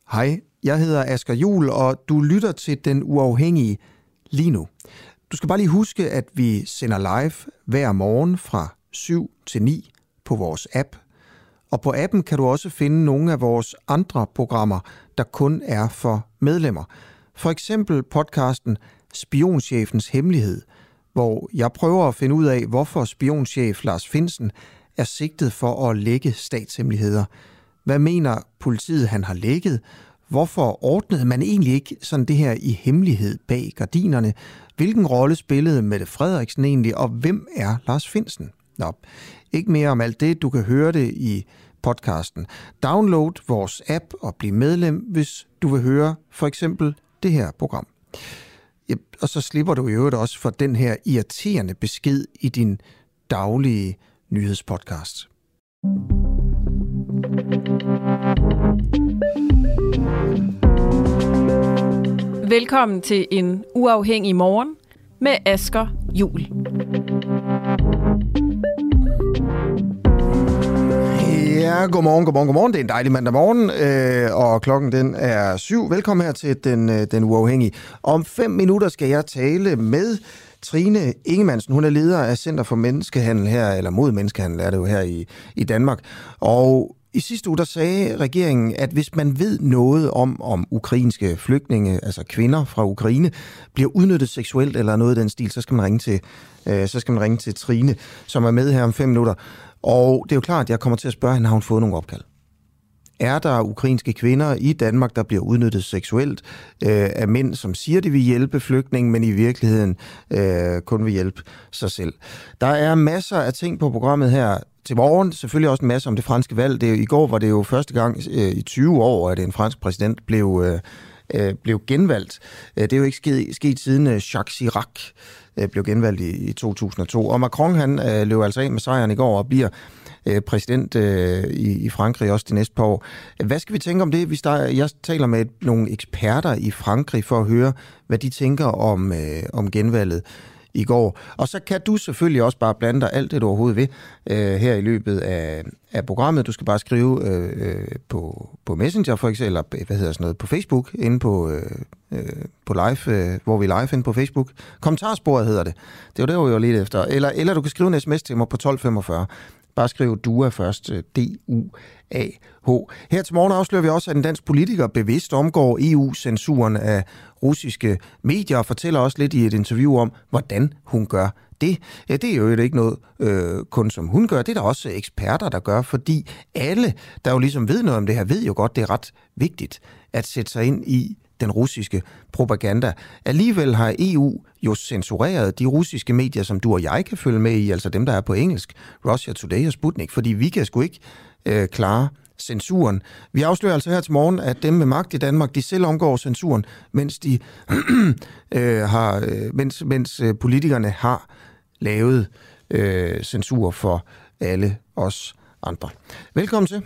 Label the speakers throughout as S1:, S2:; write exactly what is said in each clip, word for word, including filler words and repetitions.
S1: Hej, jeg hedder Asger Juhl, og du lytter til Den Uafhængige lige nu. Du skal bare lige huske, at vi sender live hver morgen fra syv til ni på vores app. Og på appen kan du også finde nogle af vores andre programmer, der kun er for medlemmer. For eksempel podcasten Spionchefens Hemmelighed, hvor jeg prøver at finde ud af, hvorfor spionchef Lars Findsen er sigtet for at lække statshemmeligheder. Hvad mener politiet, han har lækket? Hvorfor ordnede man egentlig ikke sådan det her i hemmelighed bag gardinerne? Hvilken rolle spillede Mette Frederiksen egentlig, og hvem er Lars Findsen? Nå, ikke mere om alt det. Du kan høre det i podcasten. Download vores app og bliv medlem, hvis du vil høre for eksempel det her program. Ja, og så slipper du i øvrigt også for den her irriterende besked i din daglige nyhedspodcast.
S2: Velkommen til en uafhængig morgen med Asger Juhl.
S1: Ja, godmorgen, godmorgen, godmorgen. Det er en dejlig mandag morgen, øh, og klokken den er syv. Velkommen her til den, øh, den Uafhængige. Om fem minutter skal jeg tale med Trine Ingemansen. Hun er leder af Center for Menneskehandel her, eller mod menneskehandel er det jo her i, i Danmark. Og i sidste uge der sagde regeringen, at hvis man ved noget om, om ukrainske flygtninge, altså kvinder fra Ukraine, bliver udnyttet seksuelt eller noget i den stil, så skal man ringe til, øh, så skal man ringe til Trine, som er med her om fem minutter. Og det er jo klart, at jeg kommer til at spørge hende, har hun fået nogle opkald? Er der ukrainske kvinder i Danmark, der bliver udnyttet seksuelt øh, af mænd, som siger, de vil hjælpe flygtninge, men i virkeligheden øh, kun vil hjælpe sig selv? Der er masser af ting på programmet her til morgen. Selvfølgelig også en masse om det franske valg. Det, I går var det jo første gang øh, i tyve år, at en fransk præsident blev, øh, øh, blev genvalgt. Det er jo ikke sket, sket siden øh, Jacques Chirac øh, blev genvalgt i, i to tusind og to. Og Macron han øh, løb altså af med sejren i går og bliver præsident øh, i, i Frankrig også de næste par år. Hvad skal vi tænke om det? Vi starter, jeg taler med nogle eksperter i Frankrig for at høre, hvad de tænker om, øh, om genvalget i går. Og så kan du selvfølgelig også bare blande dig alt det, du overhovedet vil, øh, her i løbet af, af programmet. Du skal bare skrive øh, på, på Messenger for eksempel, eller hvad hedder sådan noget, på Facebook, inde på, øh, øh, på live, øh, hvor vi er live inde på Facebook. Kommentarsporet hedder det. Det er jo det, vi var lidt efter. Eller, eller du kan skrive en sms til mig på tolv femogfyrre. Bare skriv D U A først, D U A H. Her til morgen afslører vi også, at en dansk politiker bevidst omgår E U-censuren af russiske medier og fortæller også lidt i et interview om, hvordan hun gør det. Ja, det er jo ikke noget øh, kun som hun gør, det er der også eksperter, der gør, fordi alle, der jo ligesom ved noget om det her, ved jo godt, det er ret vigtigt at sætte sig ind i den russiske propaganda. Alligevel har E U jo censureret de russiske medier, som du og jeg kan følge med i, altså dem, der er på engelsk, Russia Today og Sputnik, fordi vi kan sgu ikke øh, klare censuren. Vi afslører altså her til morgen, at dem med magt i Danmark, de selv omgår censuren, mens, de, øh, har, øh, mens, mens øh, politikerne har lavet øh, censur for alle os andre. Velkommen til.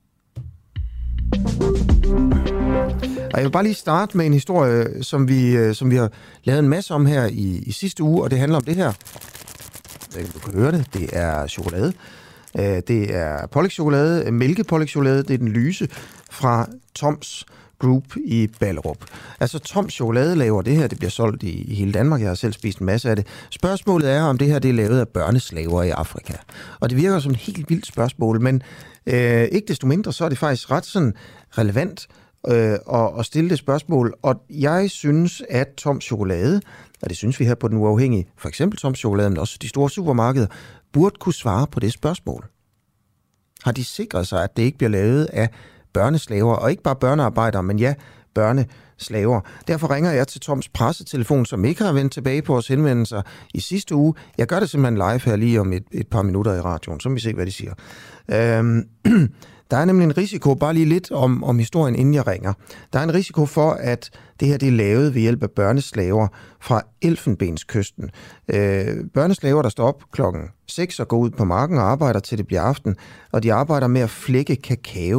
S1: Og jeg vil bare lige starte med en historie, som vi, som vi har lavet en masse om her i, i sidste uge, og det handler om det her. Du kan høre det. Det er chokolade. Det er pålægschokolade, mælkepålægschokolade. Det er den lyse fra Toms Group i Ballerup. Altså Toms Chokolade laver det her, det bliver solgt i, i hele Danmark. Jeg har selv spist en masse af det. Spørgsmålet er, om det her det er lavet af børneslaver i Afrika. Og det virker som et helt vildt spørgsmål, men øh, ikke desto mindre, så er det faktisk ret sådan relevant øh, at, at stille det spørgsmål. Og jeg synes, at Toms Chokolade, og det synes vi her på Den Uafhængige, for eksempel Toms Chokolade, men også de store supermarkeder, burde kunne svare på det spørgsmål. Har de sikret sig, at det ikke bliver lavet af børneslaver, og ikke bare børnearbejdere, men ja, børneslaver. Derfor ringer jeg til Toms pressetelefon, som ikke har vendt tilbage på vores henvendelser i sidste uge. Jeg gør det simpelthen live her lige om et, et par minutter i radioen, så vi se, hvad de siger. Øhm, der er nemlig en risiko, bare lige lidt om, om historien, inden jeg ringer. Der er en risiko for, at det her det er lavet ved hjælp af børneslaver fra Elfenbenskysten. Øh, børneslaver, der står op klokken seks og går ud på marken og arbejder til det bliver aften, og de arbejder med at flække kakao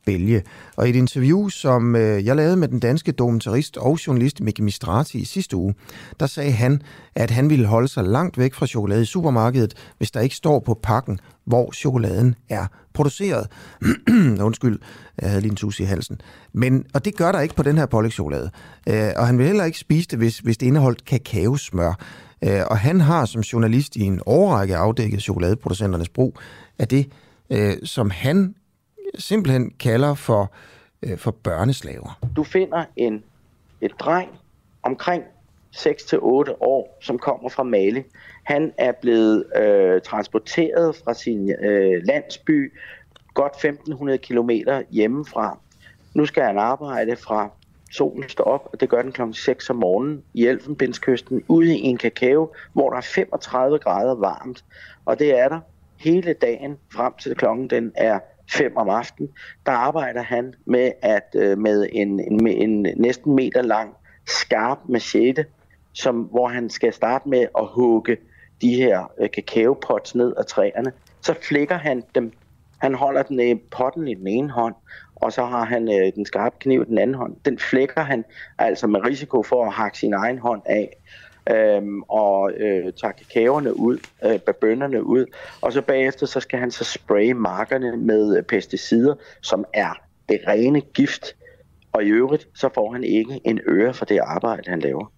S1: Bælge. Og i et interview, som øh, jeg lavede med den danske dokumentarist og journalist Miki Mistrati i sidste uge, der sagde han, at han ville holde sig langt væk fra chokolade i supermarkedet, hvis der ikke står på pakken, hvor chokoladen er produceret. Undskyld, jeg havde lige en tus i halsen. Men, og det gør der ikke på den her pålægschokolade. Øh, og han vil heller ikke spise det, hvis, hvis det indeholdt kakaosmør. Øh, og han har som journalist i en årrække afdækket chokoladeproducenternes brug af det, øh, som han simpelthen kalder for, øh, for børneslaver.
S3: Du finder en, et dreng omkring seks til otte år, som kommer fra Mali. Han er blevet øh, transporteret fra sin øh, landsby godt femten hundrede kilometer hjemmefra. Nu skal han arbejde fra solen står op, og det gør den klokken seks om morgenen i Elfenbenskysten, ude i en kakao, hvor der er femogtredive grader varmt. Og det er der hele dagen frem til klokken den er fem om aftenen. Der arbejder han med at med en, en, en næsten meter lang skarp machete, som, hvor han skal starte med at hugge de her øh, kakaopots ned af træerne. Så flækker han dem. Han holder den i potten i den ene hånd, og så har han øh, den skarpe kniv i den anden hånd. Den flækker han altså med risiko for at hakke sin egen hånd af, øhm, og øh, tager kakaoerne ud, øh, bønnerne ud, og så bagefter så skal han så spraye markerne med pesticider, som er det rene gift, og i øvrigt så får han ikke en øre for det arbejde, han laver.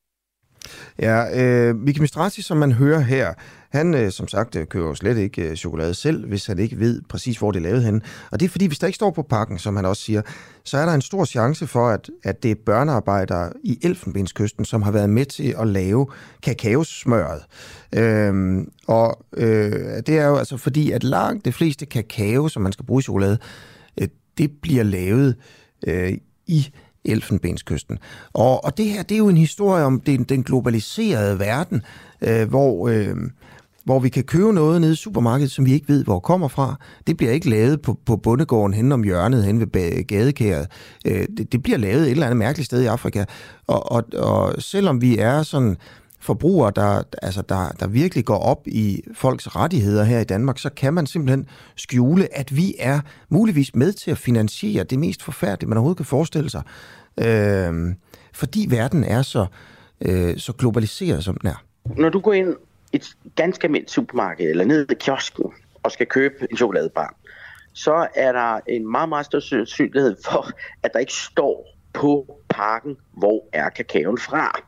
S1: Ja, øh, Miki Mistrati, som man hører her, han øh, som sagt øh, køber jo slet ikke øh, chokolade selv, hvis han ikke ved præcis, hvor det er lavet henne. Og det er fordi, hvis der ikke står på pakken, som han også siger, så er der en stor chance for, at, at det er børnearbejdere i Elfenbenskysten, som har været med til at lave kakaosmøret. Øhm, og øh, det er jo altså fordi, at langt det fleste kakao, som man skal bruge i chokolade, øh, det bliver lavet øh, i Elfenbenskysten. Og, og det her, det er jo en historie om den, den globaliserede verden, øh, hvor, øh, hvor vi kan købe noget nede i supermarkedet, som vi ikke ved, hvor kommer fra. Det bliver ikke lavet på, på bondegården hen om hjørnet, hen ved gadekæret. Øh, det, det bliver lavet et eller andet mærkeligt sted i Afrika. Og, og, og selvom vi er sådan forbrugere, der, altså der, der virkelig går op i folks rettigheder her i Danmark, så kan man simpelthen skjule, at vi er muligvis med til at finansiere det mest forfærdelige, man overhovedet kan forestille sig. Øh, fordi verden er så, øh, så globaliseret, som den er.
S3: Når du går ind i et ganske almindeligt supermarked, eller ned i kiosken, og skal købe en chokoladebar, så er der en meget, meget stor sandsynlighed for, at der ikke står på pakken, hvor er kakaoen fra.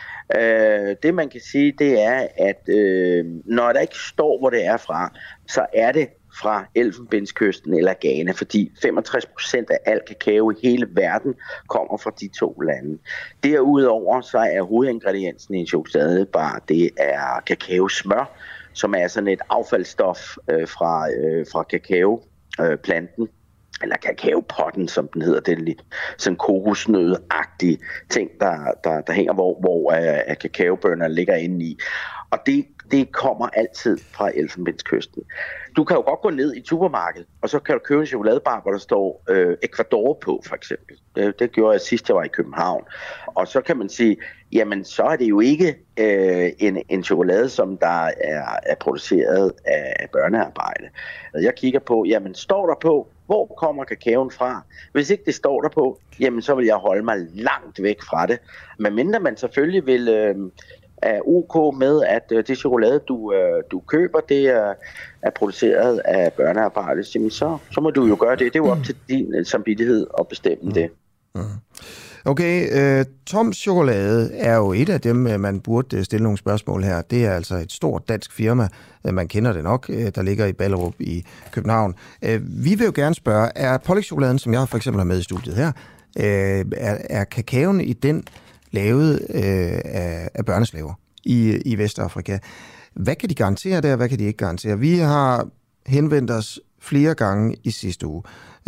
S3: Uh, det man kan sige, det er, at uh, når der ikke står, hvor det er fra, så er det fra Elfenbenskysten eller Ghana, fordi femogtres procent af al kakao i hele verden kommer fra de to lande. Derudover så er hovedingrediensen i en chokoladebar, det er kakaosmør, som er sådan et affaldsstof uh, fra, uh, fra kakaoplanten. Eller kakaopotten, som den hedder, det er lidt sådan kokosnød-agtige ting, der, der, der hænger, hvor, hvor uh, kakaobønner ligger inde i. Og det, det kommer altid fra Elfenbenskysten. Du kan jo godt gå ned i supermarkedet, og så kan du købe en chokoladebar, hvor der står øh, Ecuador på, for eksempel. Det, det gjorde jeg sidst, jeg var i København. Og så kan man sige, jamen så er det jo ikke øh, en, en chokolade, som der er, er produceret af børnearbejde. Jeg kigger på, jamen står der på, hvor kommer kakaoen fra? Hvis ikke det står der på, jamen så vil jeg holde mig langt væk fra det. Men mindre man selvfølgelig vil øh, er ok med, at øh, det chokolade, du, øh, du køber, det er, er produceret af børnearbejde, så, så må du jo gøre det. Det er jo op til din samvittighed at bestemme mm. det.
S1: Mm. Okay, øh, Toms Chokolade er jo et af dem, man burde stille nogle spørgsmål her. Det er altså et stort dansk firma, man kender det nok, der ligger i Ballerup i København. Vi vil jo gerne spørge, er pålægchokoladen, som jeg for eksempel har med i studiet her, er, er kakaoen i den lavet af, af børneslaver i, i Vestafrika? Hvad kan de garantere der, hvad kan de ikke garantere? Vi har henvendt os flere gange i sidste uge.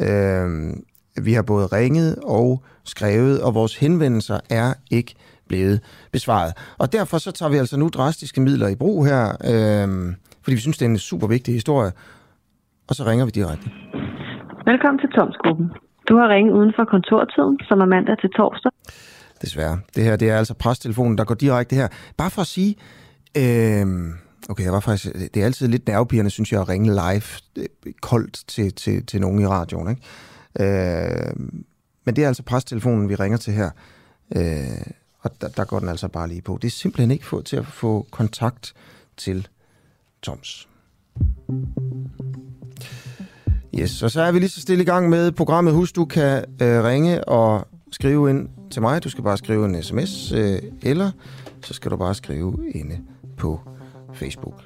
S1: Vi har både ringet og skrevet, og vores henvendelser er ikke blevet besvaret. Og derfor så tager vi altså nu drastiske midler i brug her, øh, fordi vi synes, det er en super vigtig historie. Og så ringer vi direkte.
S4: Velkommen til Tomsgruppen. Du har ringet uden for kontortiden, som er mandag til torsdag.
S1: Desværre. Det her, det er altså presstelefonen, der går direkte her. Bare for at sige, øh, okay, jeg var faktisk, det er altid lidt nervepirrende, synes jeg, at ringe live koldt til, til, til nogen i radioen, ikke? Øh, men det er altså presstelefonen, vi ringer til her. Øh, og der, der går den altså bare lige på. Det er simpelthen ikke få, til at få kontakt til Toms. Yes, og så er vi lige så stille i gang med programmet. Husk, du kan øh, ringe og skrive ind til mig. Du skal bare skrive en sms, øh, eller så skal du bare skrive inde på Facebook.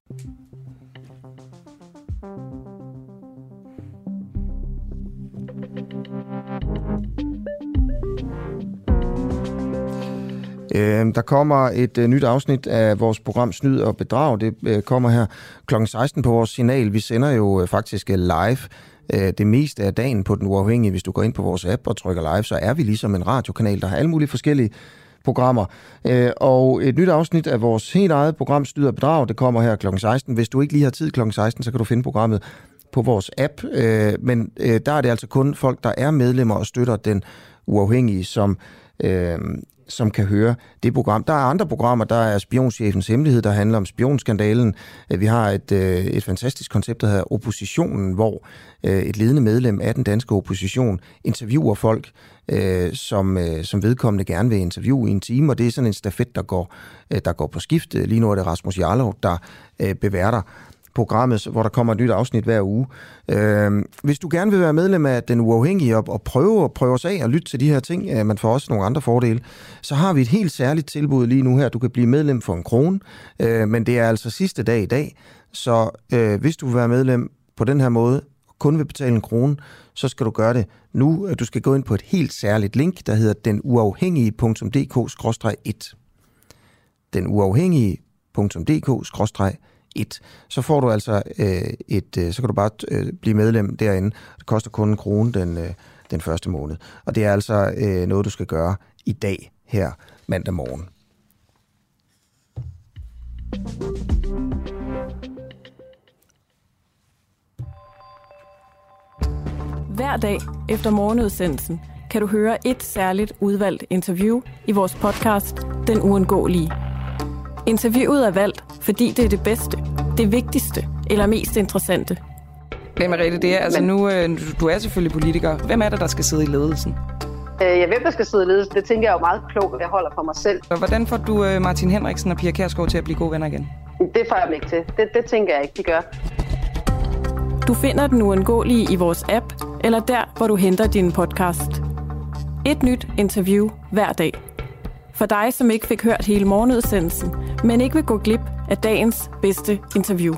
S1: Øh, der kommer et øh, nyt afsnit af vores program Snyd og Bedrag. Det øh, kommer her klokken seksten på vores signal. Vi sender jo øh, faktisk live øh, det meste af dagen på Den Uafhængige. Hvis du går ind på vores app og trykker live, så er vi ligesom en radiokanal, der har alle mulige forskellige programmer. Øh, og et nyt afsnit af vores helt eget program Snyd og Bedrag, det kommer her klokken seksten. Hvis du ikke lige har tid klokken seksten, så kan du finde programmet på vores app. Øh, men øh, der er det altså kun folk, der er medlemmer og støtter Den Uafhængige, som... Øh, som kan høre det program. Der er andre programmer, der er Spionchefens Hemmelighed, der handler om spionskandalen. Vi har et, et fantastisk koncept, der hedder Oppositionen, hvor et ledende medlem af den danske opposition interviewer folk, som, som vedkommende gerne vil interviewe i en time, og det er sådan en stafet, der går, der går på skift. Lige nu er det Rasmus Jarlov, der beværter programmet, hvor der kommer et nyt afsnit hver uge. Øh, hvis du gerne vil være medlem af Den Uafhængige og, og prøve, prøve os af og lytte til de her ting, øh, man får også nogle andre fordele, så har vi et helt særligt tilbud lige nu her. Du kan blive medlem for en krone, øh, men det er altså sidste dag i dag, så øh, hvis du vil være medlem på den her måde, kun vil betale en krone, så skal du gøre det nu. Du skal gå ind på et helt særligt link, der hedder den uafhængige punktum d k skråstreg et. den uafhængige punktum d k skråstreg et. Så får du altså øh, et, øh, så kan du bare øh, blive medlem derinde. Det koster kun en krone den, øh, den første måned. Og det er altså øh, noget, du skal gøre i dag her mandag morgen.
S2: Hver dag efter morgenudsendelsen kan du høre et særligt udvalgt interview i vores podcast Den Uundgåelige. Interviewet er valgt, fordi det er det bedste, det vigtigste eller mest interessante.
S5: Hvem er det? Det er, altså nu, du er selvfølgelig politiker. Hvem er det, der skal sidde i ledelsen?
S6: Ja, hvem der skal sidde i ledelsen, det tænker jeg jo meget klogt, at jeg holder for mig selv.
S5: Og hvordan får du Martin Henriksen og Pia Kjærsgaard til at blive gode venner igen?
S6: Det får jeg dem ikke til. Det, det tænker jeg ikke, de gør.
S2: Du finder Den Uundgåelige i vores app, eller der, hvor du henter din podcast. Et nyt interview hver dag. For dig, som ikke fik hørt hele morgenudsendelsen, men ikke vil gå glip af dagens bedste interview.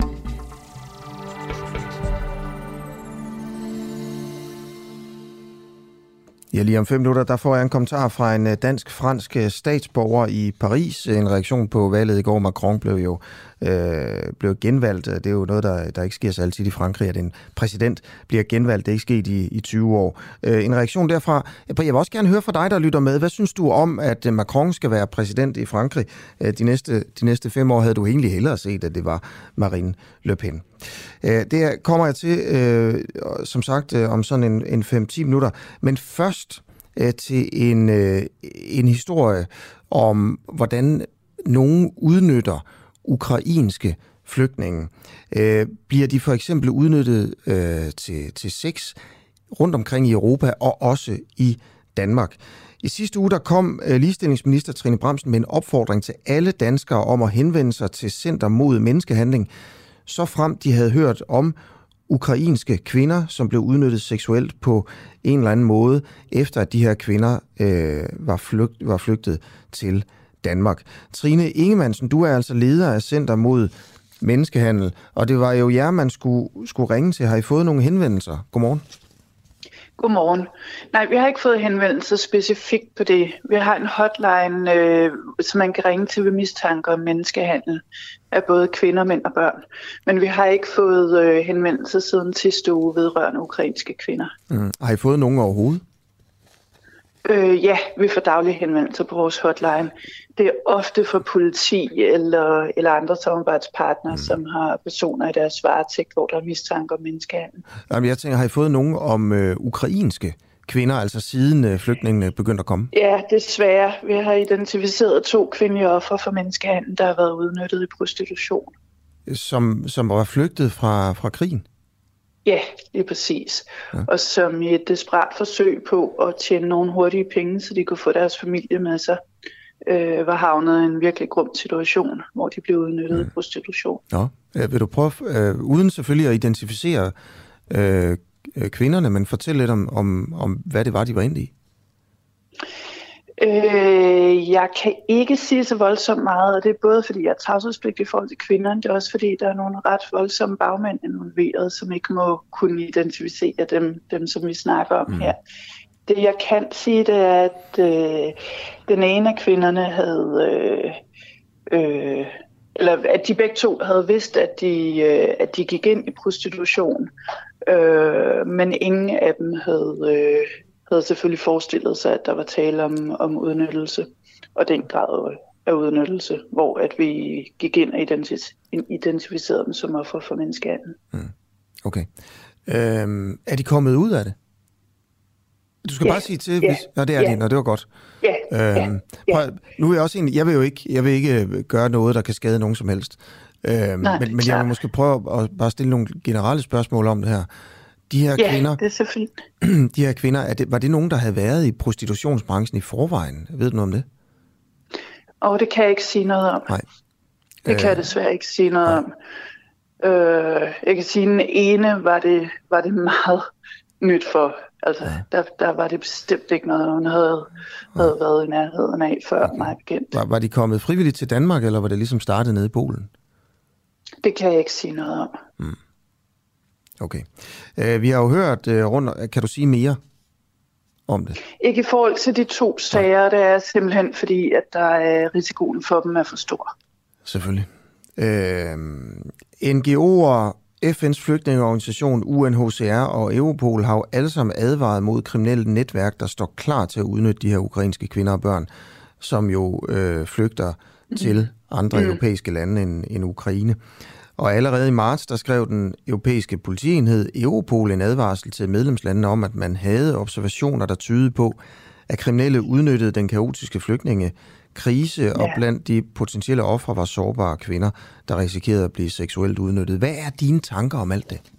S1: Ja, lige om fem minutter, der får jeg en kommentar fra en dansk-fransk statsborger i Paris. En reaktion på valget i går. Macron blev jo øh, blev genvalgt. Det er jo noget, der, der ikke sker så altid i Frankrig, at en præsident bliver genvalgt. Det er ikke sket i, i tyve år. Øh, en reaktion derfra. Jeg vil også gerne høre fra dig, der lytter med. Hvad synes du om, at Macron skal være præsident i Frankrig? De næste, de næste fem år havde du egentlig hellere set, at det var Marine Le Pen. Det kommer jeg til, øh, som sagt, øh, om sådan en, en fem til ti minutter. Men først øh, til en, øh, en historie om, hvordan nogen udnytter ukrainske flygtninge. Øh, bliver de for eksempel udnyttet øh, til, til sex rundt omkring i Europa og også i Danmark? I sidste uge der kom øh, ligestillingsminister Trine Bramsen med en opfordring til alle danskere om at henvende sig til Center mod Menneskehandling, så frem de havde hørt om ukrainske kvinder, som blev udnyttet seksuelt på en eller anden måde, efter at de her kvinder øh, var, flygt, var flygtet til Danmark. Trine Ingemansen, du er altså leder af Center mod Menneskehandel, og det var jo jer, man skulle, skulle ringe til. Har I fået nogle henvendelser? Godmorgen.
S7: Godmorgen. Nej, vi har ikke fået henvendelser specifikt på det. Vi har en hotline, øh, som man kan ringe til ved mistanke om menneskehandel af både kvinder, mænd og børn. Men vi har ikke fået øh, henvendelser siden sidste uge vedrørende ukrainske kvinder.
S1: Mm. Har I fået nogen overhovedet?
S7: Øh, ja, vi får daglige henvendelser på vores hotline. Det er ofte fra politi eller, eller andre samarbejdspartnere, mm. som har personer i deres varetægt, hvor der er mistanke om menneskehandel.
S1: Jamen, jeg tænker, har I fået nogen om øh, ukrainske kvinder, altså siden øh, flygtningene begyndte at komme?
S7: Ja, desværre. Vi har identificeret to kvindelige ofre for menneskehandel, der har været udnyttet i prostitution.
S1: Som, som var flygtet fra, fra krigen?
S7: Ja, det er præcis.
S1: Ja.
S7: Og som i et desperat forsøg på at tjene nogle hurtige penge, så de kunne få deres familie med sig, øh, var havnet i en virkelig grum situation, hvor de blev udnyttet i mm. prostitution.
S1: Nå, øh, vil du prøve, øh, uden selvfølgelig at identificere øh, kvinderne, men fortælle lidt om, om, om, hvad det var, de var inde i?
S7: Øh, jeg kan ikke sige så voldsomt meget, og det er både fordi, jeg er tavshedspligtig i forhold til kvinderne, det er også fordi, der er nogle ret voldsomme bagmænd involveret, som ikke må kunne identificere dem, dem som vi snakker om mm. her. Det jeg kan sige, det er, at øh, den ene af kvinderne havde, øh, øh, eller at de begge to havde vidst, at de, øh, at de gik ind i prostitution, øh, men ingen af dem havde... Øh, havde selvfølgelig forestillet sig, at der var tale om, om udnyttelse, og den grad af udnyttelse, hvor at vi gik ind og identificerede dem som offer for menneskehandel.
S1: Mm. Okay. Øhm, er de kommet ud af det? Du skal
S7: ja.
S1: bare sige til,
S7: ja.
S1: hvis... Nå, det er
S7: ja.
S1: de, Nå, det var godt.
S7: Ja.
S1: Øhm,
S7: ja.
S1: prøv, nu er jeg også egentlig... Jeg vil jo ikke, jeg vil ikke gøre noget, der kan skade nogen som helst. Øhm,
S7: Nej,
S1: men, men jeg vil måske prøve at bare stille nogle generelle spørgsmål om det her. De her
S7: ja,
S1: kvinder,
S7: det er så fint.
S1: De her kvinder, er det, var det nogen, der havde været i prostitutionsbranchen i forvejen? Ved du noget om det?
S7: Og det kan jeg ikke sige noget om.
S1: Nej.
S7: Det kan jeg desværre ikke sige noget Nej. om. Øh, jeg kan sige, at den ene var det, var det meget nyt for. Altså, ja. der, der var det bestemt ikke noget, hun havde, havde ja. været i nærheden af før okay. mig bekendt.
S1: Var, var de kommet frivilligt til Danmark, eller var det ligesom startet nede i Polen?
S7: Det kan jeg ikke sige noget om.
S1: Hmm. Okay. Uh, vi har jo hørt uh, rundt... Kan du sige mere om det? Ikke
S7: i forhold til de to sager, ja. Det er simpelthen fordi, at der er risikoen for dem er for stor.
S1: Selvfølgelig. Uh, N G O'er, F N's flygtningeorganisation, U N H C R og Europol har jo alle sammen advaret mod kriminelle netværk, der står klar til at udnytte de her ukrainske kvinder og børn, som jo øh, flygter mm. til andre mm. europæiske lande end, end Ukraine. Og allerede i marts, der skrev den europæiske politienhed Europol en advarsel til medlemslandene om, at man havde observationer, der tydede på, at kriminelle udnyttede den kaotiske flygtningekrise, ja. Og blandt de potentielle ofre var sårbare kvinder, der risikerede at blive seksuelt udnyttet. Hvad er dine tanker om alt det?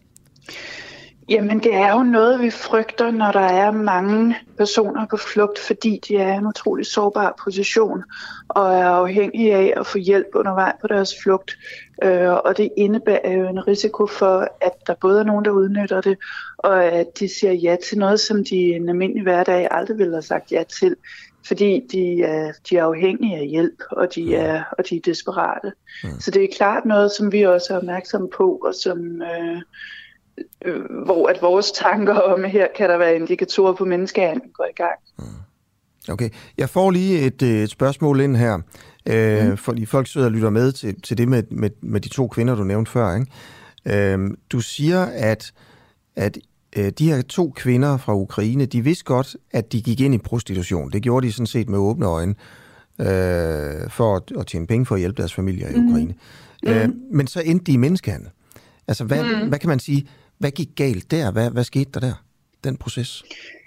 S7: Jamen, det er jo noget, vi frygter, når der er mange personer på flugt, fordi de er i en utrolig sårbar position og er afhængige af at få hjælp undervejs på deres flugt. Og det indebærer jo en risiko for, at der både er nogen, der udnytter det, og at de siger ja til noget, som de i en almindelig hverdag aldrig ville have sagt ja til, fordi de er, de er afhængige af hjælp, og de er, og de er desperate. Mm. Så det er klart noget, som vi også er opmærksomme på, og som... Øh, hvor at vores tanker om, her kan der være indikatorer på menneskehandel går i gang.
S1: Okay, jeg får lige et, et spørgsmål ind her, øh, mm. fordi folk sidder og lytter med til, til det med, med, med de to kvinder, du nævnte før. Ikke? Øh, du siger, at, at øh, de her to kvinder fra Ukraine, de vidste godt, at de gik ind i prostitution. Det gjorde de sådan set med åbne øjne, øh, for at, at tjene penge for at hjælpe deres familier i Ukraine. Mm. Øh, men så endte de i menneskehandel. Altså, hvad, mm. hvad kan man sige, hvad gik galt der? Hvad, hvad skete der der, den proces?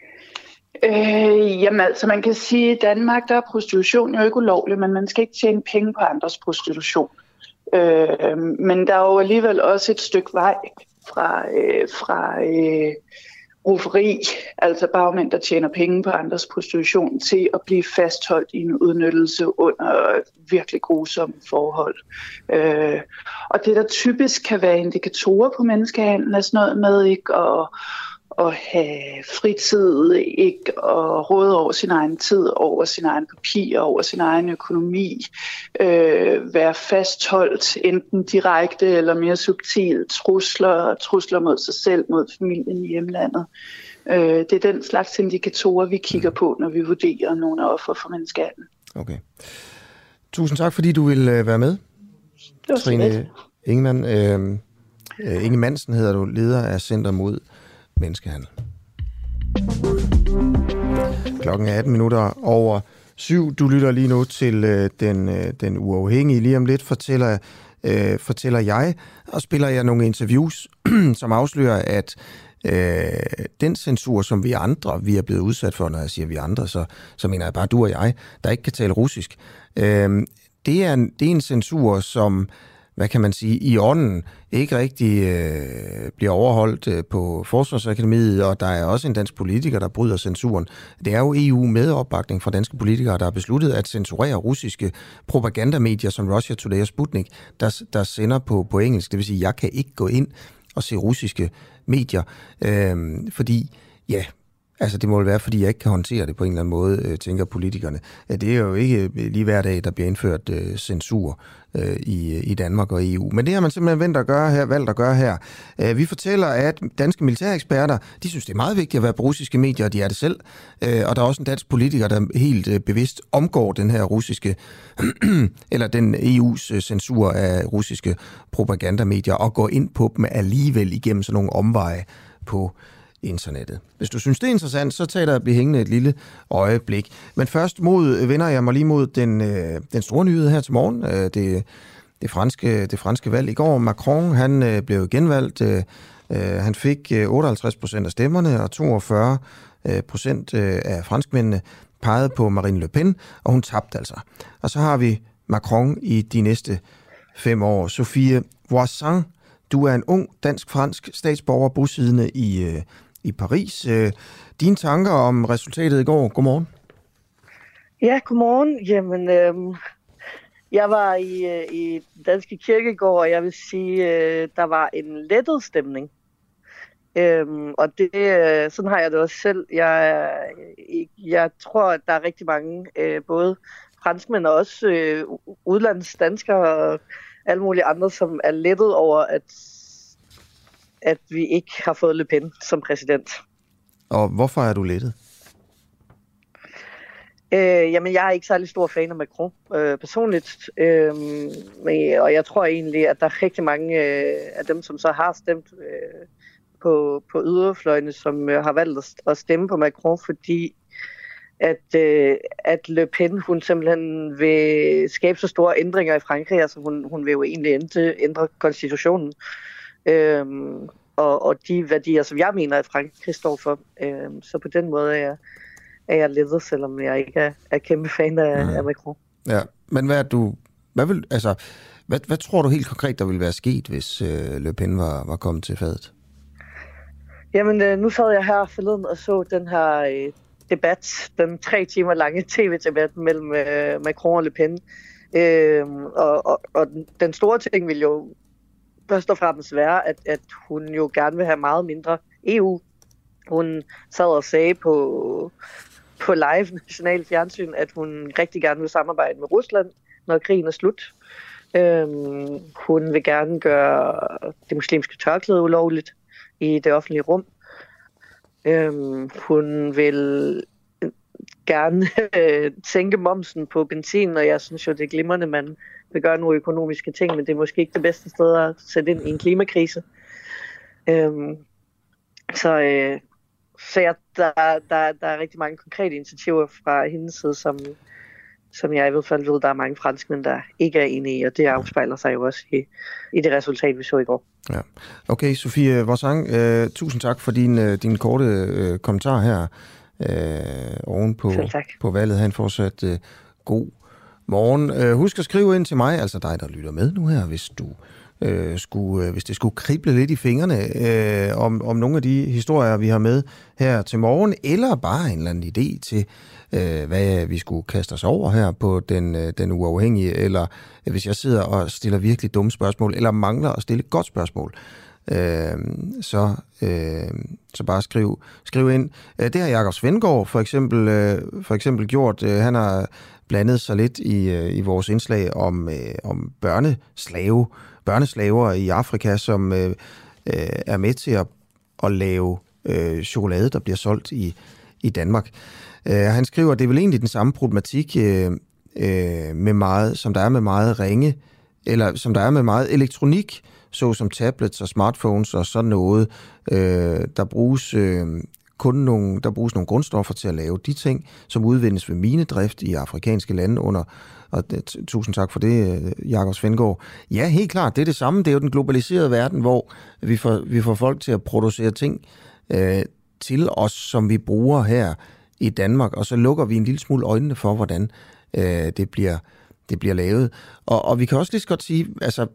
S7: Øh, jamen altså, man kan sige, at i Danmark, der er prostitution jo ikke ulovlig, men man skal ikke tjene penge på andres prostitution. Øh, men der er jo alligevel også et stykke vej fra, øh, fra øh, rufferi, altså bagmænd, der tjener penge på andres prostitution, til at blive fastholdt i en udnyttelse under virkelig grusomme forhold. Øh, og det, der typisk kan være indikatorer på menneskehandel, er sådan noget med ikke at, at have fritid, ikke at råde over sin egen tid, over sin egen papir, over sin egen økonomi, øh, være fastholdt enten direkte eller mere subtilt, trusler, trusler mod sig selv, mod familien i hjemlandet. Øh, det er den slags indikatorer, vi kigger på, når vi vurderer nogle af offer for menneskehandel.
S1: Okay. Tusind tak, fordi du vil være med. Trine Ingemann. Øh, øh, Inge Madsen hedder du, leder af Center mod Menneskehandel. Klokken er atten minutter over syv. Du lytter lige nu til øh, den, øh, den uafhængige. Lige om lidt fortæller, øh, fortæller jeg, og spiller jeg nogle interviews, som afslører, at øh, den censur, som vi andre, vi er blevet udsat for, når jeg siger vi andre, så, så mener jeg bare du og jeg, der ikke kan tale russisk. Øh, det, er en, det er en censur, som hvad kan man sige, i ånden ikke rigtig øh, bliver overholdt øh, på Forsvarsakademiet, og der er også en dansk politiker, der bryder censuren. Det er jo E U med opbakning fra danske politikere, der har besluttet at censurere russiske propagandamedier som Russia Today og Sputnik, der, der sender på, på engelsk. Det vil sige, at jeg kan ikke gå ind og se russiske medier, øh, fordi, ja, altså det må vel være, fordi jeg ikke kan håndtere det på en eller anden måde, øh, tænker politikerne. Ja, det er jo ikke lige hver dag, der bliver indført øh, censur øh, i, i Danmark og E U. Men det har man simpelthen valgt at gøre her. Valgt at gøre her. Øh, vi fortæller, at danske militæreksperter, de synes, det er meget vigtigt at være på russiske medier, og de er det selv. Øh, og der er også en dansk politiker, der helt øh, bevidst omgår den her russiske, eller den E U's censur af russiske propagandamedier, og går ind på dem alligevel igennem sådan nogle omveje på internettet. Hvis du synes, det er interessant, så tager der at blive hængende et lille øjeblik. Men først mod, vender jeg mig lige mod den, øh, den store nyhed her til morgen. Øh, det, det, franske, det franske valg i går. Macron, han øh, blev genvalgt. Øh, han fik øh, otteoghalvtreds procent af stemmerne, og toogfyrre procent øh, af franskmændene pegede på Marine Le Pen, og hun tabte altså. Og så har vi Macron i de næste fem år. Sophie Voisin, du er en ung dansk-fransk statsborger bosiddende i øh, i Paris. Dine tanker om resultatet i går? Godmorgen.
S8: Ja, godmorgen. Jamen, øh, jeg var i, i Danske Kirke i går, og jeg vil sige, øh, der var en lettet stemning. Øh, og det, øh, sådan har jeg det også selv. Jeg, jeg tror, at der er rigtig mange, øh, både franskmænd og også øh, udlandsdanskere og alle mulige andre, som er lettet over, at at vi ikke har fået Le Pen som præsident.
S1: Og hvorfor er du lettet?
S8: Øh, jamen, jeg er ikke særlig stor fan af Macron øh, personligt. Øh, men, og jeg tror egentlig, at der er rigtig mange øh, af dem, som så har stemt øh, på, på yderfløjene, som øh, har valgt at, at stemme på Macron, fordi at, øh, at Le Pen, hun simpelthen vil skabe så store ændringer i Frankrig. Altså, hun, hun vil jo egentlig ændre, ændre konstitutionen. Øhm, og, og de værdier, som jeg mener, at Frankrig står for. Øhm, så på den måde er jeg, er jeg lettet, selvom jeg ikke er, er kæmpe fan af, mm. af Macron.
S1: Ja, men hvad er du, hvad vil, altså, hvad, hvad tror du helt konkret, der ville være sket, hvis øh, Le Pen var, var kommet til fadet?
S8: Jamen, øh, nu sad jeg her forleden og så den her øh, debat, den tre timer lange tv-debat mellem øh, Macron og Le Pen. Øh, og, og, og den store ting ville jo først og fremmest være, at, at hun jo gerne vil have meget mindre E U. Hun sad og sagde på, på live national fjernsyn, at hun rigtig gerne vil samarbejde med Rusland, når krigen er slut. Øhm, hun vil gerne gøre det muslimske tørklæde ulovligt i det offentlige rum. Øhm, hun vil gerne øh, sænke momsen på benzin, og jeg synes jo, det er glimrende, man vil gøre nogle økonomiske ting, men det er måske ikke det bedste sted at sætte ind i en klimakrise. Øhm, så øh, så ja, der, der, der er rigtig mange konkrete initiativer fra hendes side, som, som jeg i hvert fald ved, der er mange franskmænd, der ikke er enige i, og det afspejler sig jo også i, i det resultat, vi så i går.
S1: Ja. Okay, Sophie Voisin, øh, tusind tak for din, øh, din korte øh, kommentar her øh, oven på, på valget. Han fortsat øh, god morgen. Øh, husk at skrive ind til mig, altså dig, der lytter med nu her, hvis du øh, skulle, øh, hvis det skulle krible lidt i fingrene øh, om, om nogle af de historier, vi har med her til morgen, eller bare en eller anden idé til, øh, hvad vi skulle kaste os over her på den, øh, den uafhængige, eller øh, hvis jeg sidder og stiller virkelig dumme spørgsmål, eller mangler at stille et godt spørgsmål, øh, så, øh, så bare skriv, skriv ind. Det har Jakob Svendgaard for eksempel, øh, for eksempel gjort. Han har blandet sig lidt i, i vores indslag om, øh, om børneslave, børneslaver i Afrika, som øh, øh, er med til at, at lave øh, chokolade, der bliver solgt i, i Danmark. Øh, han skriver, at det er vel egentlig den samme problematik, øh, øh, med meget, som der er med meget ringe, eller som der er med meget elektronik, såsom tablets og smartphones og sådan noget. Øh, der bruges øh, kun nogle, der bruges nogle grundstoffer til at lave de ting, som udvindes ved minedrift i afrikanske lande under. Og det, tusind tak for det, Jakob Svendgaard. Ja, helt klart, det er det samme. Det er jo den globaliserede verden, hvor vi får, vi får folk til at producere ting øh, til os, som vi bruger her i Danmark, og så lukker vi en lille smule øjnene for, hvordan øh, det bliver det bliver lavet. Og, og vi kan også lige så godt sige, altså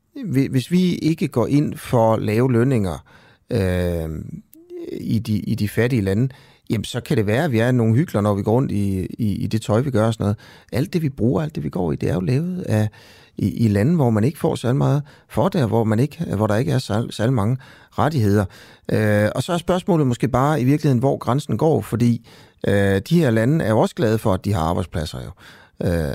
S1: hvis vi ikke går ind for lave lønninger øh, i, de, i de fattige lande, jamen så kan det være, at vi er nogle hykler, når vi går rundt i, i, i det tøj, vi gør og sådan noget. Alt det, vi bruger, alt det, vi går i, det er jo lavet af, i, i lande, hvor man ikke får så meget for det, hvor, man ikke, hvor der ikke er så, så mange rettigheder. Øh, og så er spørgsmålet måske bare i virkeligheden, hvor grænsen går, fordi øh, de her lande er jo også glade for, at de har arbejdspladser jo. Øh,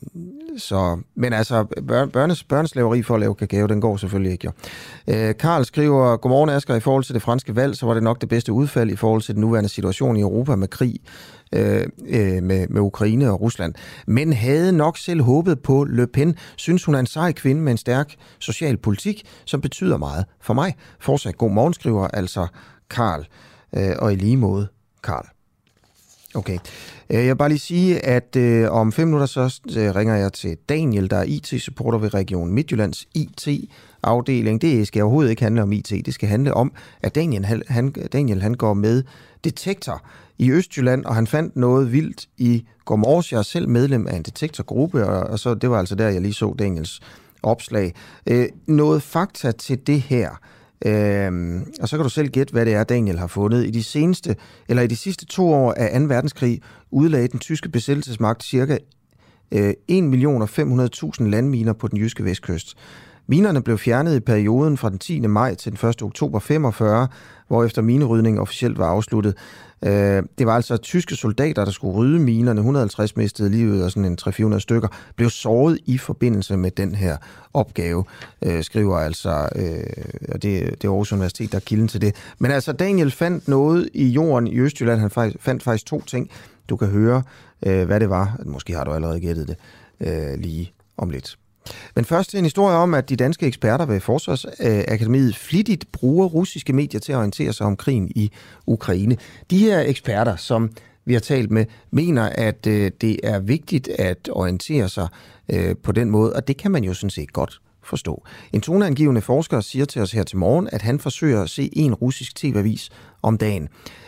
S1: så, men altså, børnes, børneslaveri for at lave kakao, den går selvfølgelig ikke jo. Øh, Karl skriver, godmorgen Asger, i forhold til det franske valg, så var det nok det bedste udfald i forhold til den nuværende situation i Europa med krig øh, øh, med, med Ukraine og Rusland. Men havde nok selv håbet på Le Pen. Synes hun er en sej kvinde med en stærk social politik, som betyder meget for mig. Fortsat god morgen, skriver altså Karl, øh, og i lige måde Karl. Okay. Jeg vil bare lige sige, at øh, om fem minutter så øh, ringer jeg til Daniel, der er I T-supporter ved Region Midtjyllands I T-afdeling. Det skal overhovedet ikke handle om I T. Det skal handle om, at Daniel han, Daniel, han går med detektor i Østjylland, og han fandt noget vildt i går morges. Jeg er selv medlem af en detektorgruppe, og, og så det var altså der, jeg lige så Daniels opslag. Øh, noget fakta til det her. Øhm, og så kan du selv gætte, hvad det er, Daniel har fundet. I de seneste, eller i de sidste to år af anden verdenskrig udlagde den tyske besættelsesmagt cirka øh, en million fem hundrede tusind landminer på den jyske vestkyst. Minerne blev fjernet i perioden fra den tiende maj til den første oktober femogfyrre, hvorefter minerydningen officielt var afsluttet. Øh, det var altså tyske soldater, der skulle rydde minerne. et hundrede og halvtreds mistede livet, og sådan en tre til fire hundrede stykker blev såret i forbindelse med den her opgave, øh, skriver altså, øh, og det, det er Aarhus Universitet, der er kilden til det. Men altså, Daniel fandt noget i jorden i Østjylland. Han faktisk, fandt faktisk to ting. Du kan høre, øh, hvad det var. Måske har du allerede gættet det øh, lige om lidt. Men først en historie om, at de danske eksperter ved Forsvarsakademiet flittigt bruger russiske medier til at orientere sig om krigen i Ukraine. De her eksperter, som vi har talt med, mener, at øh, det er vigtigt at orientere sig øh, på den måde, og det kan man jo sådan set godt forstå. En toneangivende forsker siger til os her til morgen, at han forsøger at se en russisk tv-avis om dagen.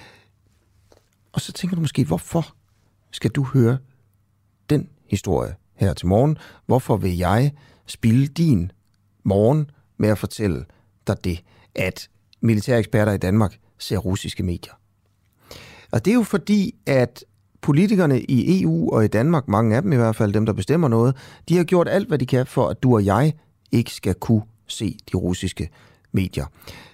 S1: Og så tænker du måske, hvorfor skal du høre den historie her til morgen? Hvorfor vil jeg spilde din morgen med at fortælle dig det, at militære eksperter i Danmark ser russiske medier? Og det er jo fordi, at politikerne i E U og i Danmark, mange af dem i hvert fald, dem der bestemmer noget, de har gjort alt, hvad de kan for, at du og jeg ikke skal kunne se de russiske medier.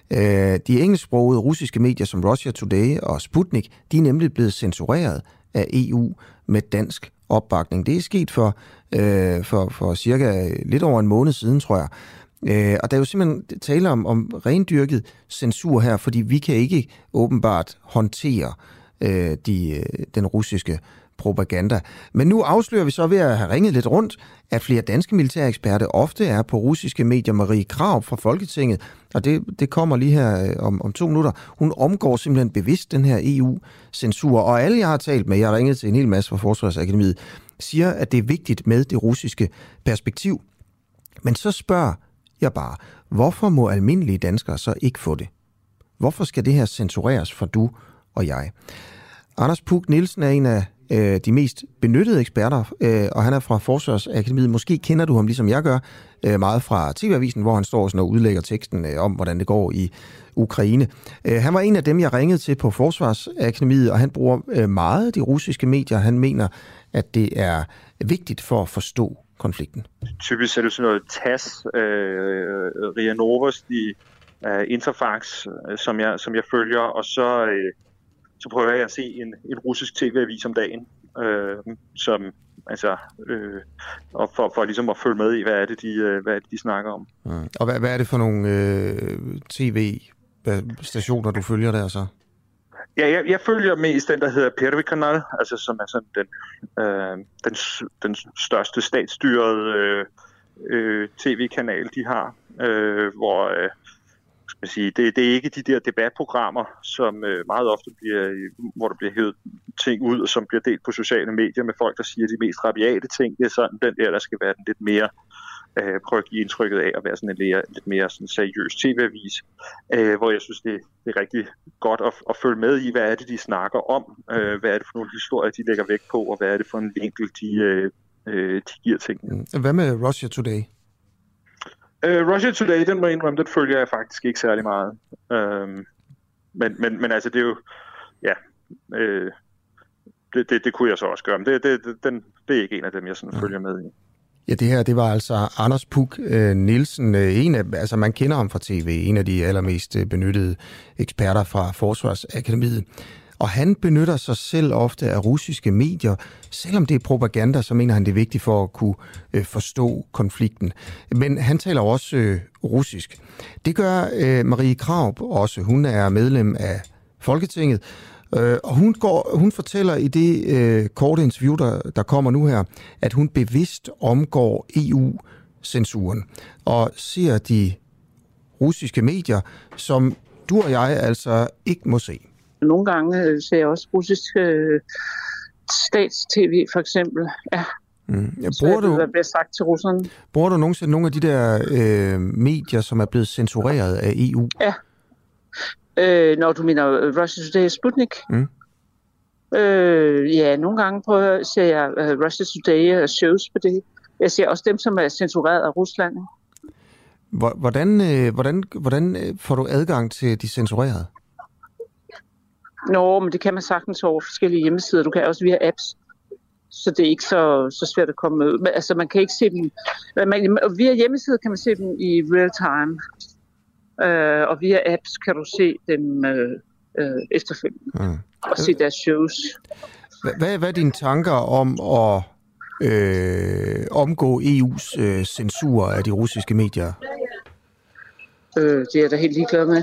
S1: De engelsksprogede russiske medier som Russia Today og Sputnik, de er nemlig blevet censureret af E U med dansk opbakning. Det er sket for, øh, for, for cirka lidt over en måned siden, tror jeg. Øh, og der er jo simpelthen tale om, om rendyrket censur her, fordi vi kan ikke åbenbart håndtere øh, de, den russiske propaganda. Men nu afslører vi så ved at have ringet lidt rundt, at flere danske militæreksperter ofte er på russiske medier. Marie Krarup fra Folketinget, og det, det kommer lige her om, om to minutter. Hun omgår simpelthen bevidst den her E U-censur, og alle jeg har talt med, jeg har ringet til en hel masse fra Forsvarsakademiet, siger, at det er vigtigt med det russiske perspektiv. Men så spørger jeg bare, hvorfor må almindelige danskere så ikke få det? Hvorfor skal det her censureres for du og jeg? Anders Puk Nielsen er en af øh, de mest benyttede eksperter, øh, og han er fra Forsvarsakademiet. Måske kender du ham, ligesom jeg gør, øh, meget fra T V-avisen, hvor han står sådan og udlægger teksten øh, om, hvordan det går i Ukraine. Øh, han var en af dem, jeg ringede til på Forsvarsakademiet, og han bruger øh, meget de russiske medier. Han mener, at det er vigtigt for at forstå konflikten.
S9: Typisk er det sådan noget T A S, øh, R I A Novosti, øh, Interfax, øh, som, jeg, som jeg følger, og så... Øh, så prøver jeg at se en, en russisk tv-avis om dagen, øh, som, altså, øh, og for, for ligesom at følge med i, hvad er det, de, øh, hvad er det, de snakker om.
S1: Mm. Og hvad, hvad er det for nogle øh, tv-stationer, du følger der så?
S9: Ja, jeg, jeg følger mest den, der hedder Первый канал, altså som er sådan den, øh, den, den største statsstyrede øh, øh, tv-kanal, de har, øh, hvor... Øh, Sige, det, det er ikke de der debatprogrammer, som øh, meget ofte bliver, hvor der bliver hævet ting ud, og som bliver delt på sociale medier med folk, der siger de mest rabiate ting. Det er sådan, den der, der skal være den lidt mere, øh, prøve at give indtrykket af at være sådan en lidt, lidt mere sådan seriøs tv-avis, øh, hvor jeg synes, det, det er rigtig godt at, at følge med i, hvad er det, de snakker om, øh, hvad er det for nogle historier, de lægger vægt på, og hvad er det for en vinkel, de, øh, de giver tingene.
S1: Hvad med Russia Today?
S9: Uh, Russia Today, den må jeg indrømme, den følger jeg faktisk ikke særlig meget. Uh, men, men, men altså, det er jo... Ja... Uh, det, det, det kunne jeg så også gøre, men det, det, den, det er ikke en af dem, jeg sådan følger med i.
S1: Ja, det her, det var altså Anders Puk øh, Nielsen, øh, en af, altså man kender ham fra tv, en af de allermest øh, benyttede eksperter fra Forsvarsakademiet. Og han benytter sig selv ofte af russiske medier, selvom det er propaganda, så mener han, det er vigtigt for at kunne øh, forstå konflikten. Men han taler også øh, russisk. Det gør øh, Marie Krarup også. Hun er medlem af Folketinget, øh, og hun, går, hun fortæller i det øh, korte interview, der, der kommer nu her, at hun bevidst omgår E U-censuren og ser de russiske medier, som du og jeg altså ikke må se.
S10: Nogle gange ser jeg også russisk øh, stats-tv, for eksempel. Ja.
S1: Mm. Ja, bruger, du,
S10: det, sagt til russerne.
S1: bruger du nogensinde nogle af de der øh, medier, som er blevet censureret af E U?
S10: Ja. Øh, når du mener Russia Today og Sputnik? Mm. Øh, ja, nogle gange prøver, ser jeg uh, Russia Today og shows på det. Jeg ser også dem, som er censureret af Rusland.
S1: Hvordan, øh, hvordan, hvordan får du adgang til de censurerede?
S10: Nå, men det kan man sagtens over forskellige hjemmesider. Du kan også via apps. Så det er ikke så, så svært at komme med. Men, altså, man kan ikke se dem... Man, via hjemmesider kan man se dem i real time. Uh, og via apps kan du se dem uh, uh, efterfølgende. Mm. Og se deres shows.
S1: Hvad, hvad er dine tanker om at øh, omgå E U's øh, censur af de russiske medier?
S10: Øh, det er jeg da helt ligeglad med.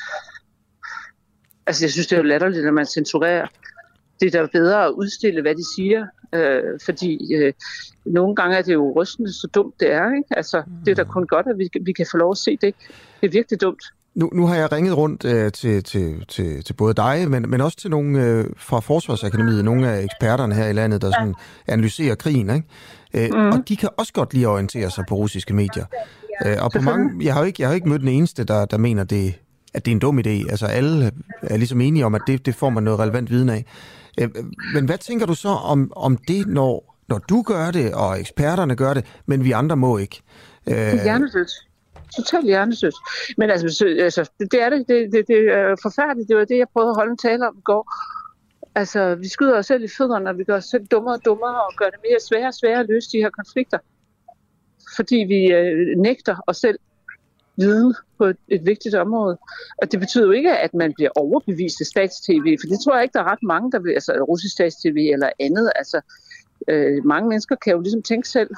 S10: Altså, jeg synes, det er jo latterligt, når man censurerer. Det er da bedre at udstille, hvad de siger. Øh, fordi øh, nogle gange er det jo rystende, så dumt det er. Ikke? Altså, det er da kun godt, at vi, vi kan få lov at se det. Det er virkelig dumt.
S1: Nu, nu har jeg ringet rundt øh, til, til, til, til både dig, men, men også til nogle øh, fra Forsvarsakademiet, nogle af eksperterne her i landet, der sådan analyserer krigen. Ikke? Øh, mm. Og de kan også godt lide at orientere sig på russiske medier. Øh, og på mange, jeg har jo ikke, jeg har ikke mødt den eneste, der, der mener, det, at det er en dum idé. Altså alle er ligesom enige om, at det, det får man noget relevant viden af. Øh, men hvad tænker du så om, om det, når, når du gør det, og eksperterne gør det, men vi andre må ikke? Øh,
S10: Hjernedødt. Totalt hjernedødt. Men altså, så, altså det, det er det. Det, det. det er forfærdeligt. Det var det, jeg prøvede at holde en tale om i går. Altså, vi skyder os selv i fødderne, og vi gør os selv dummere og dummere, og gør det mere svære og svære at løse de her konflikter. Fordi vi øh, nægter os selv viden på et, et vigtigt område. Og det betyder jo ikke, at man bliver overbevist af stats-tv, for det tror jeg ikke, der er ret mange, der vil, altså russisk stats-tv eller andet. Altså, øh, mange mennesker kan jo ligesom tænke selv.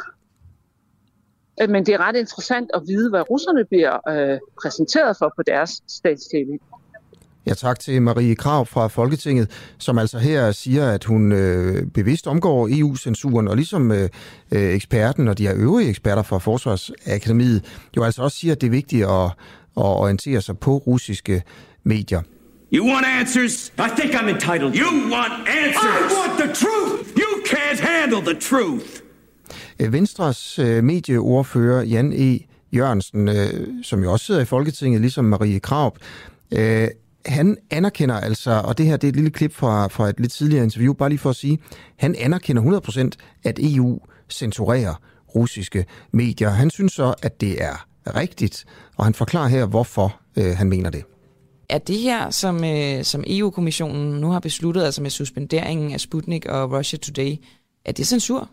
S10: Men det er ret interessant at vide, hvad russerne bliver øh, præsenteret for på deres stats-tv.
S1: Ja, tak til Marie Krarup fra Folketinget, som altså her siger, at hun øh, bevidst omgår E U-censuren, og ligesom øh, eksperten og de her øvrige eksperter fra Forsvarsakademiet jo altså også siger, at det er vigtigt at, at orientere sig på russiske medier.
S11: You want answers? I think I'm entitled. You want answers? I want the truth! You can't handle the truth!
S1: Venstres øh, medieordfører Jan E. Jørgensen, øh, som jo også sidder i Folketinget, ligesom Marie Krarup, øh, han anerkender altså, og det her det er et lille klip fra, fra et lidt tidligere interview, bare lige for at sige, han anerkender hundrede procent, at E U censurerer russiske medier. Han synes så, at det er rigtigt, og han forklarer her, hvorfor øh, han mener det.
S5: Er det her, som, øh, som E U-kommissionen nu har besluttet, altså med suspenderingen af Sputnik og Russia Today, er det censur?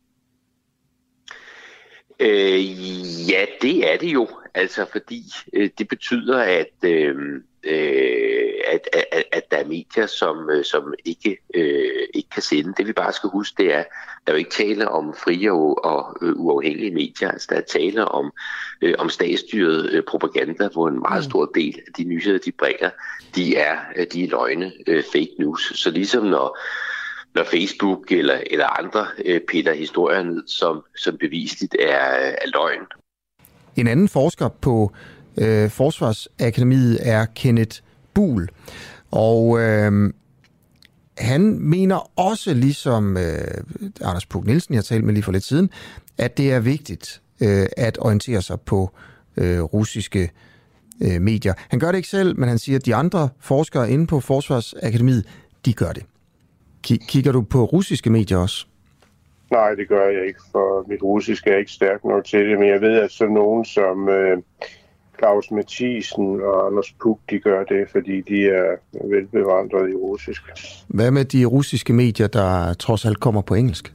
S3: Øh, ja, det er det jo, altså fordi øh, det betyder, at, øh, øh, at, at, at der er medier, som, øh, som ikke, øh, ikke kan sende. Det vi bare skal huske, det er, der er jo ikke tale om frie og, og øh, uafhængige medier, altså der er tale om, øh, om statsstyret øh, propaganda, hvor en meget stor del af de nyheder, de bringer, de er, de er løgne, øh, fake news. Så ligesom når når Facebook eller, eller andre øh, piller historier ned, som, som bevisligt er, er løgn.
S1: En anden forsker på øh, Forsvarsakademiet er Kenneth Buhl, og øh, han mener også, ligesom øh, Anders Puk Nielsen, jeg har talt med lige for lidt siden, at det er vigtigt øh, at orientere sig på øh, russiske øh, medier. Han gør det ikke selv, men han siger, at de andre forskere inde på Forsvarsakademiet, de gør det. Kigger du på russiske medier også?
S12: Nej, det gør jeg ikke, for mit russisk er ikke stærkt nok til det, men jeg ved, at så nogen som øh, Claus Mathisen og Anders Puk, de gør det, fordi de er velbevandret i russisk.
S1: Hvad med de russiske medier, der trods alt kommer på engelsk?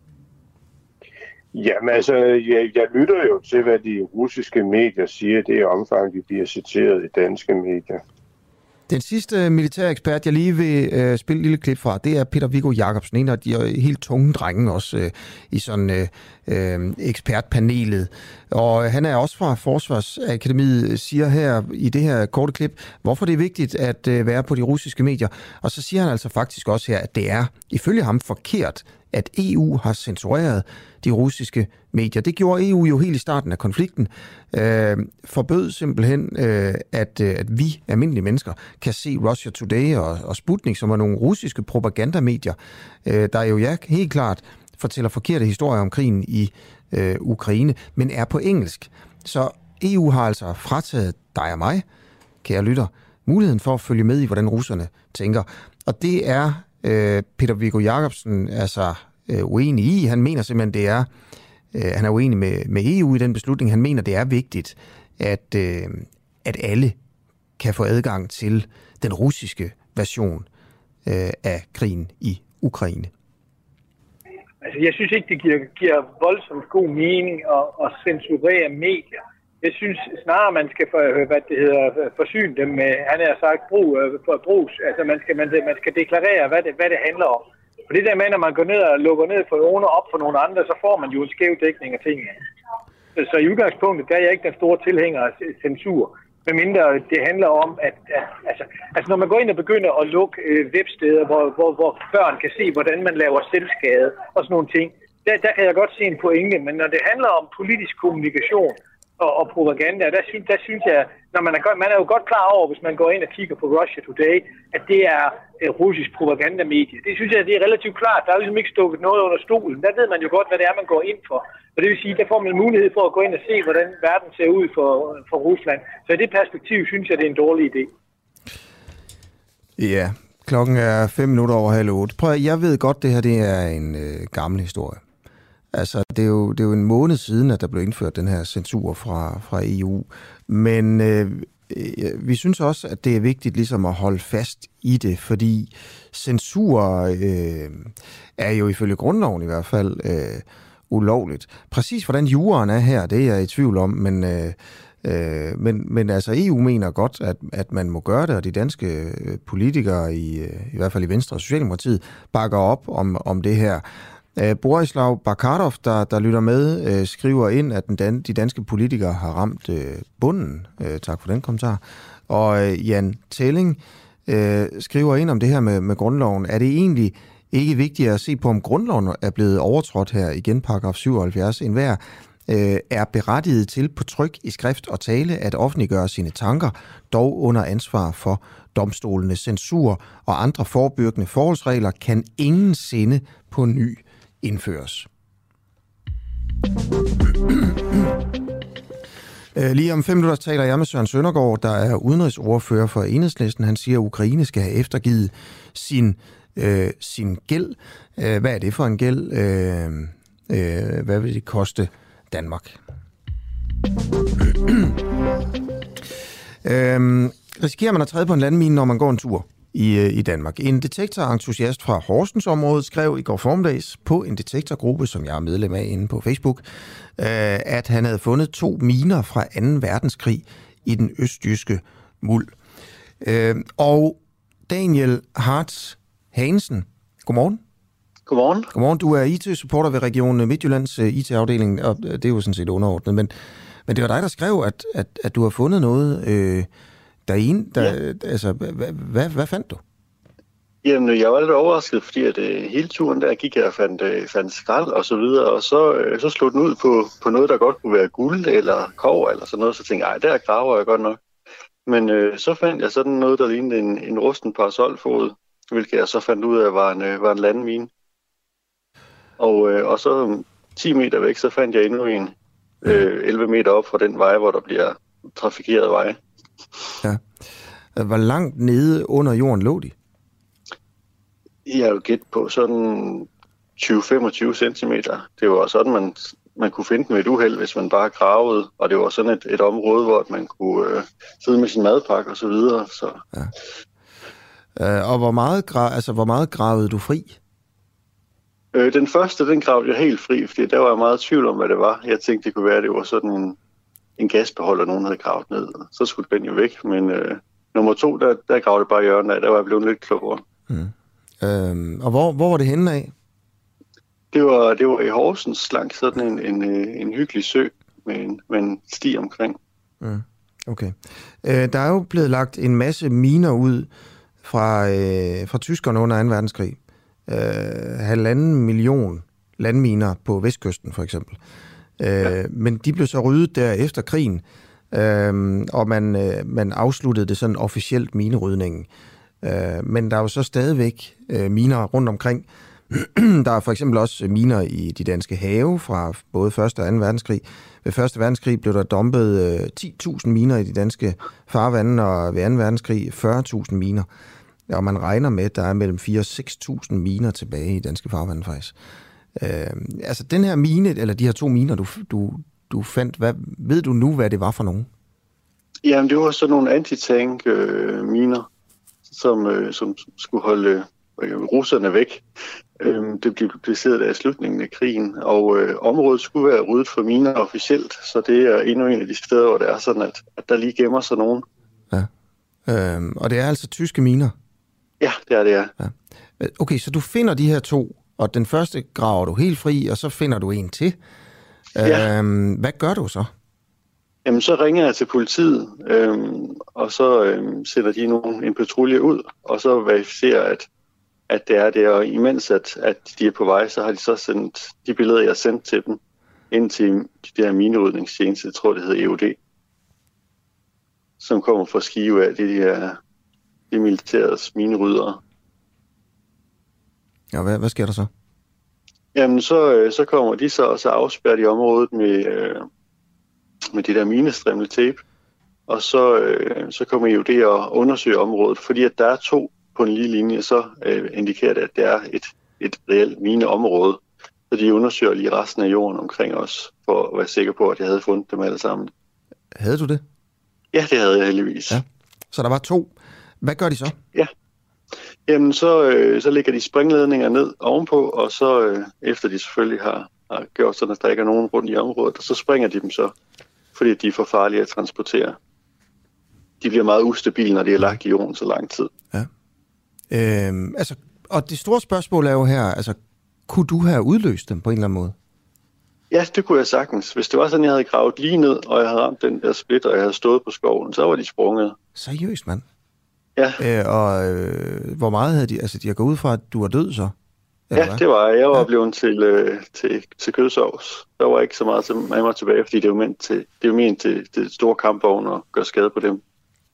S12: Jamen altså, jeg, jeg lytter jo til, hvad de russiske medier siger. Det er omfang, de bliver citeret i danske medier. Den sidste militære ekspert, jeg lige vil øh, spille et lille klip fra, det er Peter Viggo Jacobsen, en af de helt tunge drenge også øh, i sådan øh, øh, ekspertpanelet. Og han er også fra Forsvarsakademiet, siger her i det her korte klip, hvorfor det er vigtigt at øh, være på de russiske medier. Og så siger han altså faktisk også her, at det er ifølge ham forkert, at E U har censureret de russiske medier. Det gjorde E U jo helt i starten af konflikten. Øh, forbød simpelthen, øh, at, øh, at vi almindelige mennesker kan se Russia Today og, og Sputnik, som er nogle russiske propagandamedier, øh, der jo ja, helt klart fortæller forkerte historier om krigen i øh, Ukraine, men er på engelsk. Så E U har altså frataget dig og mig, kære lytter, muligheden for at følge med i, hvordan russerne tænker. Og det er øh, Peter Viggo Jacobsen altså øh, uenig i. Han mener simpelthen, det er øh, han er uenig med, med E U i den beslutning. Han mener, det er vigtigt, at, øh, at alle kan få adgang til den russiske version øh, af krigen i Ukraine.
S13: Altså, jeg synes ikke, det giver, giver voldsomt god mening at, at censurere medier. Jeg synes snarere, man skal for, hvad det hedder, forsyne dem med, han har sagt, brug, for brugs. Altså, man skal, man, man skal deklarere, hvad det, hvad det handler om. For det der med, når man går ned og lukker ned for nogle op for nogle andre, så får man jo en skæv dækning af tingene. Så, så i udgangspunktet, der er jeg ikke den store tilhænger af censur. Medmindre det handler om, at, at altså, altså når man går ind og begynder at lukke øh, websteder, hvor, hvor, hvor børn kan se, hvordan man laver selvskade og sådan nogle ting, der, der kan jeg godt se en pointe. Men når det handler om politisk kommunikation og, og propaganda, der synes, der synes jeg, når man er, man er jo godt klar over, hvis man går ind og kigger på Russia Today, at det er et russisk propagandamedie. Det synes jeg, det er relativt klart. Der er ligesom ikke stukket noget under stolen. Der ved man jo godt, hvad det er, man går ind for. Og det vil sige, der får man mulighed for at gå ind og se, hvordan verden ser ud for, for Rusland. Så i det perspektiv synes jeg, det er en dårlig idé.
S1: Ja, klokken er fem minutter over halv otte. Prøv at, jeg ved godt, det her det er en øh, gammel historie. Altså, det er, jo, det er jo en måned siden, at der blev indført den her censur fra, fra E U. Men øh, vi synes også, at det er vigtigt ligesom at holde fast i det, fordi censur øh, er jo ifølge grundloven i hvert fald øh, ulovligt. Præcis hvordan juraen er her, det er jeg i tvivl om, men, øh, øh, men, men altså E U mener godt, at, at man må gøre det, og de danske politikere, i, i hvert fald i Venstre og Socialdemokratiet, bakker op om, om det her. Borislav Barkadov, der, der lytter med, øh, skriver ind, at den dan- de danske politikere har ramt øh, bunden. Øh, tak for den kommentar. Og øh, Jan Telling øh, skriver ind om det her med, med grundloven. Er det egentlig ikke vigtigt at se på, om grundloven er blevet overtrådt her, igen paragraf syvoghalvfjerds, en hver øh, er berettiget til på tryk i skrift og tale at offentliggøre sine tanker, dog under ansvar for domstolene. Censur og andre forebyggende forholdsregler kan ingen sinde på ny indføres. Lige om fem minutter taler jeg med Søren Søndergaard, der er udenrigsordfører for Enhedslisten. Han siger, at Ukraine skal have eftergivet sin, øh, sin gæld. Hvad er det for en gæld? Øh, øh, hvad vil det koste Danmark? øh, risikerer man at træde på en landmine, når man går en tur i, i Danmark? En detektorentusiast fra Horsens-området skrev i går formiddags på en detektorgruppe, som jeg er medlem af inde på Facebook, øh, at han havde fundet to miner fra anden verdenskrig i den østjyske muld. Øh, og Daniel Hartz Hansen, godmorgen.
S14: Godmorgen.
S1: Godmorgen. Du er I T-supporter ved Region Midtjyllands I T-afdeling, og det er jo sådan set underordnet, men, men det var dig, der skrev, at, at, at du har fundet noget øh, derinde. Der, ja. Altså, hvad, hvad, hvad fandt du?
S14: Jamen, jeg var lidt overrasket, fordi at, øh, hele turen der gik jeg og fandt, øh, fandt skrald og så videre, og så, øh, så slog den ud på, på noget, der godt kunne være guld eller kobber eller sådan noget, så tænkte jeg, ej, der graver jeg godt nok. Men øh, så fandt jeg sådan noget, der lignede en, en rusten parasolfod, hvilket jeg så fandt ud af, var en, øh, var en landmine. Og, øh, og så ti meter væk, så fandt jeg endnu en øh, elleve meter op fra den vej, hvor der bliver trafikeret vej.
S1: Ja. Hvor langt nede under jorden lå de?
S14: Jeg er jo gæt på sådan tyve til femogtyve centimeter. Det var sådan, man, man kunne finde den ved et uheld, hvis man bare gravede. Og det var sådan et, et område, hvor man kunne øh, sidde med sin madpakke og så videre. Så.
S1: Ja. Øh, og hvor meget, gra- altså, hvor meget gravede du fri?
S14: Øh, den første, den gravede jeg helt fri, fordi der var jeg meget i tvivl om, hvad det var. Jeg tænkte, det kunne være, at det var sådan en, en gasbeholder, nogen havde gravet ned. Så skulle den jo væk, men øh, nummer to, der, der gravede jeg bare hjørnet af. Der var jeg blevet lidt klogere.
S1: Mm. Øhm, og hvor, hvor var det henne af?
S14: Det var, det var i Horsens, langs sådan en, en, en hyggelig sø med en, med en sti omkring.
S1: Mm. Okay. Øh, der er jo blevet lagt en masse miner ud fra, øh, fra tyskerne under anden verdenskrig. Øh, halvanden million landminer på vestkysten, for eksempel. Øh, ja. Men de blev så ryddet der efter krigen, øh, og man, øh, man afsluttede det sådan officielt minerydningen. Øh, men der er jo så stadigvæk øh, miner rundt omkring. Der er for eksempel også miner i de danske have fra både første og anden verdenskrig. Ved første verdenskrig blev der dumpet øh, ti tusind miner i de danske farvande, og ved anden verdenskrig fyrre tusind miner. Og man regner med, at der er mellem fire og seks tusind miner tilbage i danske farvande faktisk. Øh, altså den her mine, eller de her to miner, du, du, du fandt, hvad, ved du nu, hvad det var for nogen?
S14: Jamen det var sådan nogle antitank øh, miner, som, øh, som skulle holde øh, russerne væk. Øh, det blev placeret der i slutningen af krigen, og øh, området skulle være ryddet for miner officielt, så det er endnu en af de steder, hvor det er sådan, at, at der lige gemmer sig nogen.
S1: Ja. Øh, og det er altså tyske miner?
S14: Ja, det er det, ja.
S1: ja. Okay, så du finder de her to, og den første graver du helt fri, og så finder du en til. Ja. Øhm, hvad gør du så?
S14: Jamen, så ringer jeg til politiet, øhm, og så øhm, sætter de nogen, en patrulje ud, og så verificerer, at, at det er det. Og imens at, at de er på vej, så har de så sendt de billeder, jeg har sendt til dem, ind til de der minerydningstjeneste, jeg tror, det hedder E O D, som kommer fra Skive af, det de her de militærets mineryddere.
S1: Ja, hvad, hvad sker der så?
S14: Jamen, så, så kommer de så, og så afspærrer de området med, øh, med det der minestrimletape, og så, øh, så kommer E O D og undersøger området, fordi at der er to på en lige linje, så øh, indikerer det, at det er et, et reelt mineområde, så de undersøger lige resten af jorden omkring os, for at være sikker på, at jeg havde fundet dem alle sammen.
S1: Havde du det?
S14: Ja, det havde jeg heldigvis.
S1: Ja. Så der var to. Hvad gør de så?
S14: Ja. Jamen, så, øh, så lægger de springledninger ned ovenpå, og så øh, efter de selvfølgelig har, har gjort sådan, at der ikke er nogen rundt i området, og så springer de dem så, fordi de er for farlige at transportere. De bliver meget ustabile, når de er lagt i jorden så lang tid.
S1: Ja. Øhm, altså, og det store spørgsmål er jo her, altså, kunne du have udløst dem på en eller anden måde?
S14: Ja, det kunne jeg sagtens. Hvis det var sådan, jeg havde gravet lige ned, og jeg havde ramt den der split, og jeg havde stået på skoven, så var de sprunget.
S1: Seriøst, mand?
S14: Ja.
S1: Øh, og øh, hvor meget havde de... Altså, de har gået ud fra, at du var død så?
S14: Ja, hvad? Det var jeg. Jeg var ja. blevet til, øh, til, til kødsovs. Der var ikke så meget til mig tilbage, fordi det er jo ment til, det er jo ment til, til store kampvogne og gøre skade på dem.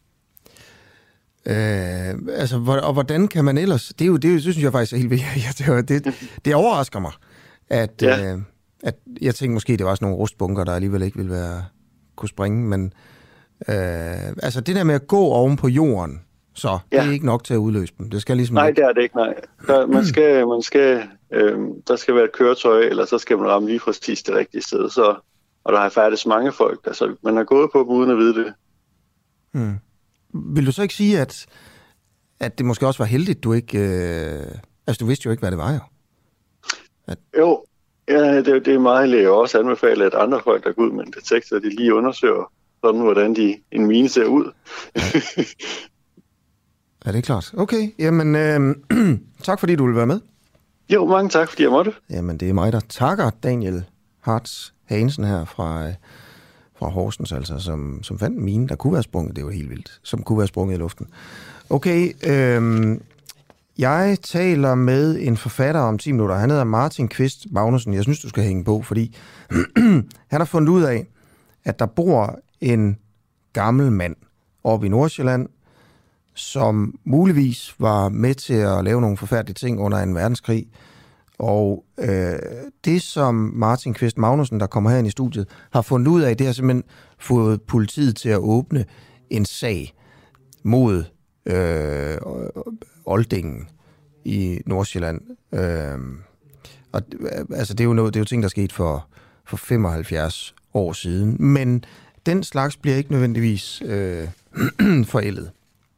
S1: Øh, altså, hvor, og hvordan kan man ellers... Det er jo, det, er jo, det synes jeg faktisk er helt vigtigt. Ja, det, det, det overrasker mig, at, ja. øh, at jeg tænkte måske, det var sådan nogle rustbunker, der alligevel ikke ville være, kunne springe, men øh, altså det der med at gå oven på jorden, så ja. Det er ikke nok til at udløse dem. Det skal ligesom...
S14: Nej, det er det ikke, nej. Der, man skal, man skal, øh, der skal være et køretøj, eller så skal man ramme lige præcis det rigtige sted. Så, og der har færdigt mange folk, altså man har gået på dem uden at vide det.
S1: Hmm. Vil du så ikke sige, at, at det måske også var heldigt, du ikke... Øh... Altså, du vidste jo ikke, hvad det var, jo.
S14: At... Jo, ja, det, det er meget heldigt. Jeg også anbefale, at andre folk, der går ud med en detektor, de lige undersøger, sådan, hvordan de, en mine ser ud.
S1: Ja. Ja, det er klart. Okay, jamen øh, tak fordi du ville være med.
S14: Jo, mange tak fordi jeg måtte.
S1: Jamen det er mig, der takker Daniel Hartz Hansen her fra, fra Horsens, altså, som, som fandt en mine, der kunne være sprunget, det var helt vildt, som kunne være sprunget i luften. Okay, øh, jeg taler med en forfatter om ti minutter. Han hedder Martin Kvist Magnussen. Jeg synes, du skal hænge på, fordi han har fundet ud af, at der bor en gammel mand oppe i Nordsjælland, som muligvis var med til at lave nogle forfærdelige ting under en verdenskrig. Og øh, det, som Martin Kvist Magnussen, der kommer herind i studiet, har fundet ud af, det har simpelthen fået politiet til at åbne en sag mod øh, Oldingen i Nordsjælland. Øh, Og altså, det er jo noget, det er jo ting, der er sket for, for femoghalvfjerds år siden. Men den slags bliver ikke nødvendigvis øh, forældet.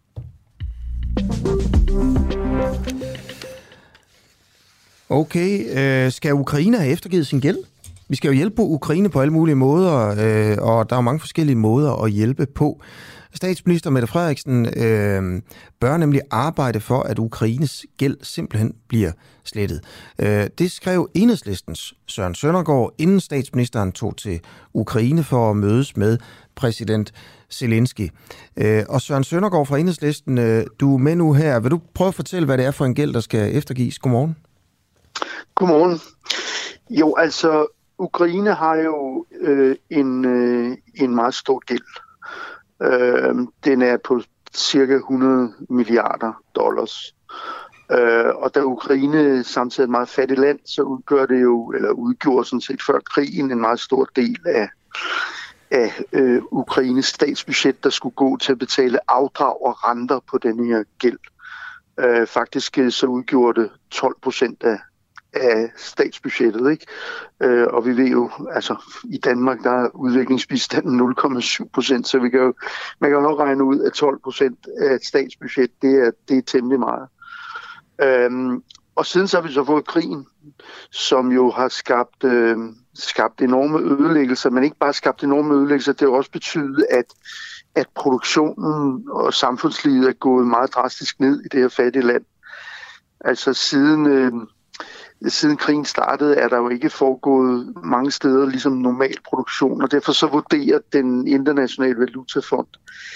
S1: Okay, øh, skal Ukraine have eftergivet sin gæld? Vi skal jo hjælpe Ukraine på alle mulige måder, øh, og der er mange forskellige måder at hjælpe på. Statsminister Mette Frederiksen øh, bør nemlig arbejde for, at Ukraines gæld simpelthen bliver slettet. Øh, det skrev Enhedslistens Søren Søndergaard, inden statsministeren tog til Ukraine for at mødes med præsident Zelensky. Øh, og Søren Søndergaard fra Enhedslisten, øh, du er med nu her. Vil du prøve at fortælle, hvad det er for en gæld, der skal eftergives? Godmorgen.
S15: Godmorgen. Jo, altså, Ukraine har jo øh, en, øh, en meget stor gæld. Øh, den er på cirka hundrede milliarder dollars. Øh, og da Ukraine samtidig er et meget fattigt land, så udgør det jo, eller udgjorde sådan set før krigen, en meget stor del af, af øh, Ukraines statsbudget, der skulle gå til at betale afdrag og renter på den her gæld. Øh, faktisk så udgjorde det tolv procent af af statsbudgettet, ikke? Øh, og vi ved jo, altså i Danmark, der er udviklingsbistanden nul komma syv procent, så vi kan jo, man kan jo nok regne ud, at tolv procent af et statsbudget, det er, det er temmelig meget. Øhm, og siden så har vi så fået krigen, som jo har skabt, øh, skabt enorme ødelæggelser, men ikke bare skabt enorme ødelæggelser, det har også betydet, at, at produktionen og samfundslivet er gået meget drastisk ned i det her fattige land. Altså siden... Øh, Siden krigen startede, er der jo ikke foregået mange steder ligesom normal produktion, og derfor så vurderer den internationale valutafond,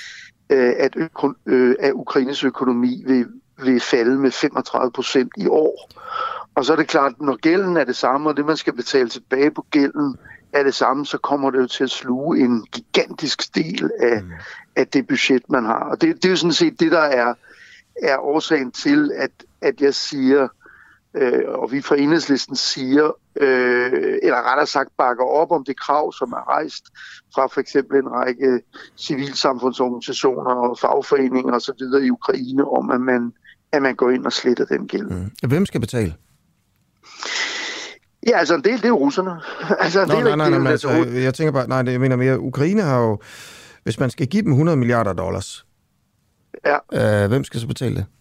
S15: at, øko, at Ukraines økonomi vil, vil falde med femogtredive procent i år. Og så er det klart, at når gælden er det samme, og det man skal betale tilbage på gælden er det samme, så kommer det jo til at sluge en gigantisk del af, mm. af det budget, man har. Og det, det er jo sådan set det, der er, er årsagen til, at, at jeg siger... Øh, og vi fra Enhedslisten siger, øh, eller rettere sagt bakker op om det krav, som er rejst fra for eksempel en række civilsamfundsorganisationer og fagforeninger osv. i Ukraine, om at man, at man går ind og sletter den gæld.
S1: Mm. Hvem skal betale?
S15: Ja, altså en del, det er jo russerne. altså, en
S1: Nå,
S15: del,
S1: nej, nej, nej, nej,
S15: altså,
S1: jeg tænker bare, nej, det, jeg mener mere, Ukraine har jo, hvis man skal give dem hundrede milliarder dollars,
S15: ja.
S1: øh, hvem skal så betale det?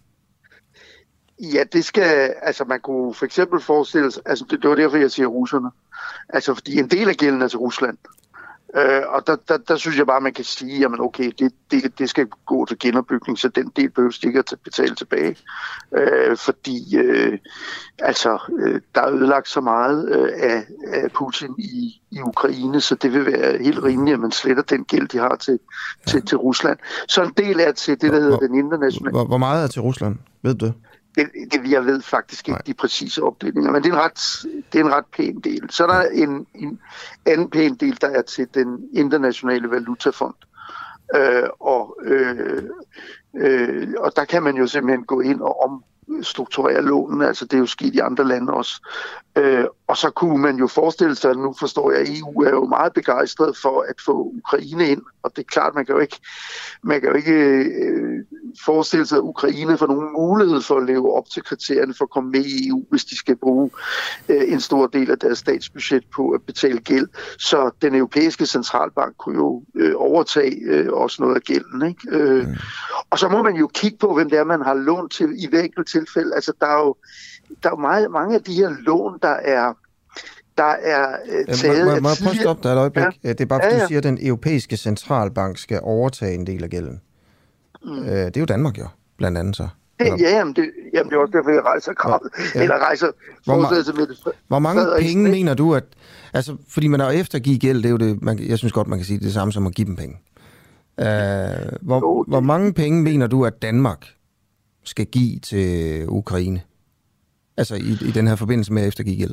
S15: Ja, det skal, altså man kunne for eksempel forestille sig, altså det, det var derfor, jeg siger russerne. Altså fordi en del af gælden er til Rusland. Øh, og der, der, der synes jeg bare, man kan sige, jamen okay, det, det, det skal gå til genopbygning, så den del behøves ikke at betale tilbage. Øh, fordi øh, altså, øh, der er ødelagt så meget øh, af, af Putin i, i Ukraine, så det vil være helt rimeligt, at man sletter den gæld, de har til, ja. til, til Rusland. Så en del er til det, der hedder hvor, den internationale...
S1: Hvor, hvor meget er til Rusland? Ved du det?
S15: Det, det, jeg ved faktisk ikke Nej. de præcise opdelinger, men det er, en ret, det er en ret pæn del. Så er der en, en anden pæn del, der er til den internationale valutafond. Øh, og, øh, øh, og der kan man jo simpelthen gå ind og omstrukturere lånene, altså det er jo sket i andre lande også. Øh, og så kunne man jo forestille sig, at nu forstår jeg, at E U er jo meget begejstret for at få Ukraine ind, og det er klart, man kan jo ikke, man kan jo ikke øh, forestille sig, at Ukraine får nogen mulighed for at leve op til kriterierne for at komme med i E U, hvis de skal bruge øh, en stor del af deres statsbudget på at betale gæld. Så den europæiske centralbank kunne jo øh, overtage øh, også noget af gælden, ikke? Øh, mm. Og så må man jo kigge på, hvem det er, man har lånt til i hver enkelt tilfælde. Altså, der er jo, der er jo meget, mange af de her lån, der er der er øh, taget...
S1: Må, må, må jeg prøve at stoppe dig et øjeblik?
S15: Ja.
S1: Det er bare, fordi
S15: ja, ja.
S1: du siger, at den europæiske centralbank skal overtage en del af gælden. Mm. Øh, det er jo Danmark jo, blandt andet så.
S15: Det, ja, jamen det, jamen det er også derfor, jeg rejser kravet. Ja. Eller rejser...
S1: Hvor, ma-
S15: med det,
S1: hvor mange penge ikke? mener du, at... Altså, fordi man er eftergive gæld, det er jo det... Man, jeg synes godt, man kan sige det samme som at give dem penge. Øh, hvor, jo, det... hvor mange penge mener du, at Danmark skal give til Ukraine? Altså i, i den her forbindelse med at eftergive gæld?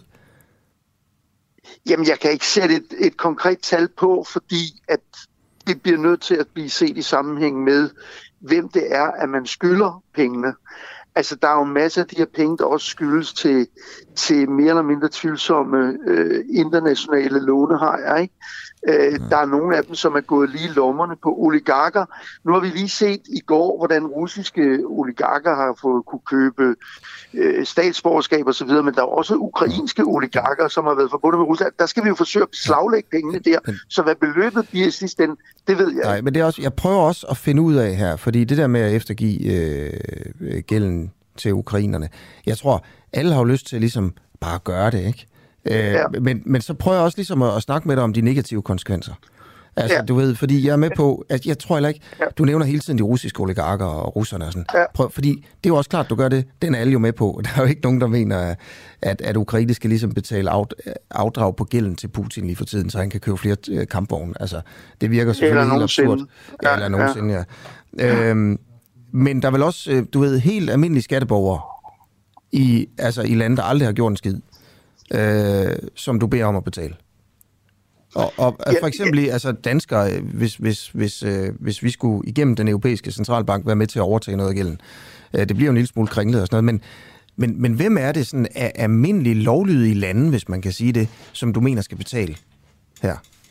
S15: Jamen, jeg kan ikke sætte et, et konkret tal på, fordi at det bliver nødt til at blive set i sammenhæng med, hvem det er, at man skylder pengene. Altså, der er jo masser af de her penge, der også skyldes til, til mere eller mindre tvivlsomme øh, internationale lånehajer, ikke? Øh, der er nogle af dem, som er gået lige lommerne på oligarker. Nu har vi lige set i går, hvordan russiske oligarker har fået kunne købe øh, statsborgerskab og så videre, men der er også ukrainske oligarker, som har været forbundet med Rusland. Der skal vi jo forsøge at beslaglægge pengene der, så hvad beløbet bliver i sidste ende, det ved jeg.
S1: Nej, men det er også, jeg prøver også at finde ud af her, fordi det der med at eftergive øh, gælden til ukrainerne, jeg tror, alle har jo lyst til ligesom bare at gøre det, ikke? Øh, ja. men, men så prøver jeg også ligesom at, at snakke med dig om de negative konsekvenser. Altså, ja. Du ved, fordi jeg er med på, at jeg tror heller ikke, ja. Du nævner hele tiden de russiske oligarker og russerne og sådan. Ja. Prøv, fordi det er jo også klart, du gør det, den er alle jo med på. Der er jo ikke nogen, der mener, at, at Ukraine skal ligesom betale af, afdrag på gælden til Putin lige for tiden, så han kan købe flere kampvogne. Altså, det virker selvfølgelig helt absurd. Ja, eller nogensinde, ja. ja. Øhm, men der er vel også, du ved, helt almindelige skatteborgere i, altså, i lande, der aldrig har gjort en skid, øh, som du beder om at betale. Og, og for eksempel ja. altså danskere, hvis, hvis, hvis, øh, hvis vi skulle igennem den europæiske centralbank være med til at overtage noget af gælden, øh, det bliver jo en lille smule kringlet og sådan noget, men, men, men hvem er det sådan af almindelige lovlydige lande, hvis man kan sige det, som du mener skal betale her?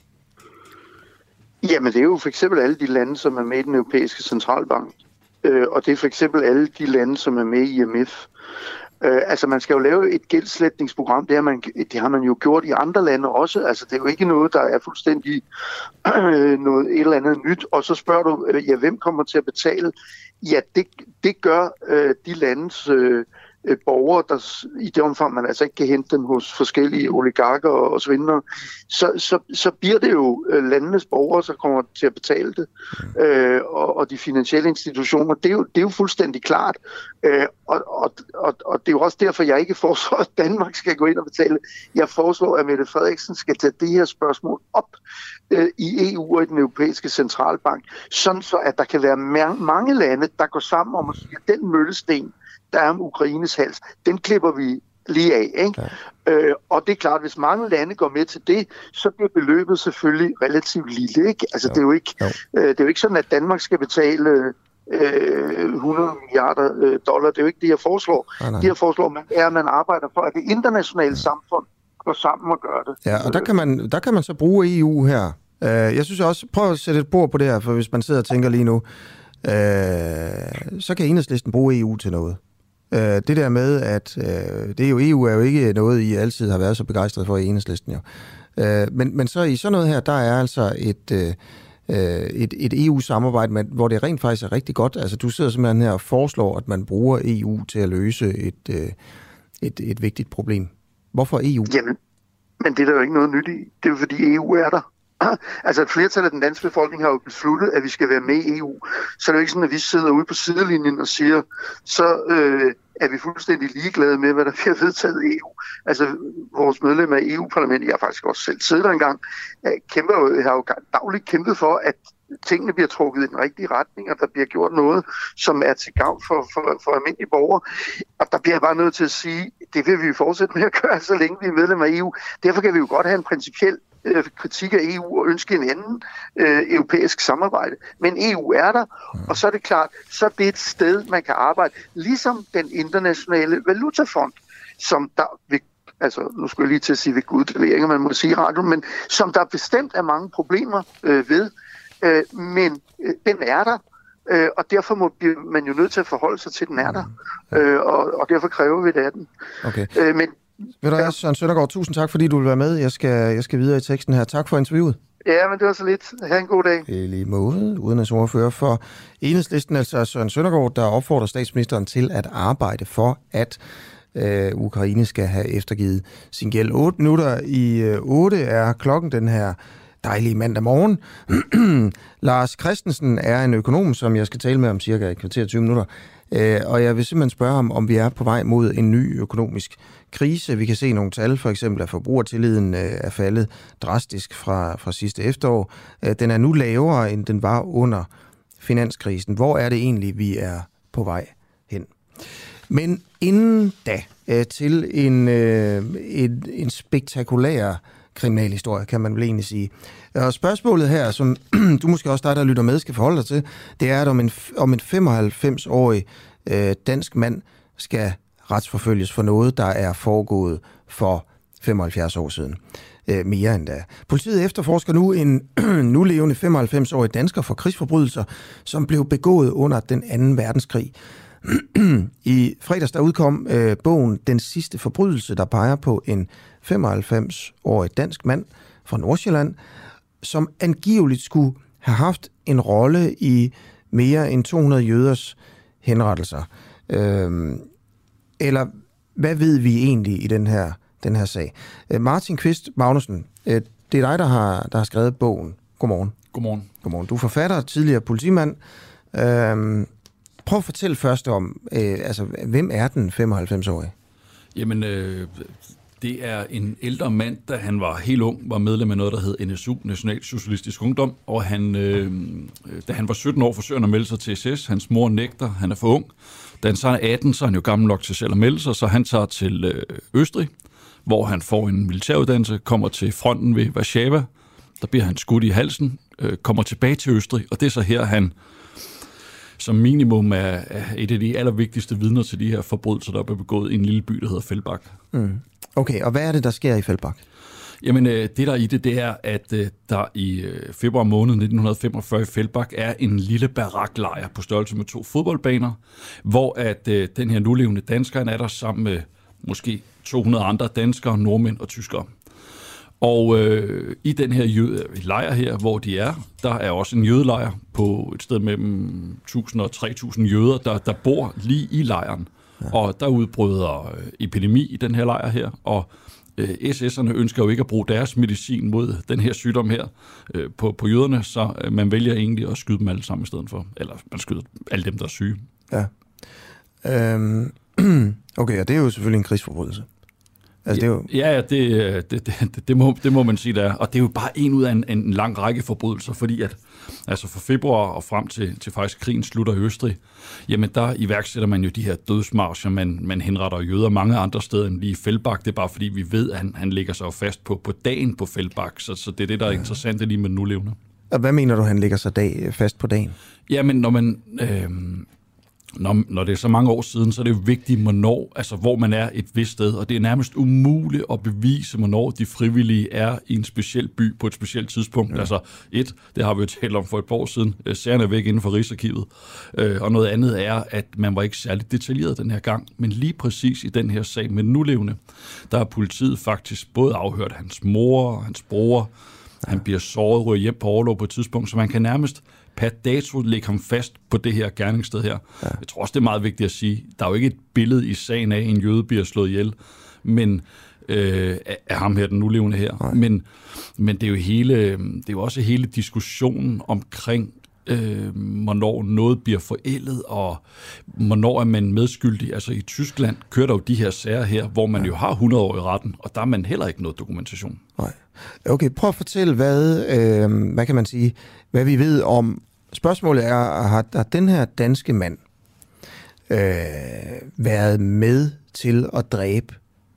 S15: Jamen det er jo for eksempel alle de lande, som er med i den europæiske centralbank, øh, og det er for eksempel alle de lande, som er med i I M F. Øh, altså man skal jo lave et gældslætningsprogram, det har, man, det har man jo gjort i andre lande også, altså det er jo ikke noget, der er fuldstændig øh, noget et eller andet nyt, og så spørger du, øh, ja, hvem kommer til at betale? Ja, det, det gør øh, de landes øh, borgere, der i det omfang, man altså ikke kan hente dem hos forskellige oligarker og, og svindlere, så, så, så bliver det jo landenes borgere, der kommer til at betale det, øh, og, og de finansielle institutioner. Det er jo, det er jo fuldstændig klart, øh, og, og, og, og det er jo også derfor, jeg ikke foreslår, at Danmark skal gå ind og betale. Jeg foreslår, at Mette Frederiksen skal tage det her spørgsmål op øh, i E U og i den europæiske centralbank, sådan så, at der kan være mange lande, der går sammen om at sige, at den møllesten, der er om Ukraines hals, den klipper vi lige af, ikke? Ja. Øh, og det er klart, hvis mange lande går med til det, så bliver beløbet selvfølgelig relativt lille, ikke? Altså, det er jo ikke, øh, det er jo ikke sådan, at Danmark skal betale øh, hundrede milliarder øh, dollar. Det er jo ikke det, jeg foreslår. Nej, nej. Det, jeg foreslår, man, er, at man arbejder for, at det internationale samfund går sammen og gør det.
S1: Ja, og der kan man, der kan man så bruge E U her. Uh, jeg synes også, prøv at sætte et bord på det her, for hvis man sidder og tænker lige nu, uh, så kan Enhedslisten bruge E U til noget. Uh, det der med, at uh, det er jo, E U er jo ikke noget, I altid har været så begejstret for i Enhedslisten jo. Uh, men, men så i sådan noget her, der er altså et, uh, et, et E U-samarbejde, hvor det rent faktisk er rigtig godt. Altså du sidder simpelthen her og foreslår, at man bruger E U til at løse et, uh, et, et vigtigt problem. Hvorfor E U?
S15: Jamen, men det er der jo ikke noget nyt i. Det er jo fordi E U er der. Altså et flertal af den danske befolkning har jo besluttet, at vi skal være med i E U. Så er det jo ikke sådan, at vi sidder ude på sidelinjen og siger, så øh, er vi fuldstændig ligeglade med, hvad der bliver vedtaget i E U. Altså vores medlemmer af E U-parlamentet, jeg har faktisk også selv siddet der engang, kæmper jo, har jo dagligt kæmpet for, at tingene bliver trukket i den rigtige retning, og der bliver gjort noget, som er til gavn for, for, for almindelige borgere. Og der bliver jeg bare nødt til at sige, det vil vi fortsætte med at gøre, så længe vi er medlemmer af E U. Derfor kan vi jo godt have en principiel øh, kritik af E U og ønske en anden øh, europæisk samarbejde. Men E U er der, og så er det klart, så er det et sted, man kan arbejde. Ligesom den internationale valutafond, som der vil altså, nu skulle jeg lige til at sige ved Gud, det ved jeg ikke, man må sige i radioen, men som der bestemt er mange problemer øh, ved, øh, men øh, den er der, øh, og derfor må man jo nødt til at forholde sig til, at den er der, øh, og, og derfor kræver vi det af den.
S1: Okay.
S15: Øh, men,
S1: ved du, ja. Søren Søndergaard, tusind tak, fordi du vil være med. Jeg skal, jeg skal videre i teksten her. Tak for interviewet.
S15: Ja, men det var så lidt. Ha' en god dag.
S1: I lige måde, udenrigsordfører for Enhedslisten, altså Søren Søndergaard, der opfordrer statsministeren til at arbejde for, at øh, Ukraine skal have eftergivet sin gæld. otte minutter i øh, otte er klokken den her dejlige mandag morgen. Lars Christensen er en økonom, som jeg skal tale med om cirka et kvarter tyve minutter. Øh, og jeg vil simpelthen spørge ham, om vi er på vej mod en ny økonomisk krise. Vi kan se nogle tal, for eksempel at forbrugertilliden øh, er faldet drastisk fra, fra sidste efterår. Øh, den er nu lavere, end den var under finanskrisen. Hvor er det egentlig, vi er på vej hen? Men inden da, øh, til en, øh, en, en spektakulær kriminalhistorie, kan man vel egentlig sige. Og spørgsmålet her, som du måske også dig, der lytter med, skal forholde dig til, det er, at om en, om en femoghalvfems-årig øh, dansk mand skal retsforfølges for noget, der er foregået for femoghalvfjerds år siden. Øh, mere end da. Politiet efterforsker nu en nulevende femoghalvfems-årig dansker for krigsforbrydelser, som blev begået under den anden verdenskrig. I fredags der udkom øh, bogen Den sidste forbrydelse, der peger på en femoghalvfems-årig dansk mand fra Nordsjælland, som angiveligt skulle have haft en rolle i mere end to hundrede jøders henrettelser. Øh, eller hvad ved vi egentlig i den her, den her sag? Øh, Martin Kvist Magnussen, øh, det er dig, der har, der har skrevet bogen. Godmorgen.
S16: Godmorgen.
S1: Godmorgen. Du er forfatter, tidligere politimand. Øh, Prøv at fortælle først om, øh, altså, hvem er den femoghalvfems-årige?
S16: Jamen, øh, det er en ældre mand, da han var helt ung, var medlem af noget, der hed N S U, National Socialistisk Ungdom, og han, øh, da han var sytten år, forsøger han at melde sig til S S. Hans mor nægter, han er for ung. Da han så er atten, så er han jo gammel nok til selv at melde sig, så han tager til øh, Østrig, hvor han får en militæruddannelse, kommer til fronten ved Warszawa, der bliver han skudt i halsen, øh, kommer tilbage til Østrig, og det er så her, han som minimum er et af de allervigtigste vidner til de her forbrydelser, der er begået i en lille by, der hedder Feldbach.
S1: Mm. Okay, og hvad er det, der sker i Feldbach?
S16: Jamen, det der i det, det er, at der i februar måned nitten femogfyrre i Feldbach er en lille baraklejr på størrelse med to fodboldbaner, hvor at den her nulevende dansker er der sammen med måske to hundrede andre danskere, nordmænd og tyskere. Og øh, i den her jøde, lejr her, hvor de er, der er også en jødelejr på et sted mellem tusind og tre tusind jøder, der, der bor lige i lejren. Ja. Og der udbryder øh, epidemi i den her lejr her, og øh, S S'erne ønsker jo ikke at bruge deres medicin mod den her sygdom her øh, på, på jøderne, så øh, man vælger egentlig at skyde dem alle sammen i stedet for, eller man skyder alle dem, der er syge.
S1: Ja. Øhm, okay, og det er jo selvfølgelig en krigsforbrydelse. Altså, det er jo...
S16: Ja, ja det, det, det, det, må, det må man sige, der. Og det er jo bare en ud af en, en lang række forbrydelser, fordi at altså fra februar og frem til, til faktisk krigen slutter i Østrig, jamen der iværksætter man jo de her dødsmarscher, man, man henretter jøder mange andre steder end lige i Feldbach. Det er bare fordi, vi ved, at han, han lægger sig fast på, på dagen på Feldbach, så, så det er det, der er ja. interessant lige med nulevende.
S1: Og hvad mener du, han lægger sig dag, fast på dagen?
S16: Jamen, når man... Øh, Når, når det er så mange år siden, så er det jo vigtigt, hvornår, altså hvor man er et vist sted, og det er nærmest umuligt at bevise, hvornår de frivillige er i en speciel by på et specielt tidspunkt. Ja. Altså et, det har vi jo talt om for et par år siden, sagerne er væk inden for Rigsarkivet, øh, og noget andet er, at man var ikke særlig detaljeret den her gang, men lige præcis i den her sag med nulevende, der har politiet faktisk både afhørt hans mor og hans bror, ja. Han bliver såret, ryger hjem på overlov på et tidspunkt, så man kan nærmest per dato lægge ham fast på det her gerningssted her. Ja. Jeg tror også, det er meget vigtigt at sige, der er jo ikke et billede i sagen af, at en jøde bliver slået ihjel, men øh, af ham her, den nulevende her. Men, men det er jo hele, det er jo også hele diskussionen omkring, øh, hvornår noget bliver forældet, og hvornår er man medskyldig. Altså i Tyskland kører der jo de her sager her, hvor man ja. jo har hundrede år i retten, og der er man heller ikke noget dokumentation.
S1: Nej. Okay, prøv at fortælle, hvad, øh, hvad kan man sige, hvad vi ved om. Spørgsmålet er, har, har den her danske mand øh, været med til at dræbe,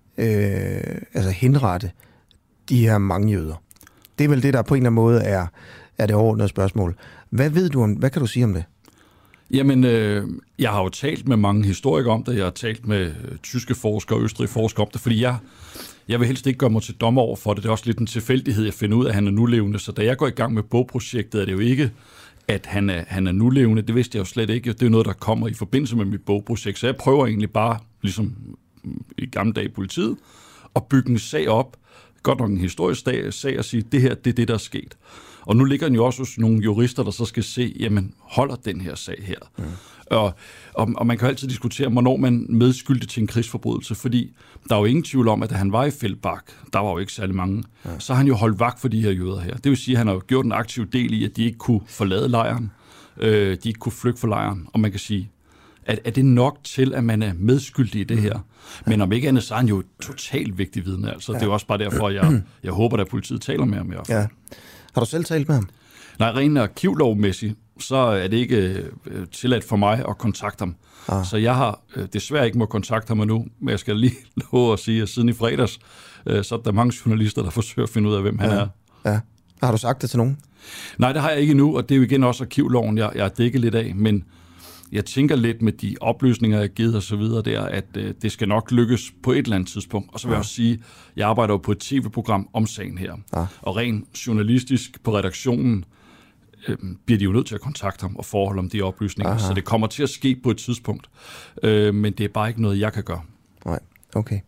S1: øh, altså henrette de her mange jøder? Det er vel det, der på en eller anden måde er, er det overordnede spørgsmål. Hvad ved du om, hvad kan du sige om det?
S16: Jamen, øh, jeg har jo talt med mange historikere om det, jeg har talt med øh, tyske forskere og østrigske forskere om det, fordi jeg Jeg vil helst ikke gøre mig til dommer over for det. Det er også lidt en tilfældighed, jeg finder ud af, at han er nulevende. Så da jeg går i gang med bogprojektet, er det jo ikke, at han er, han er nulevende. Det vidste jeg jo slet ikke. Det er jo noget, der kommer i forbindelse med mit bogprojekt. Så jeg prøver egentlig bare, ligesom i gamle dage i politiet, at bygge en sag op. Godt nok en historisk sag at sige, det her, det er det, der er sket. Og nu ligger den jo også hos nogle jurister, der så skal se, jamen, holder den her sag her? Mm. Og, og, og man kan jo altid diskutere, hvornår man medskyldig til en krigsforbrydelse, fordi der er jo ingen tvivl om, at da han var i Feldbach, der var jo ikke særlig mange, ja. så har han jo holdt vagt for de her jøder her. Det vil sige, at han har jo gjort en aktiv del i, at de ikke kunne forlade lejren, øh, de ikke kunne flygte fra lejren, og man kan sige, at er det nok til, at man er medskyldig i det her? Ja. Men om ikke andet, så er han jo totalt vigtig vidne. Altså, ja. Det er jo også bare derfor, at jeg, jeg håber, at politiet taler med ham i hvert fald.
S1: Ja. Har du selv talt med ham?
S16: Nej, rent arkivlovmæssigt, så er det ikke øh, tilladt for mig at kontakte ham. Ah. Så jeg har øh, desværre ikke må kontakte ham endnu, men jeg skal lige love at sige, at siden i fredags, øh, så er der mange journalister, der forsøger at finde ud af, hvem han
S1: ja.
S16: er.
S1: Ja. Har du sagt det til nogen?
S16: Nej, det har jeg ikke endnu, og det er jo igen også arkivloven, jeg, jeg har dækket lidt af, men jeg tænker lidt med de oplysninger, jeg har givet og så videre der, at øh, det skal nok lykkes på et eller andet tidspunkt. Og så vil ja. jeg også sige, jeg arbejder jo på et tv-program om sagen her. Ja. Og rent journalistisk på redaktionen øh, bliver de jo nødt til at kontakte ham og forholde om de oplysninger. Aha. Så det kommer til at ske på et tidspunkt. Øh, men det er bare ikke noget, jeg kan gøre.
S1: Nej, okay.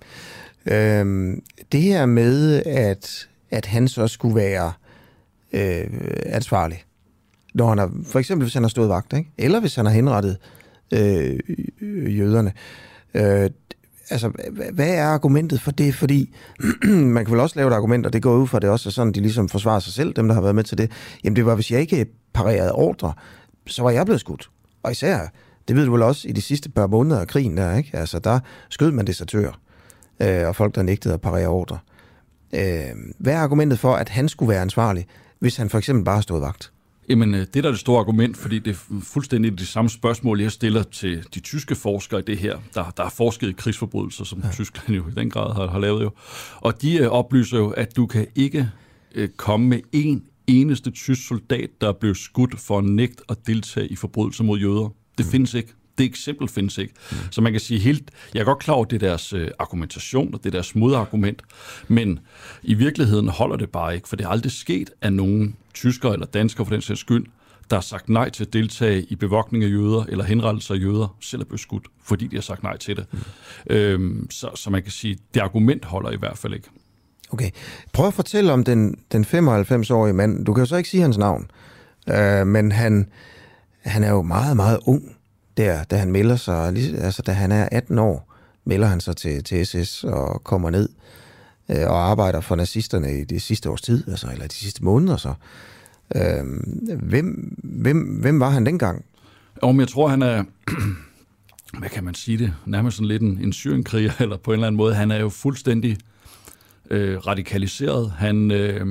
S1: Øhm, det her med, at, at han så skulle være øh, ansvarlig, når han har, for eksempel hvis han har stået vagt, ikke? Eller hvis han har henrettet øh, jøderne. Øh, altså, hvad er argumentet for det? Fordi man kan vel også lave et argument, og det går ud fra det også, er sådan, de ligesom forsvarer sig selv, dem der har været med til det. Jamen det var, hvis jeg ikke parerede ordre, så var jeg blevet skudt. Og især, det ved du vel også, i de sidste par måneder af krigen der, ikke? Altså der skød man desertører, øh, og folk der nægtede at parere ordre. Øh, hvad er argumentet for, at han skulle være ansvarlig, hvis han for eksempel bare har stået vagt?
S16: Jamen, det der er det store argument, fordi det er fuldstændig det samme spørgsmål, jeg stiller til de tyske forskere i det her, der, der har forsket i krigsforbrydelser, som ja. Tyskland jo i den grad har, har lavet jo. Og de øh, oplyser jo, at du kan ikke øh, komme med en eneste tysk soldat, der er blevet skudt for at nægte at deltage i forbrydelser mod jøder. Det mm. findes ikke. Det eksempel findes ikke. Mm. Så man kan sige helt, jeg er godt klar over, at det er deres øh, argumentation, og det er deres modargument, men i virkeligheden holder det bare ikke, for det er aldrig sket af nogen tyskere eller danskere for den sags skyld, der har sagt nej til at deltage i bevogtning af jøder eller henrettelse af jøder, selv er blevet skudt, fordi de har sagt nej til det. Mm. Øhm, så, så man kan sige, det argument holder i hvert fald ikke.
S1: Okay. Prøv at fortælle om den, den femoghalvfems-årige mand. Du kan jo så ikke sige hans navn, øh, men han, han er jo meget, meget ung. Der, da han melder sig, altså da han er atten år, melder han sig til, til S S og kommer ned øh, og arbejder for nazisterne i det sidste års tid, altså, eller de sidste måneder så. Øh, hvem, hvem, hvem var han dengang?
S16: Om jeg tror, han er, hvad kan man sige det, nærmest sådan lidt en, en syrenkriger, eller på en eller anden måde. Han er jo fuldstændig øh, radikaliseret. Han... Øh,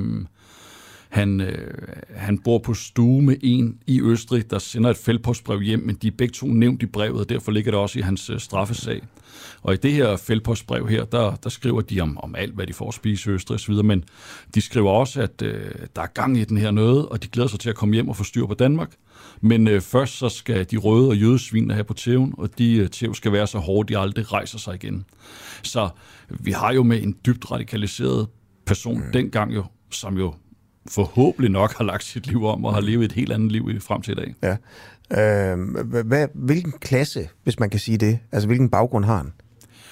S16: Han, øh, han bor på stue med en i Østrig, der sender et feltpostbrev hjem, men de er begge to nævnt i brevet, og derfor ligger det også i hans øh, straffesag. Og i det her feltpostbrev her, der, der skriver de om, om alt, hvad de får at spise i Østrig osv., men de skriver også, at øh, der er gang i den her noget, og de glæder sig til at komme hjem og få styr på Danmark. Men øh, først så skal de røde og jødesviner her på tæven, og de øh, tæv skal være så hårde, de aldrig rejser sig igen. Så vi har jo med en dybt radikaliseret person mm. dengang jo, som jo forhåbentlig nok har lagt sit liv om og har levet et helt andet liv frem til i dag.
S1: Ja. Øh, hvad, hvilken klasse, hvis man kan sige det? Altså, hvilken baggrund har han?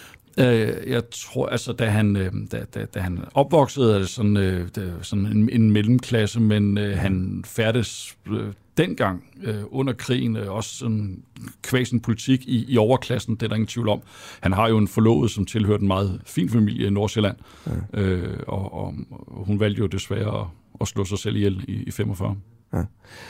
S16: Øh, jeg tror, altså, da han, da, da, da han opvoksede, er det sådan, øh, det sådan en, en mellemklasse, men øh, han færdes øh, dengang øh, under krigen, øh, også sådan kvæsen politik i, i overklassen, det er der ingen tvivl om. Han har jo en forlovet, som tilhørte en meget fin familie i Nordsjælland, ja. øh, og, og, og hun valgte jo desværre at, at slå sig selv ihjel i, i femogfyrre.
S1: Ja.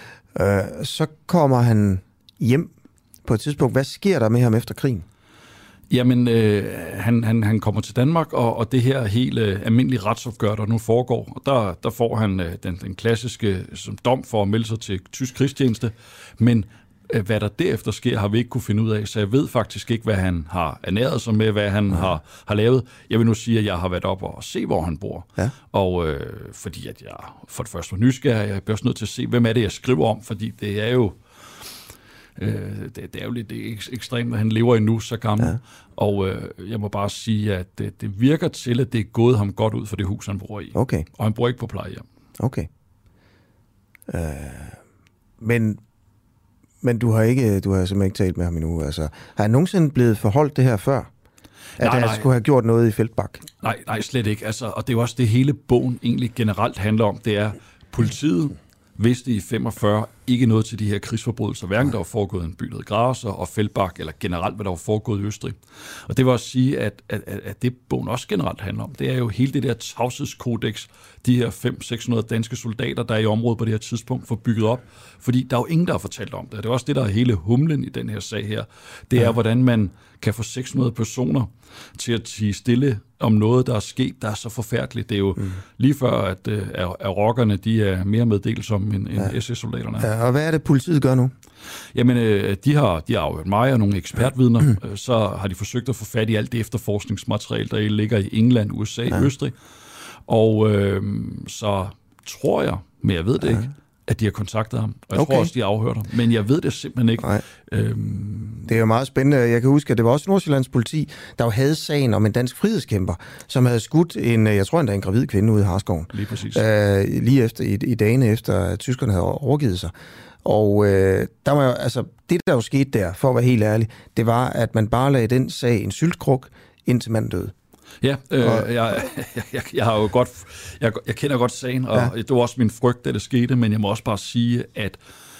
S1: Øh, så kommer han hjem på et tidspunkt. Hvad sker der med ham efter krigen?
S16: Jamen, øh, han, han, han kommer til Danmark, og, og det her helt øh, almindelige retsopgør, der nu foregår, og der, der får han øh, den, den klassiske som dom for at melde sig til tysk krigstjeneste, men øh, hvad der derefter sker, har vi ikke kunne finde ud af, så jeg ved faktisk ikke, hvad han har ernæret sig med, hvad han ja. har, har lavet. Jeg vil nu sige, at jeg har været op og se, hvor han bor, ja. og øh, fordi at jeg for det første var nysgerrig, jeg bliver også nødt til at se, hvem er det, jeg skriver om, fordi det er jo Det, det er jo lidt ekstremt, at han lever endnu så gammel. Ja. Og øh, jeg må bare sige, at det, det virker til, at det er gået ham godt ud for det hus, han bor i.
S1: Okay.
S16: Og han bor ikke på plejehjem.
S1: Okay. Øh, men, men du har ikke, du har simpelthen ikke talt med ham endnu. Altså, har han nogensinde blevet forholdt det her før? At nej, han nej. skulle have gjort noget i Feltbak?
S16: Nej, nej, slet ikke. Altså, og det er jo også det, hele bogen egentlig generelt handler om. Det er politiet vidste i femogfyrre ikke noget til de her krigsforbrydelser, hverken der var foregået en by, der hed Grasser og Feldbach, eller generelt, hvad der var foregået i Østrig. Og det vil også sige, at, at, at det bogen også generelt handler om, det er jo hele det der tavshedskodex, de her fem til seks hundrede danske soldater, der er i området på det her tidspunkt, får bygget op. Fordi der er jo ingen, der har fortalt om det. Det er også det, der er hele humlen i den her sag her. Det er, ja. hvordan man kan få seks hundrede personer til at tie stille om noget, der er sket, der er så forfærdeligt. Det er jo mm. lige før, at, at, at rockerne, de er mere meddelsomme end, ja. end S S-soldaterne.
S1: Ja, og hvad er det, politiet gør nu?
S16: Jamen, de har, de har afhørt mig og nogle ekspertvidner. Ja. Så har de forsøgt at få fat i alt det efterforskningsmateriale, der ligger i England, U S A, ja. Østrig. Og øh, så tror jeg, men jeg ved det ja. ikke, at de har kontaktet ham. Og jeg
S1: Okay.
S16: tror også, de har afhørt ham. Men jeg ved det simpelthen ikke.
S1: Nej.
S16: Øhm,
S1: Det er jo meget spændende. Jeg kan huske, at det var også Nordsjællands politi, der jo havde sagen om en dansk frihedskæmper, som havde skudt en, jeg tror endda en gravid kvinde ude i Harskoven.
S16: Lige præcis.
S1: Øh, lige efter, i, i dagene efter, at tyskerne havde overgivet sig. Og øh, der var jo, altså, det, der jo skete der, for at være helt ærlig, det var, at man bare lagde den sag en syltkruk, indtil manden døde.
S16: Ja, øh, jeg, jeg, jeg, jeg har jo godt, jeg, jeg kender godt sagen, og ja. Det var også min frygt, da det skete, men jeg må også bare sige, at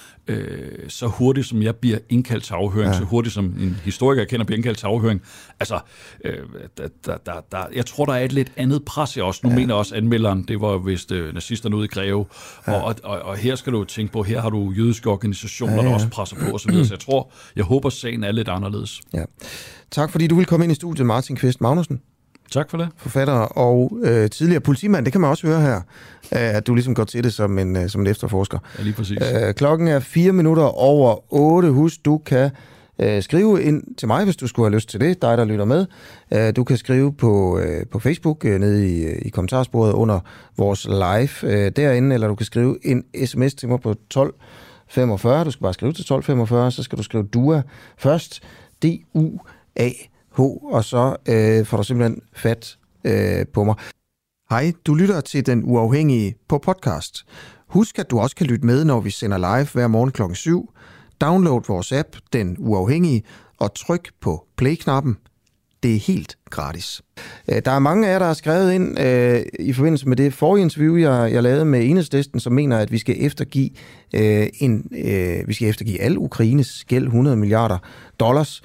S16: øh, så hurtigt som jeg bliver indkaldt til afhøring, ja. så hurtigt som en historiker kender bliver indkaldt til afhøring, altså, øh, der, der, der, der, jeg tror, der er et lidt andet pres jeg også. Nu ja. mener også anmelderen, det var vist øh, nazisterne ude i Greve, ja. og, og, og her skal du tænke på, her har du jødiske organisationer, ja, ja. der også presser på osv., så jeg tror, jeg håber, sagen er lidt anderledes.
S1: Ja. Tak fordi du vil komme ind i studiet, Martin Kvist Magnussen.
S16: Tak for det.
S1: Forfatter og øh, tidligere politimand. Det kan man også høre her, øh, at du ligesom går til det som en, øh, som en efterforsker.
S16: Ja, lige præcis.
S1: Øh, klokken er fire minutter over otte. Husk, du kan øh, skrive ind til mig, hvis du skulle have lyst til det. Dig, der lytter med. Øh, du kan skrive på, øh, på Facebook, øh, nede i, i kommentarsporet under vores live øh, derinde, eller du kan skrive en sms til mig på tolv femogfyrre. Du skal bare skrive til tolv femogfyrre, så skal du skrive D U A først. D U A H, og så øh, får du simpelthen fat øh, på mig. Hej, du lytter til Den Uafhængige på podcast. Husk, at du også kan lytte med, når vi sender live hver morgen klokken syv. Download vores app, Den Uafhængige, og tryk på play-knappen. Det er helt gratis. Der er mange af jer, der har skrevet ind øh, i forbindelse med det forrige interview, jeg, jeg lavede med Enhedslisten, som mener, at vi skal eftergive, øh, en, øh, vi skal eftergive al Ukraines gæld hundrede milliarder dollars.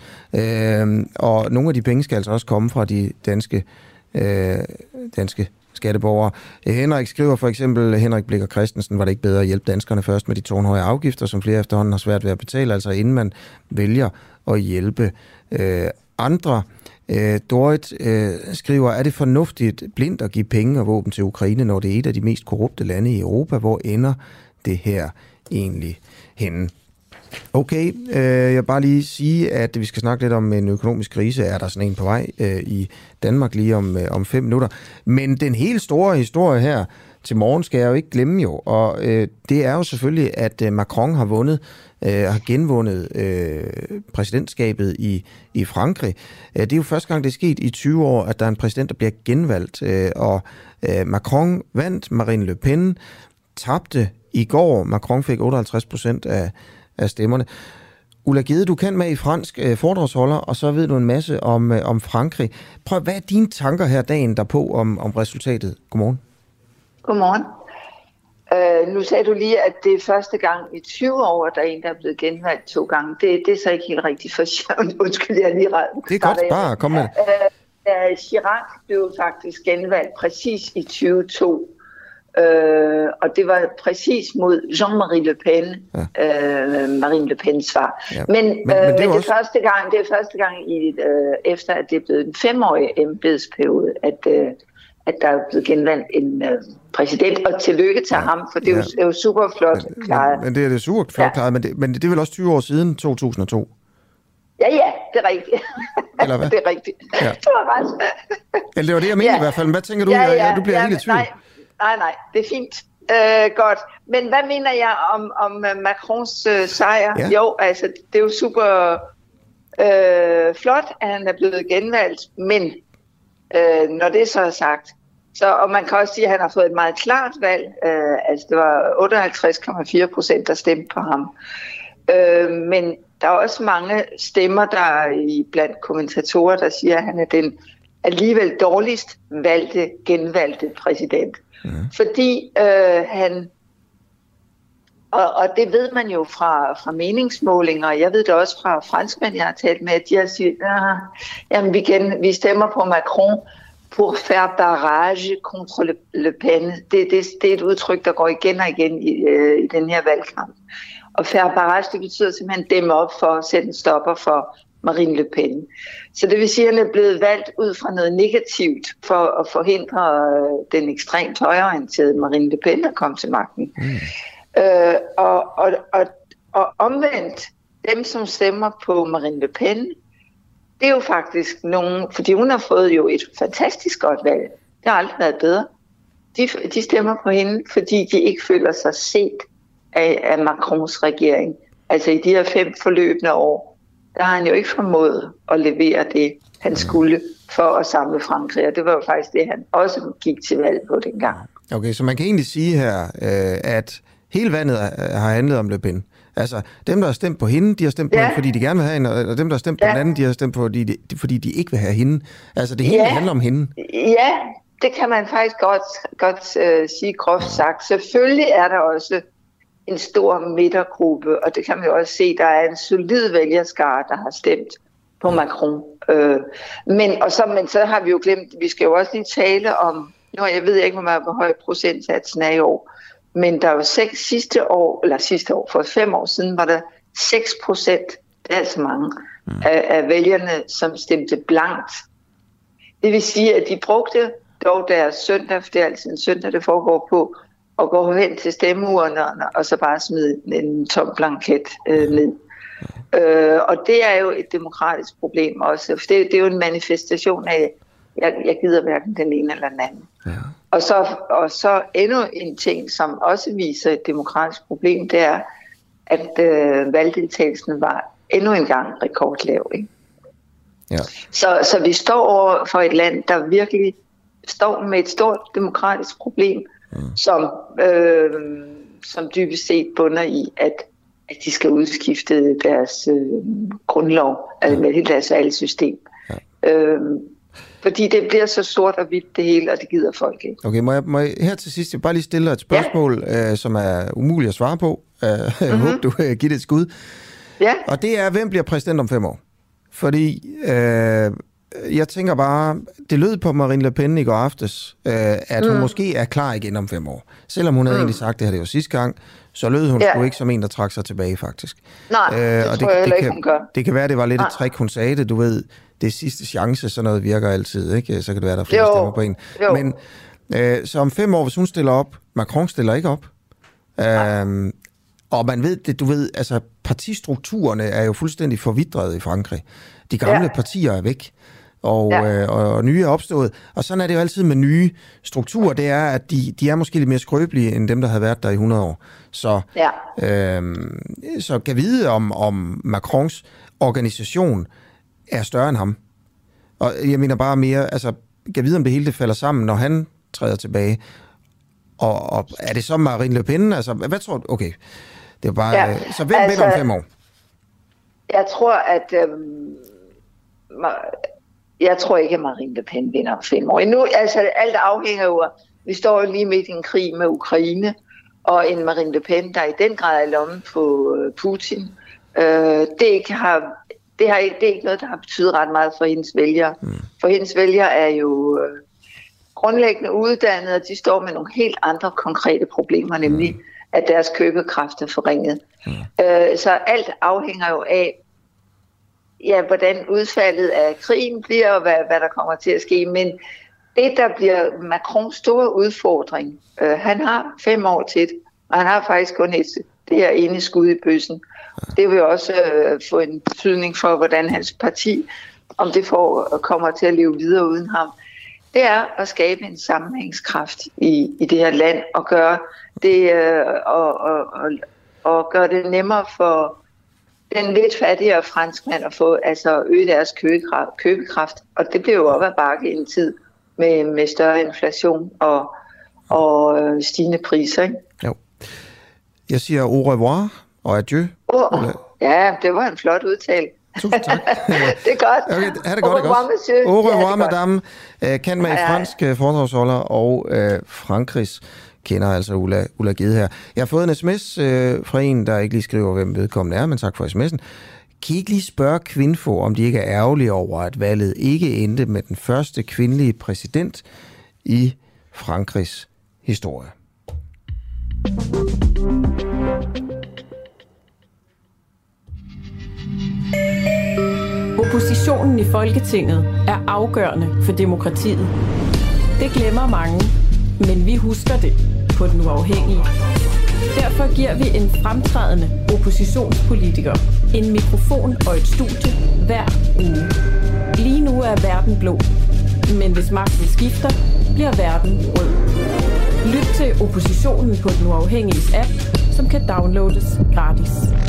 S1: Øh, og nogle af de penge skal altså også komme fra de danske, øh, danske skatteborgere. Henrik skriver for eksempel, Henrik Blikker Christensen, var det ikke bedre at hjælpe danskerne først med de tårnhøje afgifter, som flere efterhånden har svært ved at betale, altså inden man vælger at hjælpe øh, andre. Øh, Dorit øh, skriver, er det fornuftigt blindt at give penge og våben til Ukraine, når det er et af de mest korrupte lande i Europa? Hvor ender det her egentlig henne? Okay, øh, jeg vil bare lige sige, at vi skal snakke lidt om en økonomisk krise. Er der sådan en på vej øh, i Danmark lige om, øh, om fem minutter? Men den helt store historie her til morgen skal jeg jo ikke glemme jo, og øh, det er jo selvfølgelig, at øh, Macron har vundet, øh, har genvundet øh, præsidentskabet i, i Frankrig. Øh, det er jo første gang, det er sket i tyve år, at der er en præsident, der bliver genvalgt, øh, og øh, Macron vandt, Marine Le Pen tabte i går. Macron fik otteoghalvtreds procent af, af stemmerne. Ulla Gede, du kan med i fransk øh, foredragsholder, og så ved du en masse om, øh, om Frankrig. Prøv, hvad er dine tanker her dagen derpå om, om resultatet? Godmorgen.
S17: Godmorgen. Øh, nu sagde du lige, at det er første gang i tyve år, der er en, der er blevet genvalgt to gange. Det, det er så ikke helt rigtigt for sjovt. Undskyld, jeg lige ret.
S1: Det er godt, bare kom med det.
S17: Øh, Chirac blev faktisk genvalgt præcis i tyve to. Øh, og det var præcis mod Jean-Marie Le Pen, ja. øh, Marine Le Pens svar. Ja. Men, men, men, øh, det, men det, også... er første gang, det er første gang i, øh, efter, at det er blevet en femårig embedsperiode, at øh, at der er blevet genvalgt en øh, præsident, og tillykke til ja, ham, for det er, ja. jo, det er jo super flot klaret.
S1: Men, men det er det super flot ja. klaret, men det, men det er vel også tyve år siden, to tusind og to?
S17: Ja, ja, det er rigtigt.
S1: Eller hvad?
S17: det er rigtigt. Ja. Det var ret.
S1: Eller det var det, jeg mener ja. i hvert fald. Hvad tænker du?
S17: Ja, ja,
S1: ja, du bliver
S17: ja,
S1: helt i tvivl.
S17: Nej, nej, nej, det er fint. Øh, godt. Men hvad mener jeg om, om Macrons øh, sejr? Ja. Jo, altså, det er jo super øh, flot, at han er blevet genvalgt, men øh, når det så er sagt, så, og man kan også sige, at han har fået et meget klart valg. Øh, altså det var otteoghalvtreds komma fire procent, der stemte på ham. Øh, men der er også mange stemmer, der er i blandt kommentatorer, der siger, at han er den alligevel dårligst valgte, genvalgte præsident. Mm. Fordi øh, han, og, og det ved man jo fra, fra meningsmålinger, og jeg ved det også fra franskmænd, jeg har talt med, at de har sagt, ah, jamen vi, gen, vi stemmer på Macron, pour faire barrage contre Le, Le Pen. Det, det, det er et udtryk, der går igen og igen i, øh, i den her valgkamp. Og faire barrage, det betyder simpelthen dæmme op for at sætte en stopper for Marine Le Pen. Så det vil sige, at han er blevet valgt ud fra noget negativt for at forhindre øh, den ekstremt højreorienterede Marine Le Pen at komme til magten. Mm. Øh, og, og, og, og omvendt, dem som stemmer på Marine Le Pen, det er jo faktisk nogen, fordi hun har fået jo et fantastisk godt valg. Det har aldrig været bedre. De, de stemmer på hende, fordi de ikke føler sig set af, af Macrons regering. Altså i de her fem forløbende år, der har han jo ikke formået at levere det, han skulle for at samle Frankrig. Og det var jo faktisk det, han også gik til valg på dengang.
S1: Okay, så man kan egentlig sige her, øh, at hele vandet har handlet om Le Pen. Altså, dem, der har stemt på hende, de har stemt på ja. hende, fordi de gerne vil have hende, og dem, der har stemt på ja. den anden, de har stemt på, fordi de, fordi de ikke vil have hende. Altså, det hele ja. handler om hende.
S17: Ja, det kan man faktisk godt, godt uh, sige groft sagt. Selvfølgelig er der også en stor midtergruppe, og det kan man jo også se, der er en solid vælgerskare, der har stemt på Macron. Uh, men, og så, men så har vi jo glemt, vi skal jo også lige tale om, nu jeg ved ikke, hvor meget hvor høj procentsatsen er i år, men der var seks sidste år, eller sidste år, for fem år siden, var der seks procent, det er altså mange, mm. af, af vælgerne, som stemte blankt. Det vil sige, at de brugte dog deres søndag, for det er altid en søndag, det foregår på, og går hen til stemmeurnerne, og så bare smide en tom blanket øh, ned. Mm. Øh, og det er jo et demokratisk problem også, for det, det er jo en manifestation af, jeg, jeg gider hverken den ene eller den anden. Ja. Og, så, og så endnu en ting, som også viser et demokratisk problem, det er, at øh, valgdeltagelsen var endnu en gang rekordlav. Ikke?
S1: Ja.
S17: Så, så vi står over for et land, der virkelig står med et stort demokratisk problem, mm. som, øh, som dybest set bunder i, at, at de skal udskifte deres øh, grundlov, ja. altså med hele deres valgsystem. Ja. Øh, Fordi det bliver så stort og vidt det hele, og det gider folk ikke.
S1: Okay, må jeg, må jeg her til sidst jeg bare lige stille dig et spørgsmål, ja. øh, som er umuligt at svare på. Uh, jeg mm-hmm. håber, du uh, giver det et skud. Ja. Og det er, hvem bliver præsident om fem år? Fordi øh, jeg tænker bare, det lød på Marine Le Pen i går aftes, øh, at mm. hun måske er klar igen om fem år. Selvom hun havde mm. egentlig sagt, det her det var sidste gang, så lød hun ja. sgu ikke som en, der trak sig tilbage, faktisk.
S17: Nej, øh, det
S1: og
S17: tror
S1: det,
S17: jeg
S1: det
S17: ikke,
S1: kan,
S17: hun gør.
S1: Det kan være, det var lidt Nej. et trick, hun sagde det, du ved, det er sidste chance, sådan noget virker altid, ikke? Så kan det være, der er flere jo. stemmer på en. Jo. Men øh, så om fem år, hvis hun stiller op, Macron stiller ikke op, øh, og man ved det, du ved, altså partistrukturerne er jo fuldstændig forvidret i Frankrig. De gamle ja. partier er væk. Og, ja. øh, og nye er opstået. Og sådan er det jo altid med nye strukturer, det er, at de, de er måske lidt mere skrøbelige, end dem, der havde været der i hundrede år. Så, ja. øh, så kan vide, om, om Macrons organisation er større end ham. Og jeg mener bare mere, altså, kan vide, om det hele det falder sammen, når han træder tilbage. Og, og er det så Marine Le Pen? Altså, hvad tror du? Okay, det er bare... Ja. Øh, så hvem altså, vinder om fem år?
S17: Jeg tror, at... Øhm, jeg tror ikke, at Marine Le Pen vinder om fem år. Nu, altså, alt afhænger jo... Vi står jo lige midt i en krig med Ukraine, og en Marine Le Pen, der i den grad er lommen på Putin. Øh, det, ikke har, det, har, det er ikke noget, der har betydet ret meget for hendes vælgere. Mm. For hendes vælgere er jo øh, grundlæggende uddannede, og de står med nogle helt andre konkrete problemer, nemlig mm. at deres købekraft er forringet. Mm. Øh, så alt afhænger jo af, ja, hvordan udfaldet af krigen bliver, og hvad, hvad der kommer til at ske. Men det, der bliver Macrons store udfordring, øh, han har fem år til det, og han har faktisk kun et, det her ene skud i bøssen. Det vil også øh, få en betydning for, hvordan hans parti, om det får, kommer til at leve videre uden ham. Det er at skabe en sammenhængskraft i, i det her land, og gøre det, øh, og, og, og, og gøre det nemmere for den lidt fattigere franskmand at få, altså øge deres købekraft, købekraft. Og det bliver jo op ad bakke i en tid med, med større inflation og, og øh, stigende priser, ikke?
S1: Jo. Jeg siger au revoir og adieu.
S17: Oh, ja, det var en flot udtale.
S1: Tusind tak.
S17: Det er godt.
S1: Okay, ha' det godt, ikke også? Au revoir, ja, madame. Kan med ja, ja. fransk foredragsholder og øh, Frankrigs kender altså Ulla, Ulla Gede her. Jeg har fået en sms øh, fra en, der ikke lige skriver, hvem vedkommende er, men tak for sms'en. Kan I ikke lige spørge Kvinfo, om de ikke er ærgerlige over, at valget ikke endte med den første kvindelige præsident i Frankrigs historie?
S2: Oppositionen i Folketinget er afgørende for demokratiet. Det glemmer mange, men vi husker det på Den Uafhængige. Derfor giver vi en fremtrædende oppositionspolitiker en mikrofon og et studie hver uge. Lige nu er verden blå, men hvis magten skifter, bliver verden rød. Lyt til Oppositionen på Den Uafhængiges app, som kan downloades gratis.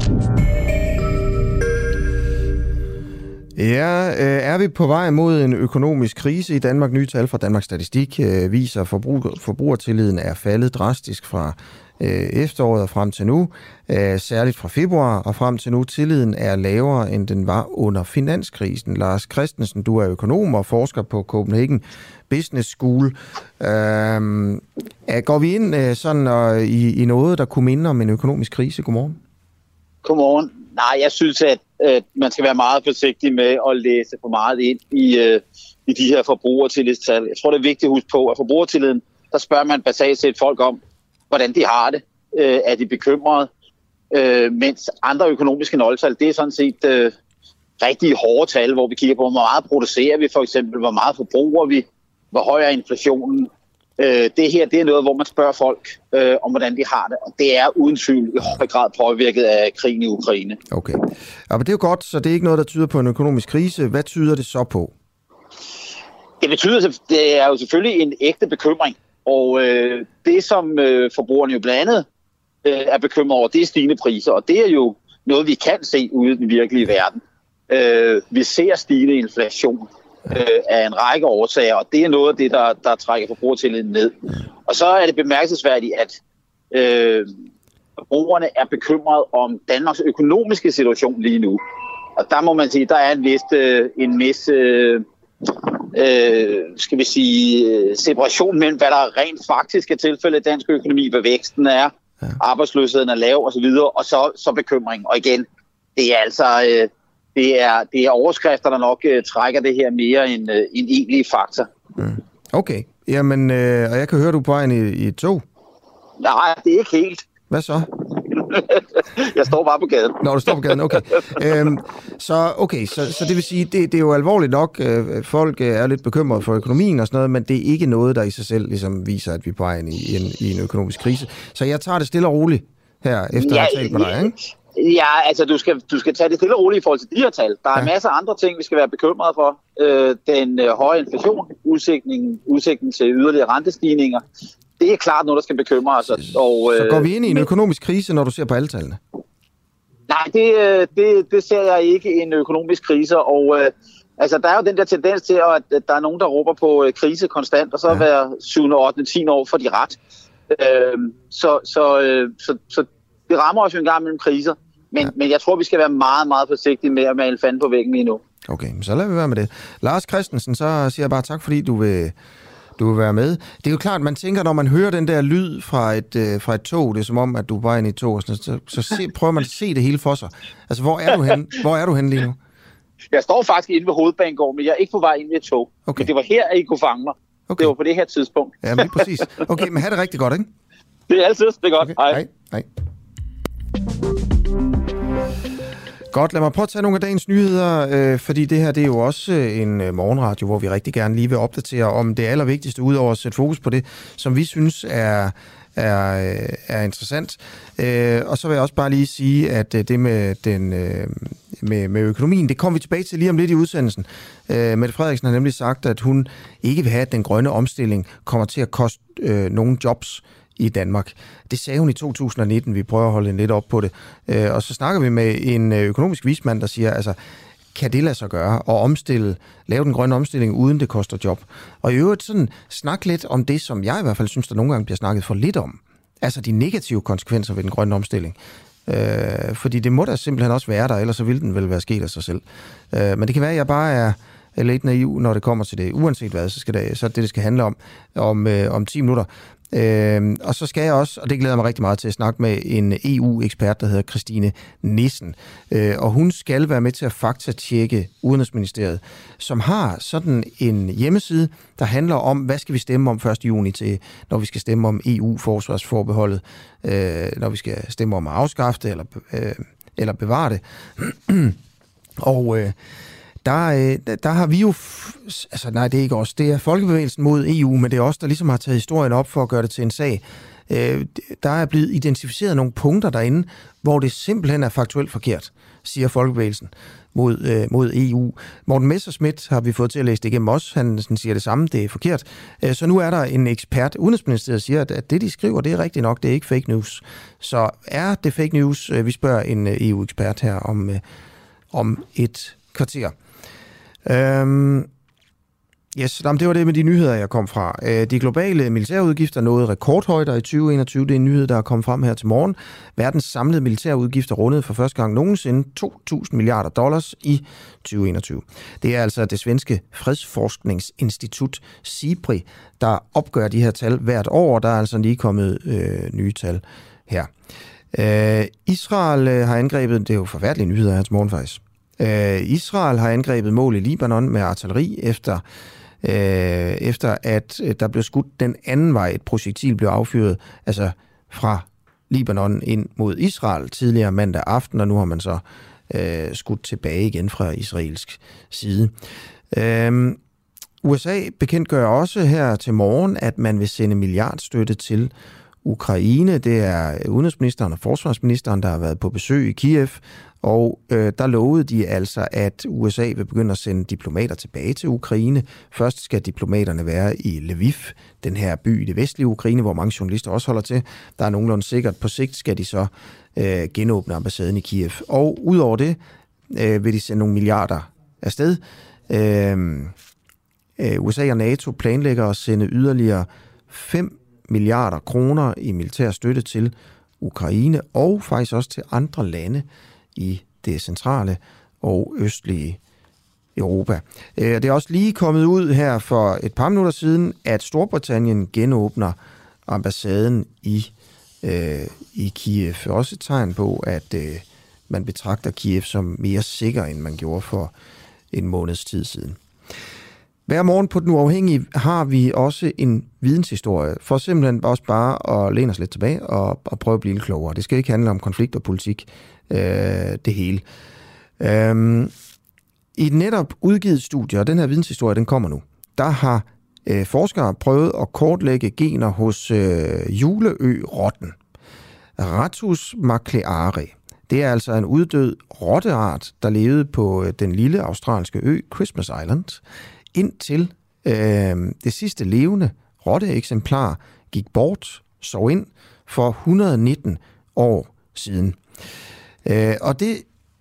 S1: Ja, er vi på vej mod en økonomisk krise i Danmark? Nye tal fra Danmarks Statistik viser, at forbruger, forbrugertilliden er faldet drastisk fra efteråret og frem til nu. Særligt fra februar og frem til nu. Tilliden er lavere, end den var under finanskrisen. Lars Christensen, du er økonom og forsker på Copenhagen Business School. Øhm, går vi ind sådan og, i, i noget, der kunne minde om en økonomisk krise? Godmorgen.
S18: Godmorgen. Nej, jeg synes, at, at man skal være meget forsigtig med at læse for meget ind i, øh, i de her forbrugertillidstal. Jeg tror, det er vigtigt at huske på, at forbrugertilliden, der spørger man basalt set folk om, hvordan de har det. Øh, er de bekymrede? Øh, mens andre økonomiske nøgletal, det er sådan set øh, rigtig hårde tal, hvor vi kigger på, hvor meget producerer vi for eksempel, hvor meget forbruger vi, hvor høj er inflationen. Øh, det her, det er noget, hvor man spørger folk øh, om, hvordan de har det, og det er uden tvivl i høj grad påvirket af krigen i Ukraine.
S1: Okay. Ja, men det er jo godt, så det er ikke noget, der tyder på en økonomisk krise. Hvad tyder det så på?
S18: Det betyder, det er jo selvfølgelig en ægte bekymring, og øh, det, som øh, forbrugerne jo blandt andet øh, er bekymret over, det er stigende priser, og det er jo noget, vi kan se ude i den virkelige verden. Øh, vi ser stigende inflation øh, af en række årsager, og det er noget af det, der, der trækker forbrugertilliden ned. Og så er det bemærkelsesværdigt, at øh, forbrugerne er bekymret om Danmarks økonomiske situation lige nu. Og der må man sige, der er en vis, øh, en vis øh, øh, skal vi sige, separation mellem, hvad der rent faktisk er tilfældet i dansk økonomi, hvad væksten er, ja. Arbejdsløsheden er lav osv., og så, så bekymring. Og igen, det er altså øh, det er, det er overskrifter, der nok øh, trækker det her mere end, øh, end egentlige fakta.
S1: Mm. Okay, jamen, øh, og jeg kan høre, du er på vejen i, i et tog.
S18: Nej, det er ikke helt.
S1: Hvad så?
S18: Jeg står bare på gaden.
S1: Nå, du står på gaden, okay. Øhm, så okay, så, så det vil sige, det, det er jo alvorligt nok. Øh, folk er lidt bekymrede for økonomien og sådan noget, men det er ikke noget, der i sig selv ligesom viser, at vi er på vej i en, i en økonomisk krise. Så jeg tager det stille og roligt her, efter ja, at have talt med dig, ikke?
S18: Ja, altså du skal, du skal tage det stille og roligt i forhold til de her tal. Der er ja. masser af andre ting, vi skal være bekymrede for. Øh, den øh, høje inflation, udsigten, udsigten til yderligere rentestigninger. Det er klart noget, der skal bekymre os. Og,
S1: så går vi ind i en økonomisk krise, når du ser på alle tallene?
S18: Nej, det, det, det ser jeg ikke en økonomisk krise. Og øh, altså, der er jo den der tendens til, at der er nogen, der råber på øh, krise konstant, og så ja. hver syvende, ottende, tiende år for de ret. Øh, så, så, øh, så, så det rammer os jo en gang mellem kriser. Men, ja. men jeg tror, vi skal være meget, meget forsigtige med at male fanden på væggen lige nu.
S1: Okay, så lad vi være med det. Lars Christensen, så siger jeg bare tak, fordi du vil... du vil være med. Det er jo klart, man tænker, når man hører den der lyd fra et, øh, fra et tog, det er som om, at du er bare inde i et tog, så, så, så se, prøver man at se det hele for sig. Altså, hvor er du henne? Hvor er du henne lige nu?
S18: Jeg står faktisk inde ved Hovedbanegården, men jeg er ikke på vej ind i et tog. Okay. Men det var her, at I kunne fange mig. Okay. Det var på det her tidspunkt.
S1: Ja, men lige præcis. Okay, men have det rigtig godt, ikke?
S18: Det er altid. Det er godt. Okay. Hej.
S1: Hej. Hej. Godt, lad mig prøve at tage nogle af dagens nyheder, øh, fordi det her det er jo også en øh, morgenradio, hvor vi rigtig gerne lige vil opdatere om det allervigtigste, udover at sætte fokus på det, som vi synes er, er, øh, er interessant. Øh, og så vil jeg også bare lige sige, at øh, det med, den, øh, med, med økonomien, det kommer vi tilbage til lige om lidt i udsendelsen. Øh, Mette Frederiksen har nemlig sagt, at hun ikke vil have, at den grønne omstilling kommer til at koste øh, nogle jobs i Danmark. Det sagde hun i to tusind nitten. Vi prøver at holde lidt op på det. Og så snakker vi med en økonomisk vismand, der siger, altså, kan det lade sig gøre og omstille, lave den grønne omstilling, uden det koster job? Og i øvrigt sådan snak lidt om det, som jeg i hvert fald synes, der nogle gange bliver snakket for lidt om. Altså de negative konsekvenser ved den grønne omstilling. Øh, fordi det må da simpelthen også være der, ellers så vil den vel være sket af sig selv. Øh, men det kan være, at jeg bare er lidt naiv, når det kommer til det. Uanset hvad, så, skal det, så er det, det skal handle om om, øh, om ti minutter. Øh, og så skal jeg også, og det glæder mig rigtig meget til at snakke med en E U-ekspert, der hedder Christine Nissen. Øh, og hun skal være med til at faktatjekke Udenrigsministeriet, som har sådan en hjemmeside, der handler om, hvad skal vi stemme om første juni til, når vi skal stemme om E U-forsvarsforbeholdet, øh, når vi skal stemme om at afskaffe det, eller, øh, eller bevare det. og... Øh, Der, der har vi jo, altså nej, det er ikke os, det er Folkebevægelsen mod E U, men det er os, der ligesom har taget historien op for at gøre det til en sag. Øh, der er blevet identificeret nogle punkter derinde, hvor det simpelthen er faktuelt forkert, siger Folkebevægelsen mod, øh, mod E U. Morten Messerschmidt har vi fået til at læse det igennem os. Han, han siger det samme, det er forkert. Øh, så nu er der en ekspert, Udenrigsministeriet siger, at, at det, de skriver, det er rigtigt nok, det er ikke fake news. Så er det fake news? Vi spørger en E U-ekspert her om, øh, om et kvarter. Øhm, yes, det var det med de nyheder, jeg kom fra. De globale militærudgifter nåede rekordhøjder i tyve enogtyve. Det er en nyhed, der er kommet frem her til morgen. Verdens samlede militærudgifter rundede for første gang nogensinde to tusind milliarder dollars i tyve enogtyve. Det er altså det svenske fredsforskningsinstitut SIPRI, der opgør de her tal hvert år. Der er altså lige kommet øh, nye tal her. Øh, Israel øh, har angrebet, det er jo forfærdelige nyheder her til morgen faktisk. Øh, Israel har angrebet mål i Libanon med artilleri efter Øh, efter at øh, der blev skudt den anden vej. Et projektil blev affyret altså fra Libanon ind mod Israel tidligere mandag aften, og nu har man så øh, skudt tilbage igen fra israelsk side. Øh, U S A bekendtgør også her til morgen, at man vil sende milliardstøtte til Ukraine. Det er udenrigsministeren og forsvarsministeren, der har været på besøg i Kiev, og øh, der lovede de altså, at U S A vil begynde at sende diplomater tilbage til Ukraine. Først skal diplomaterne være i Lviv, den her by i det vestlige Ukraine, hvor mange journalister også holder til. Der er nogenlunde sikkert. På sigt skal de så øh, genåbne ambassaden i Kiev. Og udover det øh, vil de sende nogle milliarder afsted. Øh, øh, U S A og NATO planlægger at sende yderligere fem milliarder kroner i militær støtte til Ukraine, og faktisk også til andre lande i det centrale og østlige Europa. Det er også lige kommet ud her for et par minutter siden, at Storbritannien genåbner ambassaden i, øh, i Kiev. Også et tegn på, at øh, man betragter Kiev som mere sikker, end man gjorde for en måneds tid siden. Hver morgen på Den Uafhængige har vi også en videnshistorie, for simpelthen også bare at læne os lidt tilbage og, og prøve at blive lidt klogere. Det skal ikke handle om konflikt og politik, øh, det hele. Øhm, I et netop udgivet studie, og den her videnshistorie, den kommer nu, der har øh, forskere prøvet at kortlægge gener hos øh, juleø-rotten. Rattus macleari. Det er altså en uddød rotteart, der levede på øh, den lille australske ø Christmas Island, indtil øh, det sidste levende rotteeksemplar gik bort, sov ind for et hundrede og nitten år siden. Øh, og det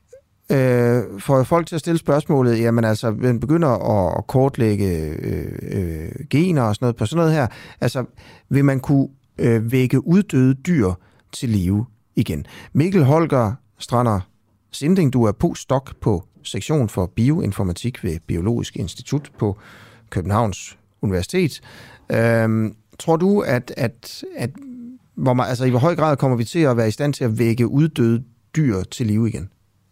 S1: øh, får folk til at stille spørgsmålet, jamen altså, man begynder at, at kortlægge øh, øh, gener og sådan noget på sådan noget her, altså vil man kunne øh, vække uddøde dyr til live igen? Mikkel Holger Strander Sinding, du er postdoc på sektion for bioinformatik ved Biologisk Institut på Københavns Universitet. Øhm, tror du, at, at, at hvor man, altså, i hvor høj grad kommer vi til at være i stand til at vække uddøde dyr til live igen?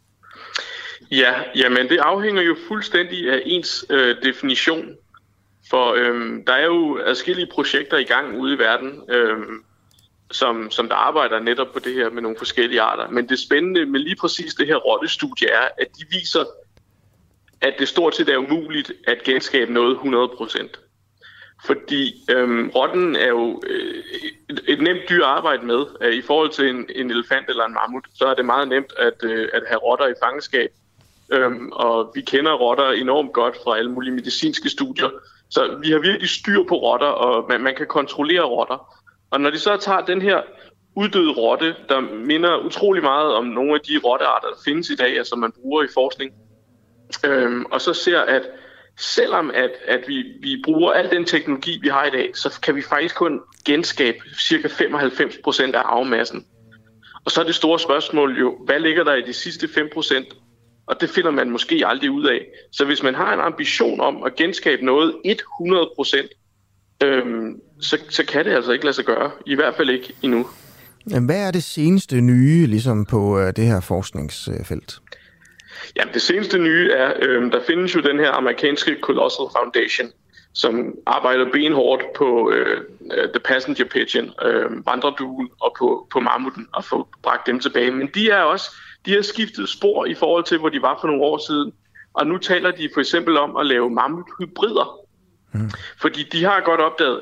S19: Ja, jamen det afhænger jo fuldstændig af ens øh, definition. For øh, der er jo adskillige projekter i gang ude i verden, øh, som, som der arbejder netop på det her med nogle forskellige arter. Men det spændende med lige præcis det her rottestudie er, at de viser, at det stort set er umuligt at genskabe noget hundrede procent. Fordi øhm, rotten er jo øh, et, et nemt dyr at arbejde med. Øh, I forhold til en, en elefant eller en mammut, så er det meget nemt at, øh, at have rotter i fangenskab. Øhm, og vi kender rotter enormt godt fra alle mulige medicinske studier. Så vi har virkelig styr på rotter, og man, man kan kontrollere rotter. Og når de så tager den her uddøde rotte, der minder utrolig meget om nogle af de rottearter, der findes i dag, altså man bruger i forskning, øhm, og så ser, at selvom at, at vi, vi bruger al den teknologi, vi har i dag, så kan vi faktisk kun genskabe cirka femoghalvfems procent af arvemassen. Og så er det store spørgsmål jo, hvad ligger der i de sidste fem procent? Og det finder man måske aldrig ud af. Så hvis man har en ambition om at genskabe noget hundrede procent, øhm, så, så kan det altså ikke lade sig gøre. I hvert fald ikke endnu.
S1: Hvad er det seneste nye ligesom på øh, det her forskningsfelt?
S19: Jamen, det seneste nye er, øh, der findes jo den her amerikanske Colossal Foundation, som arbejder benhårdt på øh, The Passenger Pigeon, øh, vandredugen og på, på mammuten og få bragt dem tilbage. Men de er også, de har skiftet spor i forhold til, hvor de var for nogle år siden. Og nu taler de for eksempel om at lave mammuthybrider. Mm. Fordi de har godt opdaget, at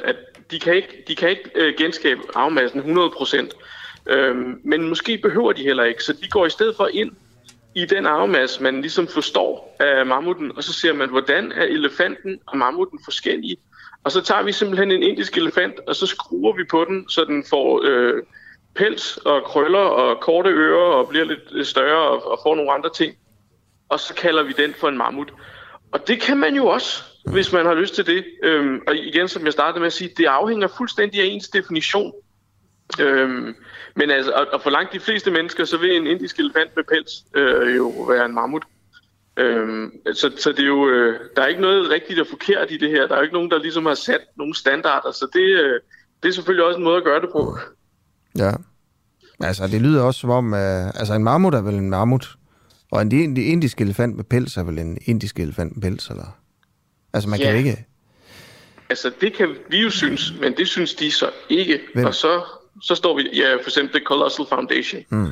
S19: de kan ikke, de kan ikke øh, genskabe arvemassen hundrede procent. Øhm, men måske behøver de heller ikke, så de går i stedet for ind i den arvemasse, man ligesom forstår af mammuten, og så ser man, hvordan er elefanten og mammuten forskellige. Og så tager vi simpelthen en indisk elefant, og så skruer vi på den, så den får øh, pels og krøller og korte ører og bliver lidt større og, og får nogle andre ting. Og så kalder vi den for en mammut. Og det kan man jo også, hvis man har lyst til det. Øhm, og igen, som jeg startede med at sige, det afhænger fuldstændig af ens definition. Øhm, men altså, og, og for langt de fleste mennesker, så vil en indisk elefant med pels øh, jo være en mammut. Øhm, så, så det er jo, øh, der er ikke noget rigtigt og forkert i det her. Der er jo ikke nogen, der ligesom har sat nogle standarder, så det, øh, det er selvfølgelig også en måde at gøre det på.
S1: Ja, altså det lyder også som om, øh, altså en mammut er vel en mammut, og en indisk elefant med pels er vel en indisk elefant med pels, eller? Altså man ja. kan ikke...
S19: Altså det kan vi jo synes, men det synes de så ikke. Hvem? Og så, så står vi, ja for eksempel The Colossal Foundation, mm.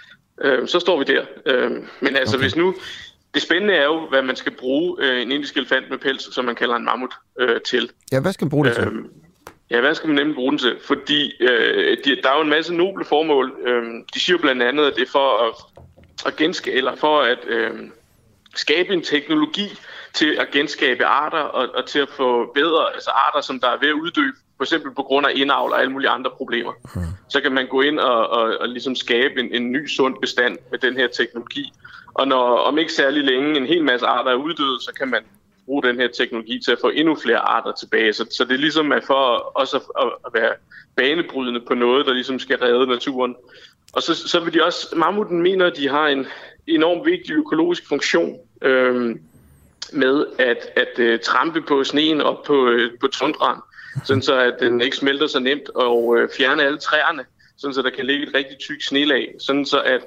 S19: øh, så står vi der. Øh, men altså okay. hvis nu... Det spændende er jo, hvad man skal bruge øh, en indisk elefant med pels, som man kalder en mammut, øh, til.
S1: Ja, hvad skal man bruge det til?
S19: Øh, ja, hvad skal man nemlig bruge den til? Fordi øh, de, der er jo en masse noble formål. Øh, de siger jo blandt andet, at det er for at, at genskabe, eller for at øh, skabe en teknologi til at genskabe arter, og, og til at få bedre altså arter, som der er ved at uddø, for eksempel på grund af indavl og alle mulige andre problemer. Hmm. Så kan man gå ind og, og, og ligesom skabe en, en ny, sund bestand med den her teknologi. Og når om ikke særlig længe en hel masse arter er uddøde, så kan man bruge den her teknologi til at få endnu flere arter tilbage. Så, så det er ligesom at for også at, at være banebrydende på noget, der ligesom skal redde naturen. Og så, så vil de også, mammuten mener, at de har en enormt vigtig økologisk funktion øhm, med at, at uh, trampe på sneen op på, uh, på tundraen, sådan så at den ikke smelter så nemt, og uh, fjerne alle træerne, sådan så der kan ligge et rigtig tykt snelag, sådan så at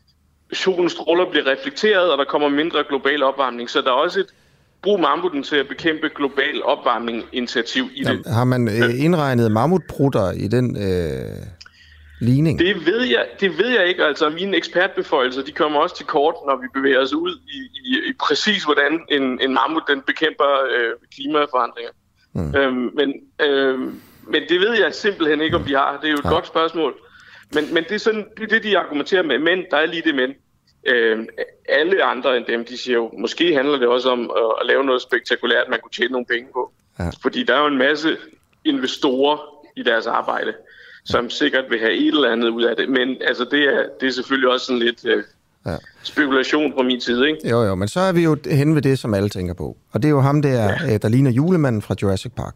S19: solens stråler bliver reflekteret, og der kommer mindre global opvarmning. Så der er også et brug mammuten til at bekæmpe global opvarmning initiativ i det.
S1: Har man øh, indregnet mammutprutter i den øh, ligning?
S19: Det ved jeg, det ved jeg ikke. Altså mine ekspertbeføjelser, de kommer også til kort, når vi bevæger os ud i, i, i præcis hvordan en, en mammut den bekæmper øh, klimaforandringer. Hmm. Øhm, men, øh, men det ved jeg simpelthen ikke, om de har. Det er jo et ja. godt spørgsmål. Men, men det er sådan, det, det de argumenterer med. Men der er lige det men. Øh, alle andre end dem, de siger jo, måske handler det også om at, at lave noget spektakulært, man kunne tjene nogle penge på. Ja. Fordi der er jo en masse investorer i deres arbejde, som sikkert vil have et eller andet ud af det. Men altså, det er, det er selvfølgelig også sådan lidt øh, ja. spekulation fra min side, ikke?
S1: Jo, jo, men så er vi jo hen ved det, som alle tænker på. Og det er jo ham der, ja. der ligner julemanden fra Jurassic Park.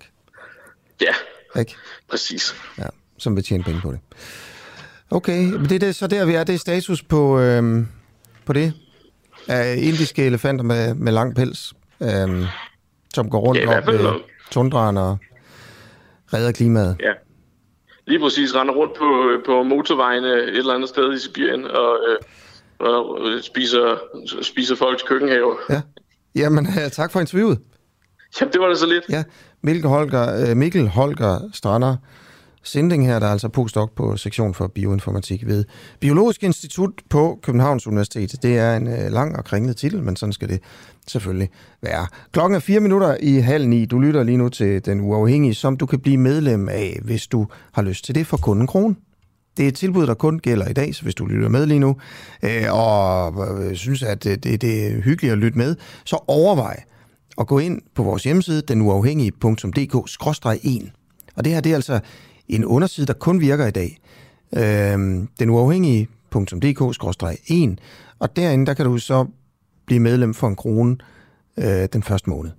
S19: Ja,
S1: ikke?
S19: Præcis.
S1: Ja, som vil tjene penge på det. Okay, men det er det, så der, vi er. Det er status på... Øhm på det, af indiske elefanter med, med lang pels, øhm, som går rundt ja, op ved tundraen og redder klimaet.
S19: Ja, lige præcis. Render rundt på, på motorvejene et eller andet sted i Sibirien og, øh, og spiser, spiser folks køkkenhaver.
S1: Ja, jamen tak for interviewet.
S19: Jamen, det var det så lidt.
S1: Ja, Mikkel Holger, øh, Mikkel Holger Strander Sinding her, der er altså postdoc på sektion for bioinformatik ved Biologisk Institut på Københavns Universitet. Det er en øh, lang og kringlet titel, men sådan skal det selvfølgelig være. Klokken er fire minutter i halv ni. Du lytter lige nu til Den Uafhængige, som du kan blive medlem af, hvis du har lyst til det for kun en krone. Det er et tilbud, der kun gælder i dag, så hvis du lytter med lige nu, øh, og øh, synes, at det, det er hyggeligt at lytte med, så overvej at gå ind på vores hjemmeside, den uafhængige punktum d k skråstreg en. Og det her, det er altså en underside, der kun virker i dag. Øh, den uafhængige punktum d k skråstreg en. Og derinde, der kan du så blive medlem for en krone øh, den første måned.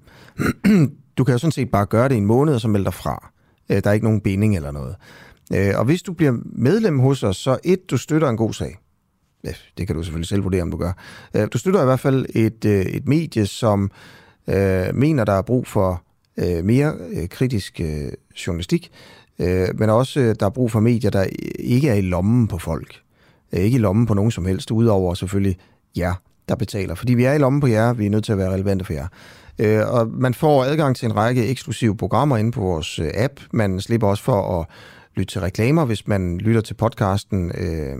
S1: Du kan jo sådan set bare gøre det i en måned, og så melde dig fra. Øh, der er ikke nogen binding eller noget. Øh, og hvis du bliver medlem hos os, så et, du støtter en god sag. Ja, det kan du selvfølgelig selv vurdere, om du gør. Øh, du støtter i hvert fald et, øh, et medie, som øh, mener, der er brug for øh, mere øh, kritisk øh, journalistik, øh, men også, øh, der er brug for medier, der ikke er i lommen på folk. Øh, ikke i lommen på nogen som helst, udover selvfølgelig jer, der betaler. Fordi vi er i lommen på jer, vi er nødt til at være relevante for jer. Øh, og man får adgang til en række eksklusive programmer inde på vores øh, app. Man slipper også for at lytte til reklamer, hvis man lytter til podcasten øh,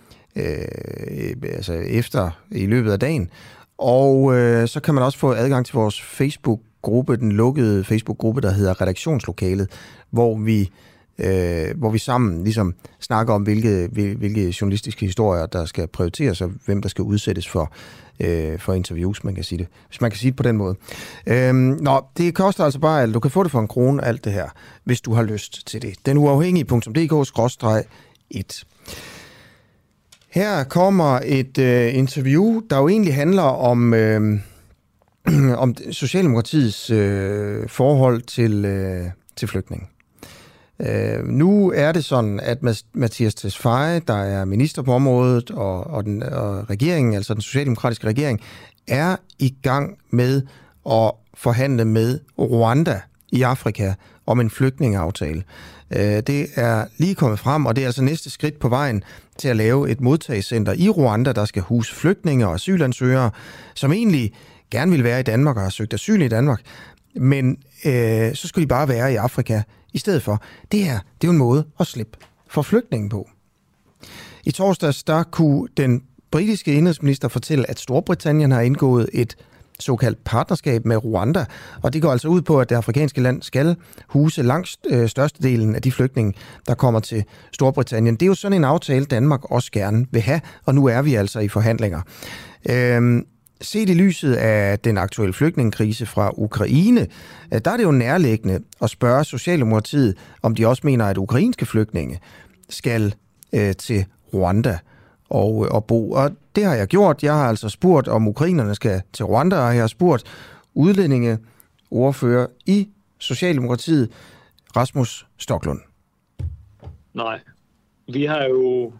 S1: øh, altså efter i løbet af dagen. Og øh, så kan man også få adgang til vores Facebook gruppe, den lukkede Facebook-gruppe, der hedder Redaktionslokalet, hvor vi, øh, hvor vi sammen ligesom snakker om, hvilke, hvilke journalistiske historier, der skal prioriteres, og hvem der skal udsættes for, øh, for interviews, man kan sige det. Hvis man kan sige det på den måde. Øh, nå, det koster altså bare alt. Du kan få det for en krone, alt det her, hvis du har lyst til det. Den uafhængige punktum d k skråstreg et. Her kommer et øh, interview, der jo egentlig handler om, øh, om Socialdemokratiets øh, forhold til, øh, til flygtninge. Øh, nu er det sådan, at Mattias Tesfaye, der er minister på området, og, og, den, og regeringen, altså den socialdemokratiske regering, er i gang med at forhandle med Rwanda i Afrika om en flygtningeaftale. Det er lige kommet frem, og det er altså næste skridt på vejen til at lave et modtagscenter i Rwanda, der skal huse flygtninge og asylansøgere, som egentlig gerne vil være i Danmark og har søgt asyl i Danmark, men øh, så skulle de bare være i Afrika i stedet for. Det her, det er jo en måde at slippe for flygtninge på. I torsdags, der kunne den britiske indrigsminister fortælle, at Storbritannien har indgået et såkaldt partnerskab med Rwanda, og det går altså ud på, at det afrikanske land skal huse langt øh, størstedelen af de flygtninge, der kommer til Storbritannien. Det er jo sådan en aftale, Danmark også gerne vil have, og nu er vi altså i forhandlinger. Øhm, set i lyset af den aktuelle flygtningekrise fra Ukraine, øh, der er det jo nærliggende at spørge Socialdemokratiet, om de også mener, at ukrainske flygtninge skal øh, til Rwanda og, og bo. Og det har jeg gjort. Jeg har altså spurgt, om ukrainerne skal til Rwanda, og jeg har spurgt udlændingeordfører i Socialdemokratiet, Rasmus Stoklund.
S20: Nej. Vi har jo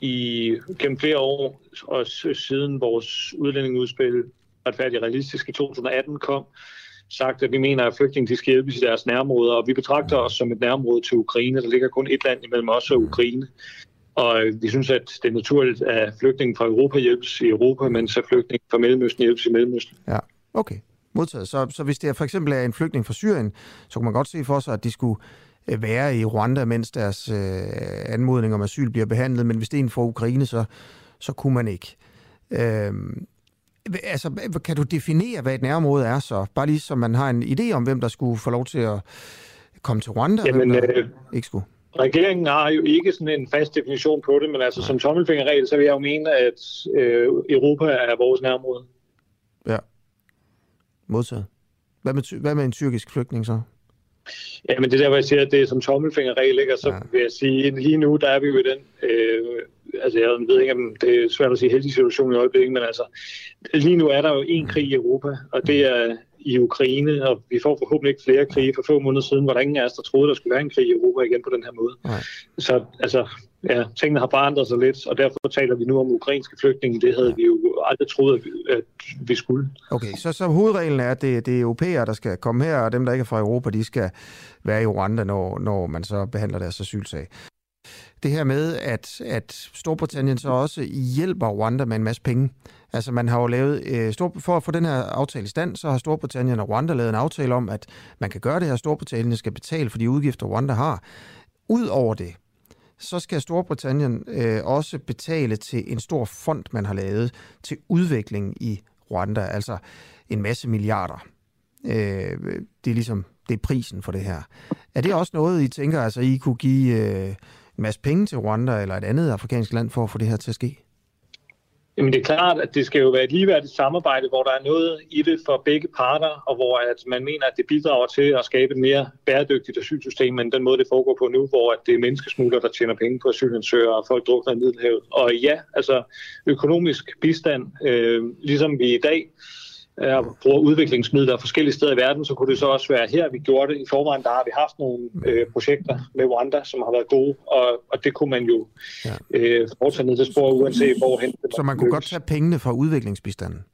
S20: i gennem flere år, og siden vores udlændingeudspil Retfærdig Realistisk i to tusind og atten kom, sagt, at vi mener, at flygtninge de skal hjælpes i deres nærområder, og vi betragter os som et nærområde til Ukraine. Der ligger kun et land imellem os og Ukraine. Og vi synes, at det er naturligt, at flygtninge fra Europa hjælpes i Europa, mens at flygtninge fra Mellemøsten hjælpes i Mellemøsten.
S1: Ja, okay. Modtaget. Så, så hvis det for eksempel er en flygtning fra Syrien, så kan man godt se for sig, at de skulle være i Rwanda, mens deres øh, anmodning om asyl bliver behandlet, men hvis det er en fra Ukraine, så, så kunne man ikke. Øh, altså, kan du definere, hvad et nærområde er så? Bare lige så man har en idé om, hvem der skulle få lov til at komme til Rwanda, og
S20: Jamen,
S1: hvem der
S20: øh...
S1: ikke skulle?
S20: Regeringen har jo ikke sådan en fast definition på det, men altså som tommelfingerregel, så vil jeg jo mene, at øh, Europa er vores nærområde.
S1: Ja. Modtaget. Hvad med, hvad med en tyrkisk flygtning så?
S20: Ja, men det der, hvor jeg siger, at det er som tommelfingerregel, ikke? Og så ja. vil jeg sige, lige nu, der er vi jo i den, øh, altså jeg ved ikke, om det er svært at sige heldig situation i øjeblikket, men altså, lige nu er der jo en krig i Europa, og det er i Ukraine, og vi får forhåbentlig ikke flere krige. For få måneder siden var der ingen af os, der troede, der skulle være en krig i Europa igen på den her måde. Nej. Så altså, ja, tingene har forandret sig lidt, og derfor taler vi nu om ukrainske flygtninge. Det havde ja. vi jo aldrig troet, at vi skulle.
S1: Okay, så, så hovedreglen er, at det, det er europæere, der skal komme her, og dem, der ikke er fra Europa, de skal være i Rwanda, når, når man så behandler deres asylsag. Det her med, at, at Storbritannien så også hjælper Rwanda med en masse penge. Altså man har jo lavet, øh, stor, for at få den her aftale i stand, så har Storbritannien og Rwanda lavet en aftale om, at man kan gøre det her. Storbritannien skal betale for de udgifter, Rwanda har. Udover det, så skal Storbritannien øh, også betale til en stor fond, man har lavet til udvikling i Rwanda. Altså en masse milliarder. Øh, det er ligesom, det er prisen for det her. Er det også noget, I tænker, altså I kunne give øh, en masse penge til Rwanda eller et andet afrikansk land for at få det her til at ske?
S20: Jamen det er klart, at det skal jo være et ligeværdigt samarbejde, hvor der er noget i det for begge parter, og hvor at man mener, at det bidrager til at skabe et mere bæredygtigt asylsystem, end den måde, det foregår på nu, hvor at det er menneskesmuglere, der tjener penge på asylansøgere, og folk drukner i Middelhavet. Og ja, altså økonomisk bistand, øh, ligesom vi i dag øh, bruger udviklingsmidler forskellige steder i verden, så kunne det så også være her, vi gjorde det. I forvejen, der har vi haft nogle øh, projekter med Rwanda, som har været gode, og, og det kunne man jo ja. øh, fortsætte ned til spor, uanset hvorhen.
S1: Så man kunne godt tage pengene fra udviklingsbistanden?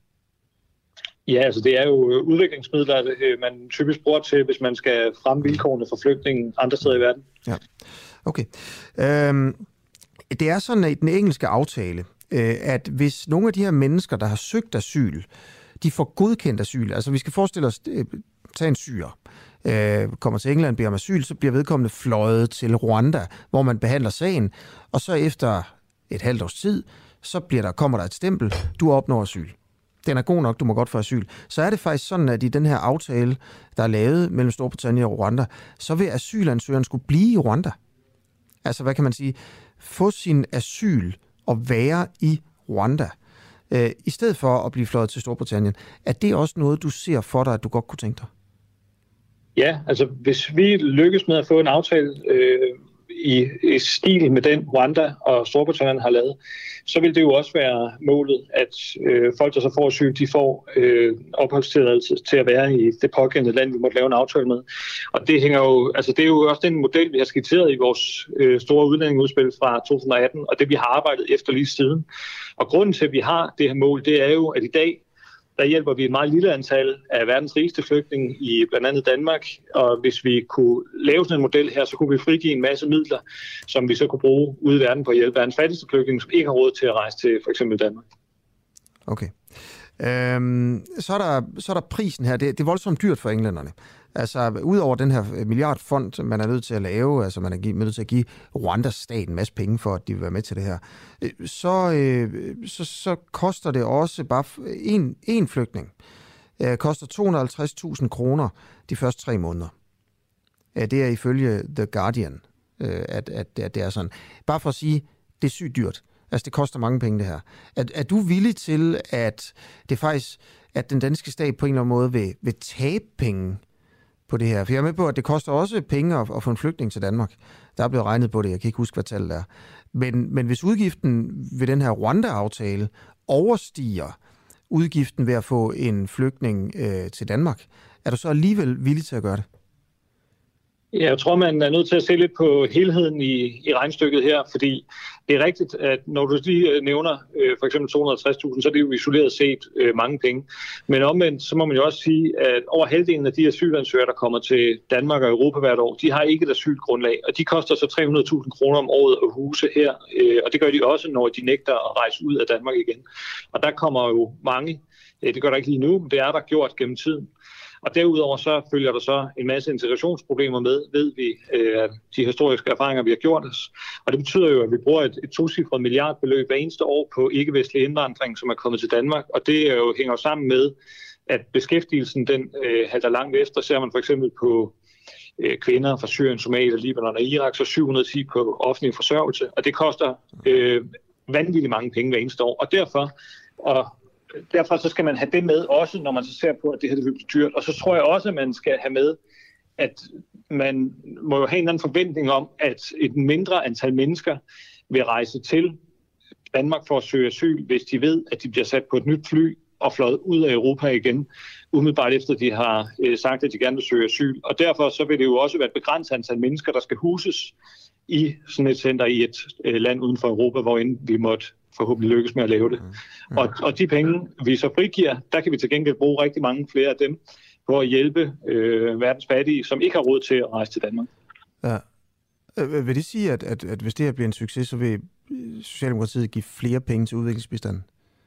S20: Ja, altså det er jo udviklingsmidler, man typisk bruger til, hvis man skal fremme vilkårene for flygtninge andre steder i verden.
S1: Ja, okay. Øhm, det er sådan i den engelske aftale, øh, at hvis nogle af de her mennesker, der har søgt asyl, de får godkendt asyl. Altså vi skal forestille os, øh, tage en syrer, øh, kommer til England, beder om asyl, så bliver vedkommende fløjet til Rwanda, hvor man behandler sagen, og så efter et halvt års tid, så bliver der, kommer der et stempel, du opnår asyl. den er god nok, du må godt få asyl, så er det faktisk sådan, at i den her aftale, der er lavet mellem Storbritannien og Rwanda, så vil asylansøgeren skulle blive i Rwanda. Altså, hvad kan man sige? Få sin asyl og være i Rwanda, øh, i stedet for at blive fløjet til Storbritannien. Er det også noget, du ser for dig, at du godt kunne tænke dig?
S20: Ja, altså hvis vi lykkes med at få en aftale øh, i, i stil med den Rwanda og Storbritannien har lavet, så vil det jo også være målet, at øh, folk, der så får asyl, de får øh, opholdstilladelse til at være i det pågældende land, vi måtte lave en aftale med. Og det hænger jo, altså det er jo også den model, vi har skitseret i vores øh, store udlændingeudspil fra to tusind og atten, og det vi har arbejdet efter lige siden. Og grunden til, at vi har det her mål, det er jo, at i dag der hjælper vi et meget lille antal af verdens rigeste flygtninge i blandt andet Danmark, og hvis vi kunne lave sådan en model her, så kunne vi frigive en masse midler, som vi så kunne bruge ude i verden på at hjælpe verdens fattigste flygtninge, som ikke har råd til at rejse til for eksempel Danmark. Okay.
S1: Øhm, så, er der, så er der prisen her. Det, det er voldsomt dyrt for englænderne. Altså, udover den her milliardfond, man er nødt til at lave, altså man er nødt til at give Rwandas stat en masse penge for, at de vil være med til det her, så, øh, så, så koster det også bare en, en flygtning. Øh, koster to hundrede og halvtreds tusind kroner de første tre måneder. Øh, det er ifølge The Guardian, øh, at, at, at det er sådan. Bare for at sige, det er sygt dyrt. Altså, det koster mange penge, det her. Er, er du villig til, at det faktisk, at den danske stat på en eller anden måde vil, vil tabe penge på det her? For jeg er med på, at det koster også penge at, at få en flygtning til Danmark. Der er blevet regnet på det, jeg kan ikke huske, hvad tallet er. Men, men hvis udgiften ved den her Rwanda-aftale overstiger udgiften ved at få en flygtning øh, til Danmark, er du så alligevel villig til at gøre det?
S20: Ja, jeg tror, man er nødt til at se lidt på helheden i, i regnstykket her, fordi det er rigtigt, at når du lige nævner øh, for eksempel to hundrede og halvtreds tusind, så er det jo isoleret set øh, mange penge. Men omvendt, så må man jo også sige, at over halvdelen af de asylansøgere, der kommer til Danmark og Europa hvert år, de har ikke et asylgrundlag, og de koster så tre hundrede tusind kroner om året at huse her, øh, og det gør de også, når de nægter at rejse ud af Danmark igen. Og der kommer jo mange, øh, det gør der ikke lige nu, men det er der gjort gennem tiden. Og derudover så følger der så en masse integrationsproblemer med, ved vi, øh, de historiske erfaringer, vi har gjort os. Og det betyder jo, at vi bruger et, et tocifret milliardbeløb hver eneste år på ikke-vestlig indvandring, som er kommet til Danmark. Og det er jo, hænger jo sammen med, at beskæftigelsen den øh, halter langt efter. Ser man for eksempel på øh, kvinder fra Syrien, Somalia, Libanon og Irak, så syv hundrede og ti på offentlig forsørgelse. Og det koster øh, vanvittigt mange penge hver eneste år. Og derfor... Og Derfor så skal man have det med også, når man så ser på, at det her det vil blive dyrt. Og så tror jeg også, at man skal have med, at man må jo have en eller anden forventning om, at et mindre antal mennesker vil rejse til Danmark for at søge asyl, hvis de ved, at de bliver sat på et nyt fly og fløjet ud af Europa igen, umiddelbart efter de har øh, sagt, at de gerne vil søge asyl. Og derfor så vil det jo også være et begrænset antal mennesker, der skal huses i sådan et center i et øh, land uden for Europa, hvorinde vi måtte forhåbentlig lykkes med at lave det. Mm. Og, og de penge, vi så frigiver, der kan vi til gengæld bruge rigtig mange flere af dem på at hjælpe øh, verdens fattige, som ikke har råd til at rejse til Danmark.
S1: Ja. Vil det sige, at, at, at hvis det her bliver en succes, så vil Socialdemokratiet give flere penge til udviklingsbistanden?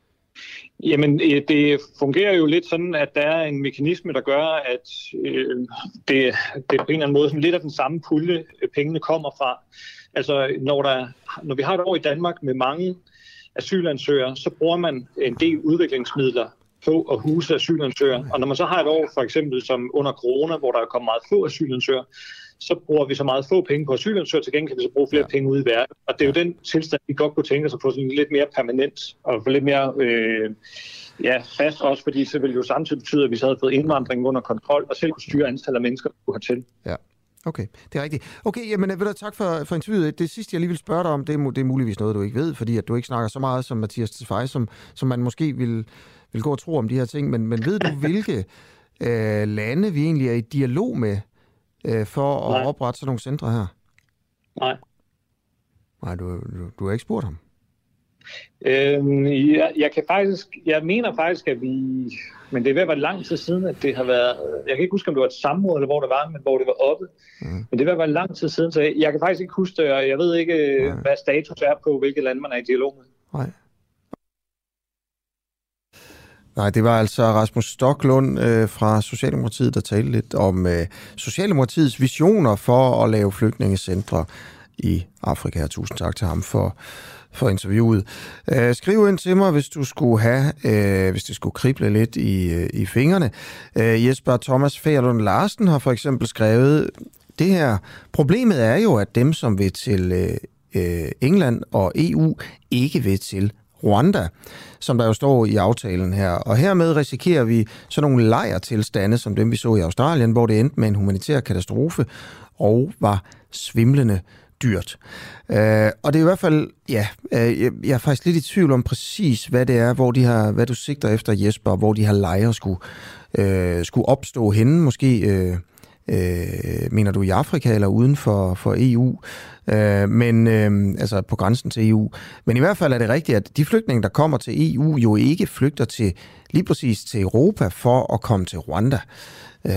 S20: Jamen, det fungerer jo lidt sådan, at der er en mekanisme, der gør, at øh, det, det på en eller anden måde sådan lidt af den samme pulje, pengene kommer fra. Altså, når, der, når vi har et år i Danmark med mange asylansøgere, så bruger man en del udviklingsmidler på at huse asylansøgere. Og når man så har et år, for eksempel som under corona, hvor der er kommet meget få asylansøgere, så bruger vi så meget få penge på asylansøgere, til gengæld kan vi så bruge flere penge ude i verden. Og det er jo den tilstand, vi godt kunne tænke os at få sådan lidt mere permanent og få lidt mere øh, ja, fast også, fordi så ville det jo samtidig betyde, at vi så havde fået indvandring under kontrol og selv kunne styre antallet af mennesker, der kunne hertil.
S1: Ja. Okay, det er rigtigt. Okay, jamen ved du, tak for, for interviewet. Det sidste, jeg lige vil spørge dig om, det er, det er muligvis noget, du ikke ved, fordi at du ikke snakker så meget som Mathias Tesfaye, som, som man måske vil, vil gå og tro om de her ting, men, men ved du, hvilke øh, lande vi egentlig er i dialog med øh, for at Nej. oprette sådan nogle centre her?
S20: Nej.
S1: Nej, du, du, du har ikke spurgt ham?
S20: Øhm, jeg, jeg kan faktisk, jeg mener faktisk, at vi, men det er ved at være lang tid siden, at det har været, jeg kan ikke huske, om det var et samråd, eller hvor det var, men hvor det var oppe. Mm. Men det er ved at være lang tid siden, så jeg, jeg kan faktisk ikke huske det, og jeg ved ikke, Nej. hvad status er på, hvilke lande man er i dialog med.
S1: Nej. Nej, det var altså Rasmus Stoklund øh, fra Socialdemokratiet, der talte lidt om øh, Socialdemokratiets visioner for at lave flygtningecentre i Afrika. Tusind tak til ham for, for interviewet. Øh, skriv ind til mig, hvis du skulle have, øh, hvis det skulle krible lidt i, i fingrene. Øh, Jesper Thomas Fagerlund Larsen har for eksempel skrevet det her. Problemet er jo, at dem, som vil til øh, England og E U, ikke vil til Rwanda, som der jo står i aftalen her. Og hermed risikerer vi sådan nogle lejrtilstande, som dem vi så i Australien, hvor det endte med en humanitær katastrofe og var svimlende dyrt. Øh, og det er i hvert fald, ja, øh, jeg er faktisk lidt i tvivl om præcis, hvad det er, hvor de har, hvad du sigter efter, Jesper, hvor de her lejre skulle, øh, skulle opstå henne, måske øh, øh, mener du i Afrika eller uden for, for E U, øh, men øh, altså på grænsen til E U. Men i hvert fald er det rigtigt, at de flygtninge, der kommer til E U, jo ikke flygter til lige præcis til Europa for at komme til Rwanda. Øh,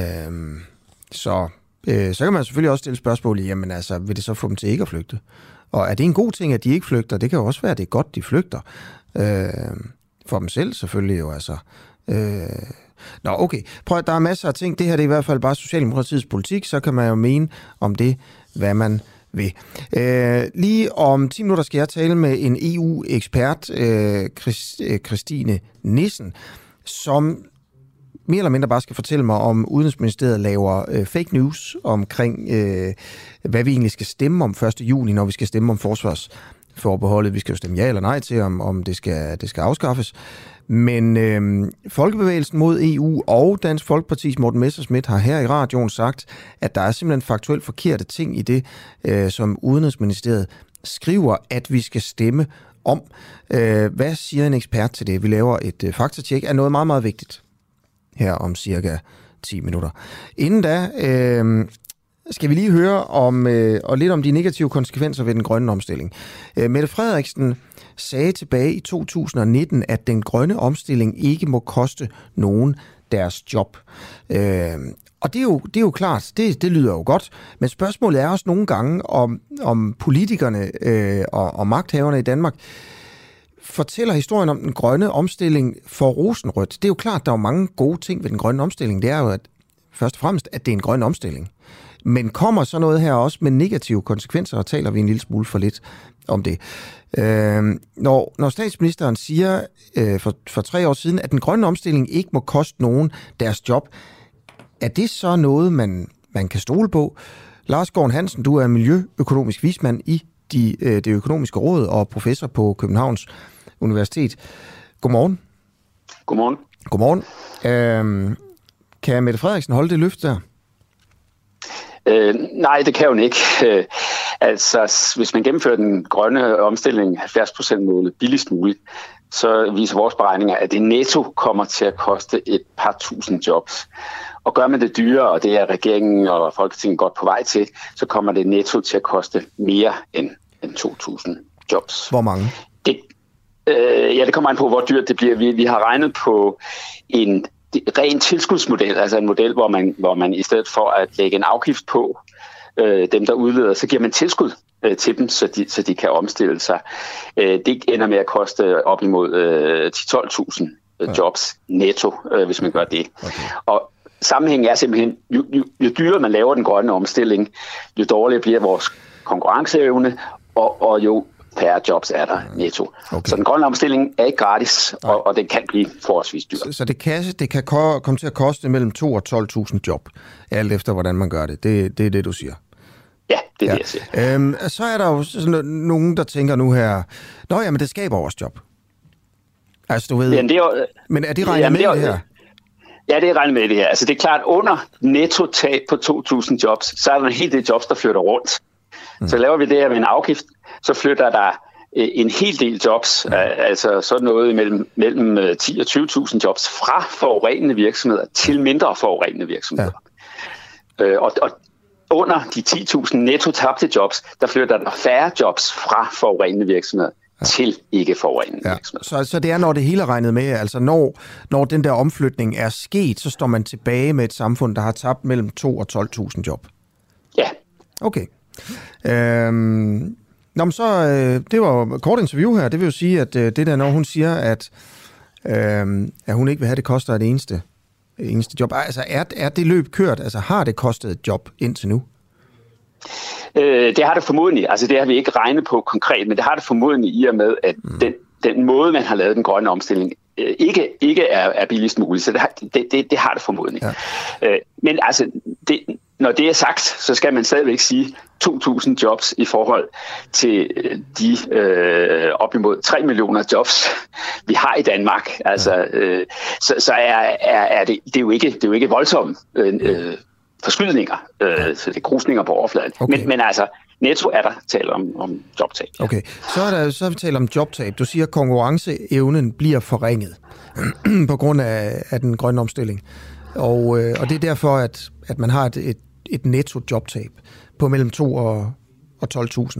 S1: så Så kan man selvfølgelig også stille spørgsmål i, jamen altså, vil det så få dem til ikke at flygte? Og er det en god ting, at de ikke flygter? Det kan jo også være, at det er godt, de flygter. Øh, for dem selv selvfølgelig jo, altså. Øh, nå, okay. Prøv at der er masser af ting. Det her det er i hvert fald bare Socialdemokratiets politik, så kan man jo mene om det, hvad man vil. Øh, lige om ti minutter skal jeg tale med en E U-ekspert, øh, Christ, øh, Christine Nissen, som mere eller mindre bare skal fortælle mig, om Udenrigsministeriet laver øh, fake news omkring, øh, hvad vi egentlig skal stemme om første juni, når vi skal stemme om forsvarsforbeholdet. Vi skal jo stemme ja eller nej til, om, om det, skal, det skal afskaffes. Men øh, Folkebevægelsen mod E U og Dansk Folkepartis Morten Messerschmidt har her i radioen sagt, at der er simpelthen faktuelt forkerte ting i det, øh, som Udenrigsministeriet skriver, at vi skal stemme om. Øh, hvad siger en ekspert til det? Vi laver et øh, faktatjek af noget meget, meget vigtigt her om cirka ti minutter. Inden da øh, skal vi lige høre om øh, og lidt om de negative konsekvenser ved den grønne omstilling. Øh, Mette Frederiksen sagde tilbage i to tusind og nitten, at den grønne omstilling ikke må koste nogen deres job. Øh, og det er jo, det er jo klart, det, det lyder jo godt, men spørgsmålet er også nogle gange, om, om politikerne øh, og, og magthaverne i Danmark fortæller historien om den grønne omstilling for rosenrødt. Det er jo klart, der er mange gode ting ved den grønne omstilling. Det er jo at, først og fremmest, at det er en grøn omstilling. Men kommer så noget her også med negative konsekvenser, og taler vi en lille smule for lidt om det. Øh, når, når statsministeren siger øh, for, for tre år siden, at den grønne omstilling ikke må koste nogen deres job, er det så noget, man, man kan stole på? Lars Gården Hansen, du er miljøøkonomisk vismand i de, øh, det økonomiske råd og professor på Københavns Universitet. Godmorgen.
S18: Godmorgen.
S1: Godmorgen. Øhm, kan Mette Frederiksen holde det løfte der?
S18: Øh, nej, det kan hun ikke. Øh, altså, hvis man gennemfører den grønne omstilling halvfjerds procent målet billigst muligt, så viser vores beregninger, at det netto kommer til at koste et par tusind jobs. Og gør man det dyrere, og det er regeringen og Folketinget godt på vej til, så kommer det netto til at koste mere end, end to tusind jobs.
S1: Hvor mange?
S18: Det, øh, ja, det kommer an på, hvor dyrt det bliver. Vi, vi har regnet på en ren tilskudsmodel, altså en model, hvor man, hvor man i stedet for at lægge en afgift på øh, dem, der udleder, så giver man tilskud øh, til dem, så de, så de kan omstille sig. Øh, det ender med at koste op imod øh, ti til tolv tusind øh, jobs netto, øh, hvis man gør det. Okay. Og sammenhængen er simpelthen, jo, jo, jo dyrere man laver den grønne omstilling, jo dårligere bliver vores konkurrenceevne, og, og jo færre jobs er der netto. Okay. Så den grønne omstilling er ikke gratis, og, og det kan blive forholdsvis dyrt.
S1: Så, så det kan, det kan ko- komme til at koste mellem to og tolv tusind job, alt efter hvordan man gør det. Det, det er det, du siger.
S18: Ja, det er ja. det, jeg siger.
S1: Øhm, så er der jo sådan nogen, der tænker nu her, nå ja, men det skaber vores job. Altså, du ved...
S18: Jamen, det er jo,
S1: men er det regnet jamen, med det, er, det her?
S18: Ja, det er regnet med det her. Altså, det er klart, under netto-tab på to tusind jobs, så er der en hel del jobs, der flytter rundt. Mm. Så laver vi det her med en afgift, så flytter der en hel del jobs, mm. altså sådan noget mellem, mellem ti og tyve tusind jobs fra forurenende virksomheder til mindre forurenende virksomheder. Ja. Øh, og, og under de ti tusind netto tabte jobs, der flytter der færre jobs fra forurenende virksomheder ja. til ikke forurenende ja. virksomheder.
S1: Så, så det er, når det hele er regnet med, altså når, når den der omflytning er sket, så står man tilbage med et samfund, der har tabt mellem to og tolv tusind job?
S18: Ja.
S1: Okay. Øhm, nå, men så, øh, det var et kort interview her. Det vil jo sige, at øh, det der, når hun siger, at, øh, at hun ikke vil have, det koster et eneste, eneste job. Altså, er, er det løb kørt? Altså, har det kostet et job indtil nu?
S18: Øh, det har det formodentlig. Altså det har vi ikke regnet på konkret, men det har det formodentlig i og med, at mm. den, den måde, man har lavet den grønne omstilling, øh, ikke, ikke er, er billigst muligt. Så det har det, det, det, har det formodentlig. Ja. Øh, men altså, det, når det er sagt, så skal man stadigvæk sige to tusind jobs i forhold til de øh, op imod tre millioner jobs, vi har i Danmark. Altså, øh, så, så er, er, er det, det, er jo ikke, det er jo ikke voldsomme øh, forskydninger, øh, så det er krusninger på overfladen. Okay. Men, men altså, netto er der tale om, om jobtab.
S1: Okay, så er der så tale om jobtab. Du siger, at konkurrenceevnen bliver forringet på grund af, af den grønne omstilling. Og, øh, og det er derfor, at, at man har et, et, et netto jobtab på mellem to og, og tolv tusind.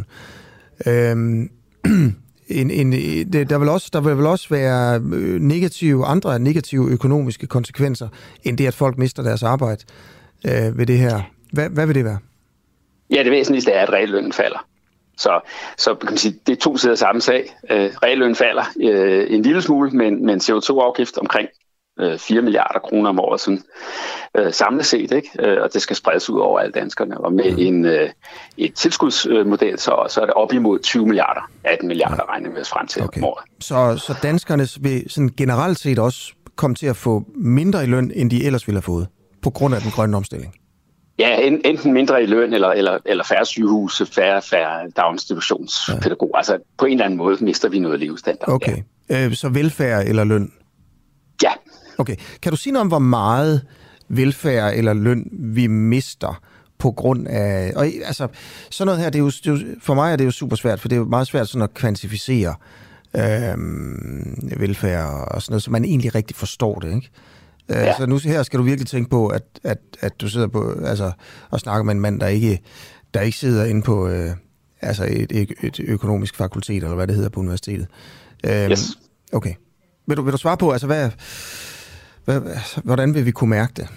S1: Øhm, en, en, det, der, vil også, der vil vel også være negative, andre negative økonomiske konsekvenser, end det, at folk mister deres arbejde øh, ved det her. Hvad, hvad vil det være?
S18: Ja, det væsentligste er, at reallønnen falder. Så, så kan man sige, det er to sider af samme sag. Øh, reallønnen falder øh, en lille smule, men, men C O to afgift omkring fire milliarder kroner om året sådan, øh, samlet set, ikke? Øh, og det skal spredes ud over alle danskerne. Og med en, øh, et tilskudsmodel, så, så er det op imod tyve milliarder, atten milliarder ja. regner vi os frem til okay. om året.
S1: Så, så danskerne vil sådan generelt set også komme til at få mindre i løn, end de ellers ville have fået, på grund af den grønne omstilling?
S18: Ja, enten mindre i løn, eller, eller, eller færre sygehuse, færre, færre daginstitutionspædagoger. Ja. Altså på en eller anden måde mister vi noget levestandard.
S1: Okay, ja. øh, så velfærd eller løn?
S18: Ja.
S1: Okay. Kan du sige noget om, hvor meget velfærd eller løn vi mister på grund af... Og, altså, sådan noget her, det er jo, det er jo, for mig er det jo super svært, for det er jo meget svært sådan at kvantificere øh, velfærd og sådan noget, så man egentlig rigtig forstår det, ikke? Ja. Så nu her skal du virkelig tænke på, at, at, at du sidder på, altså, og snakker med en mand, der ikke, der ikke sidder inde på øh, altså et, et økonomisk fakultet, eller hvad det hedder på universitetet. Øh,
S18: yes.
S1: Okay. Vil du, vil du svare på, altså hvad... Hvordan vil vi kunne mærke det?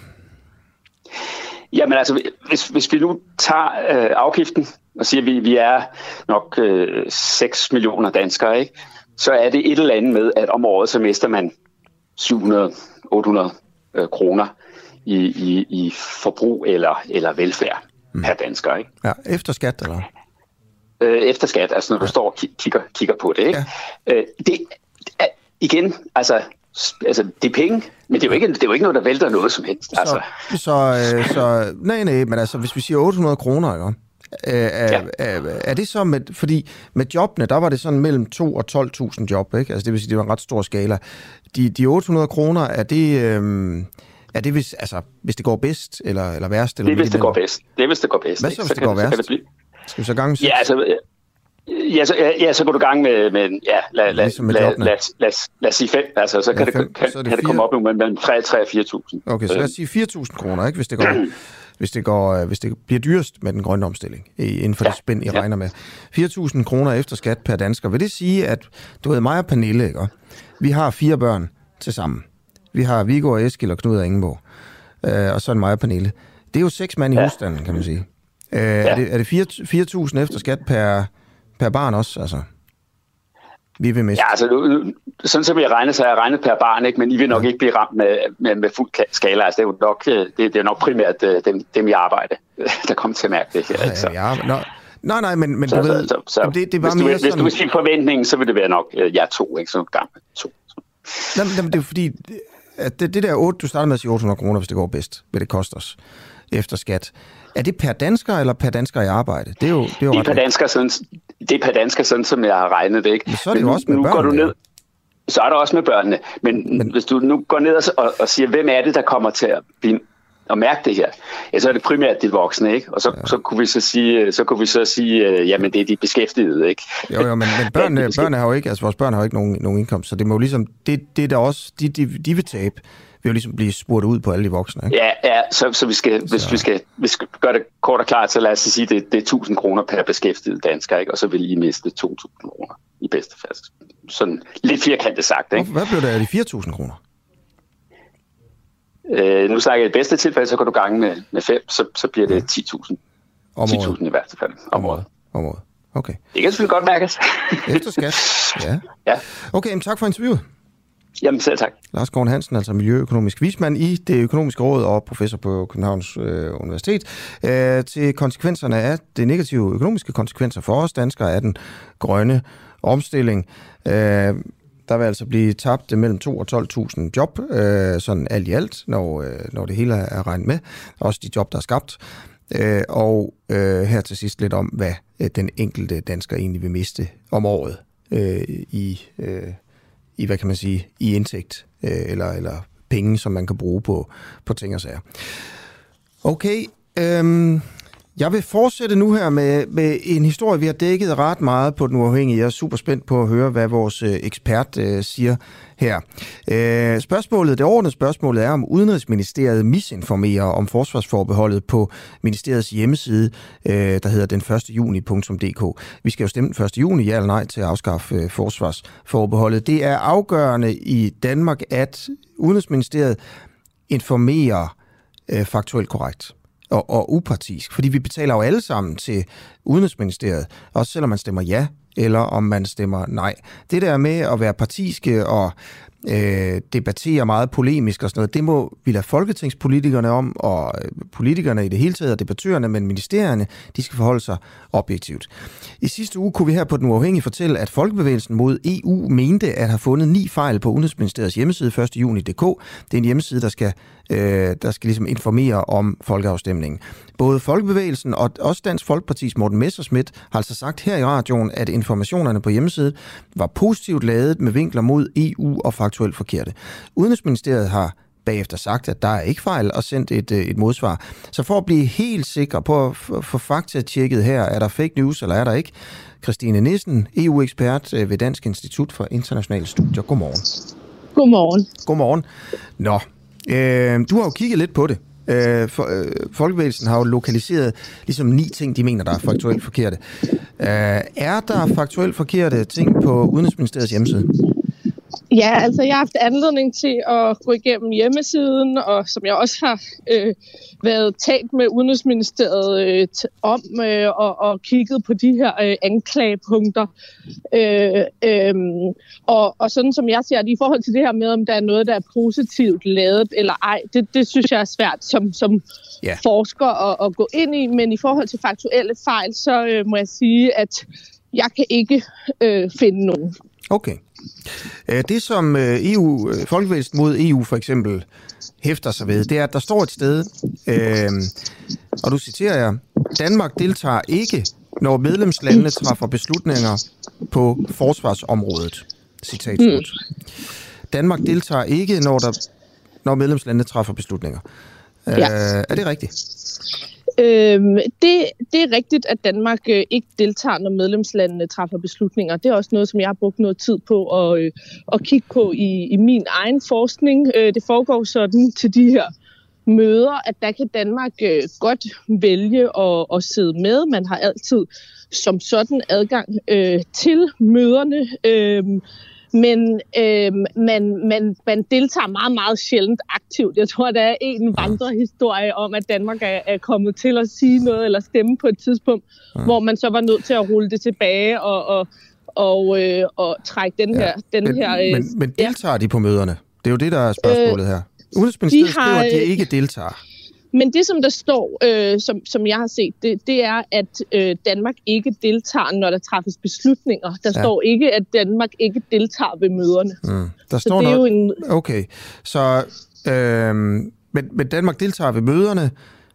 S18: Jamen altså, hvis, hvis vi nu tager øh, afgiften og siger, at vi, vi er nok øh, seks millioner danskere, ikke? Så er det et eller andet med, at om året så mister man syv hundrede til otte hundrede øh, kroner i, i, i forbrug eller, eller velfærd mm. per dansker. Ikke?
S1: Ja, efter skat, eller?
S18: Øh, efter skat, altså når du ja. står og kigger, kigger på det. Ikke? Ja. Øh, det er, igen, altså... Altså, det er penge, men det er jo ikke, det er jo ikke noget, der vælter noget som helst. Altså.
S1: Så, så, øh, så nej, nej, men altså, hvis vi siger otte hundrede kroner, ikke? Øh, er, ja. er, er det så med, fordi med jobbene, der var det sådan mellem to og tolv tusind job, ikke? Altså, det vil sige, det var en ret stor skala. De, de otte hundrede kroner, er det, øh, er det hvis, altså, hvis det går bedst, eller, eller værst? Eller
S18: det er, hvis det går bedst. Det er, hvis det går bedst.
S1: Hvad så, hvis så det går værst? Det blive... Skal vi så gange
S18: Ja, altså... Ja, så, ja, ja, så går du i gang med, med ja, lad, lad,
S1: ligesom
S18: lad, lad, lad, lad os sige fem, altså, så kan, ja, fem, det, kan, så det, kan det komme op mellem tre og fire tusind.
S1: Okay, så lad os sige fire tusind kroner, ikke, hvis det går, hvis det går, hvis det bliver dyrest med den grønne omstilling, inden for ja, det spænd, I ja. regner med. fire tusind kroner efter skat per dansker. Vil det sige, at du ved, mig og Pernille, ikke, vi har fire børn til sammen. Vi har Viggo og Eskil og Knud og Ingeborg, øh, og så mig og Pernille. Det er jo seks mand i ja. husstanden, kan man sige. Øh, ja. Er det, er det fire tusind efter skat per per barn også, altså? Vi vil miste.
S18: Ja, altså, nu, sådan som jeg regner, så har jeg regnet per barn, ikke? Men I vil nok ja. ikke blive ramt med, med, med fuld skala. Altså, det er jo nok, det, det er nok primært dem, dem i arbejde, der kommer til at mærke det her. Ikke? Så.
S1: Ja, ja, nej, nej, nej, men, men
S18: så,
S1: du ved...
S18: Så, så, det, det var hvis, du, mere hvis sådan... du vil sige forventningen, så vil det være nok uh, jer to, ikke? Sådan gang med to.
S1: Nej, men det er fordi, at det, det der otte, du starter med at sige otte hundrede kroner, hvis det går bedst, vil det koste os efter skat. Er det per dansker eller per dansker i arbejde? Det er jo, det er jo
S18: det er per dansker, sådan, det er per dansker, sådan som jeg har regnet det, ikke?
S1: Men så er det jo også med
S18: nu
S1: børnene.
S18: Går du ned, så er der også med børnene. Men, Men hvis du nu går ned og, og siger, hvem er det, der kommer til at, blive, at mærke det her? Ja, så er det primært de voksne, ikke? Og så, ja. så kunne vi så sige, så kunne vi så sige, jamen det er de beskæftigede, ikke?
S1: Jo, jo, men, men børnene, børnene har jo ikke, altså vores børn har jo ikke nogen, nogen indkomst, så det må jo ligesom, det, det er der også, de, de, de vil tabe. Vi vil ligesom blive spurgt ud på alle de voksne, ikke?
S18: Ja, ja, så, så vi skal, hvis så. vi skal, vi skal gøre det kort og klart, så lad os sige, det, det er tusind kroner per beskæftiget dansker, ikke? Og så vil I miste to tusind kroner i bedste fald. Sådan lidt firkantet sagt, ikke?
S1: Hvad blev der af de fire tusind kroner?
S18: Øh, nu snakker jeg i bedste tilfælde, så går du gange med, med fem, så, så bliver det ti tusind. ti tusind i værste fald om året.
S1: Om året, okay.
S18: Det kan selvfølgelig godt mærkes.
S1: Efter skat, ja.
S18: ja.
S1: Okay, men tak for interviewet.
S18: Jamen selv tak.
S1: Lars Gården Hansen, altså miljøøkonomisk vismand i Det Økonomiske Råd og professor på Københavns øh, Universitet, øh, til konsekvenserne af det negative økonomiske konsekvenser for os danskere af den grønne omstilling. Øh, der vil altså blive tabt mellem to og tolv tusind job, øh, sådan alt i alt, når, øh, når det hele er regnet med. Også de job, der er skabt. Øh, og øh, her til sidst lidt om, hvad øh, den enkelte dansker egentlig vil miste om året øh, i... Øh, i, hvad kan man sige, i indtægt, øh, eller, eller penge, som man kan bruge på, på ting og sager. Okay, øhm, jeg vil fortsætte nu her med, med en historie, vi har dækket ret meget på Den Uafhængige. Jeg er super spændt på at høre, hvad vores øh, ekspert øh, siger her. Øh, spørgsmålet, det overordnede spørgsmålet er, om Udenrigsministeriet misinformerer om forsvarsforbeholdet på ministeriets hjemmeside, øh, der hedder den første juni punktum d k. Vi skal jo stemme den første juni, ja eller nej, til at afskaffe øh, forsvarsforbeholdet. Det er afgørende i Danmark, at Udenrigsministeriet informerer øh, faktuelt korrekt og, og upartisk, fordi vi betaler jo alle sammen til Udenrigsministeriet, også selvom man stemmer ja, eller om man stemmer nej. Det der med at være partiske og øh, debattere meget polemisk og sådan noget, det må vi lade folketingspolitikerne om, og politikerne i det hele taget, og debattørerne, men ministerierne, de skal forholde sig objektivt. I sidste uge kunne vi her på Den Uafhængige fortælle, at Folkebevægelsen mod E U mente at have fundet ni fejl på Udenrigsministeriets hjemmeside første juni punktum d k. Det er en hjemmeside, der skal, øh, der skal ligesom informere om folkeafstemningen. Både Folkebevægelsen og også Dansk Folkepartis Morten Messerschmidt har altså sagt her i radioen, at informationerne på hjemmesiden var positivt ladet med vinkler mod E U og faktuelt forkerte. Udenrigsministeriet har bagefter sagt, at der er ikke fejl, og sendt et, et modsvar. Så for at blive helt sikker på at få faktatjekket her, er der fake news, eller er der ikke? Christine Nissen, E U-ekspert ved Dansk Institut for Internationale Studier. Godmorgen.
S21: Godmorgen.
S1: Godmorgen. Nå, øh, du har jo kigget lidt på det. Øh, for, øh, Folkebevægelsen har jo lokaliseret ligesom ni ting, de mener, der er faktuelt forkerte. Øh, er der faktuelt forkerte ting på Udenrigsministeriets hjemmeside?
S21: Ja, altså jeg har haft anledning til at gå igennem hjemmesiden, og som jeg også har øh, været talt med Udenrigsministeriet øh, t- om øh, og, og kigget på de her øh, anklagepunkter. Øh, øh, og, og sådan som jeg ser det, i forhold til det her med, om der er noget, der er positivt lavet eller ej, det, det synes jeg er svært som, som yeah. forsker at, at gå ind i. Men i forhold til faktuelle fejl, så øh, må jeg sige, at jeg kan ikke øh, finde nogen.
S1: Okay. Det, som E U, Folkebevægelsen mod E U for eksempel hæfter sig ved, det er, at der står et sted, øh, og du citerer jeg, Danmark deltager ikke, når medlemslandene træffer beslutninger på forsvarsområdet. Citat slut. Mm. Danmark deltager ikke, når, der, når medlemslandene træffer beslutninger. Ja. Øh, er det rigtigt?
S21: Øhm, det, det er rigtigt, at Danmark øh, ikke deltager, når medlemslandene træffer beslutninger. Det er også noget, som jeg har brugt noget tid på at, øh, at kigge på i, i min egen forskning. Øh, det foregår sådan til de her møder, at der kan Danmark øh, godt vælge at, at sidde med. Man har altid som sådan adgang øh, til møderne. Øh, Men øh, man, man, man deltager meget, meget sjældent aktivt. Jeg tror, der er en vandrehistorie om, at Danmark er, er kommet til at sige noget eller stemme på et tidspunkt, ja. hvor man så var nødt til at rulle det tilbage og, og, og, øh, og trække den her... Ja. Den
S1: men,
S21: her øh,
S1: men, men deltager ja. de på møderne? Det er jo det, der er spørgsmålet her. Udenrigsministeriet de skriver, at de ikke deltager.
S21: Men det, som der står, øh, som, som jeg har set, det, det er, at øh, Danmark ikke deltager, når der træffes beslutninger. Der ja. står ikke, at Danmark ikke deltager ved møderne. Mm.
S1: Der
S21: så
S1: står
S21: det er
S1: noget...
S21: jo en...
S1: Okay, så øh, men, men Danmark deltager ved møderne.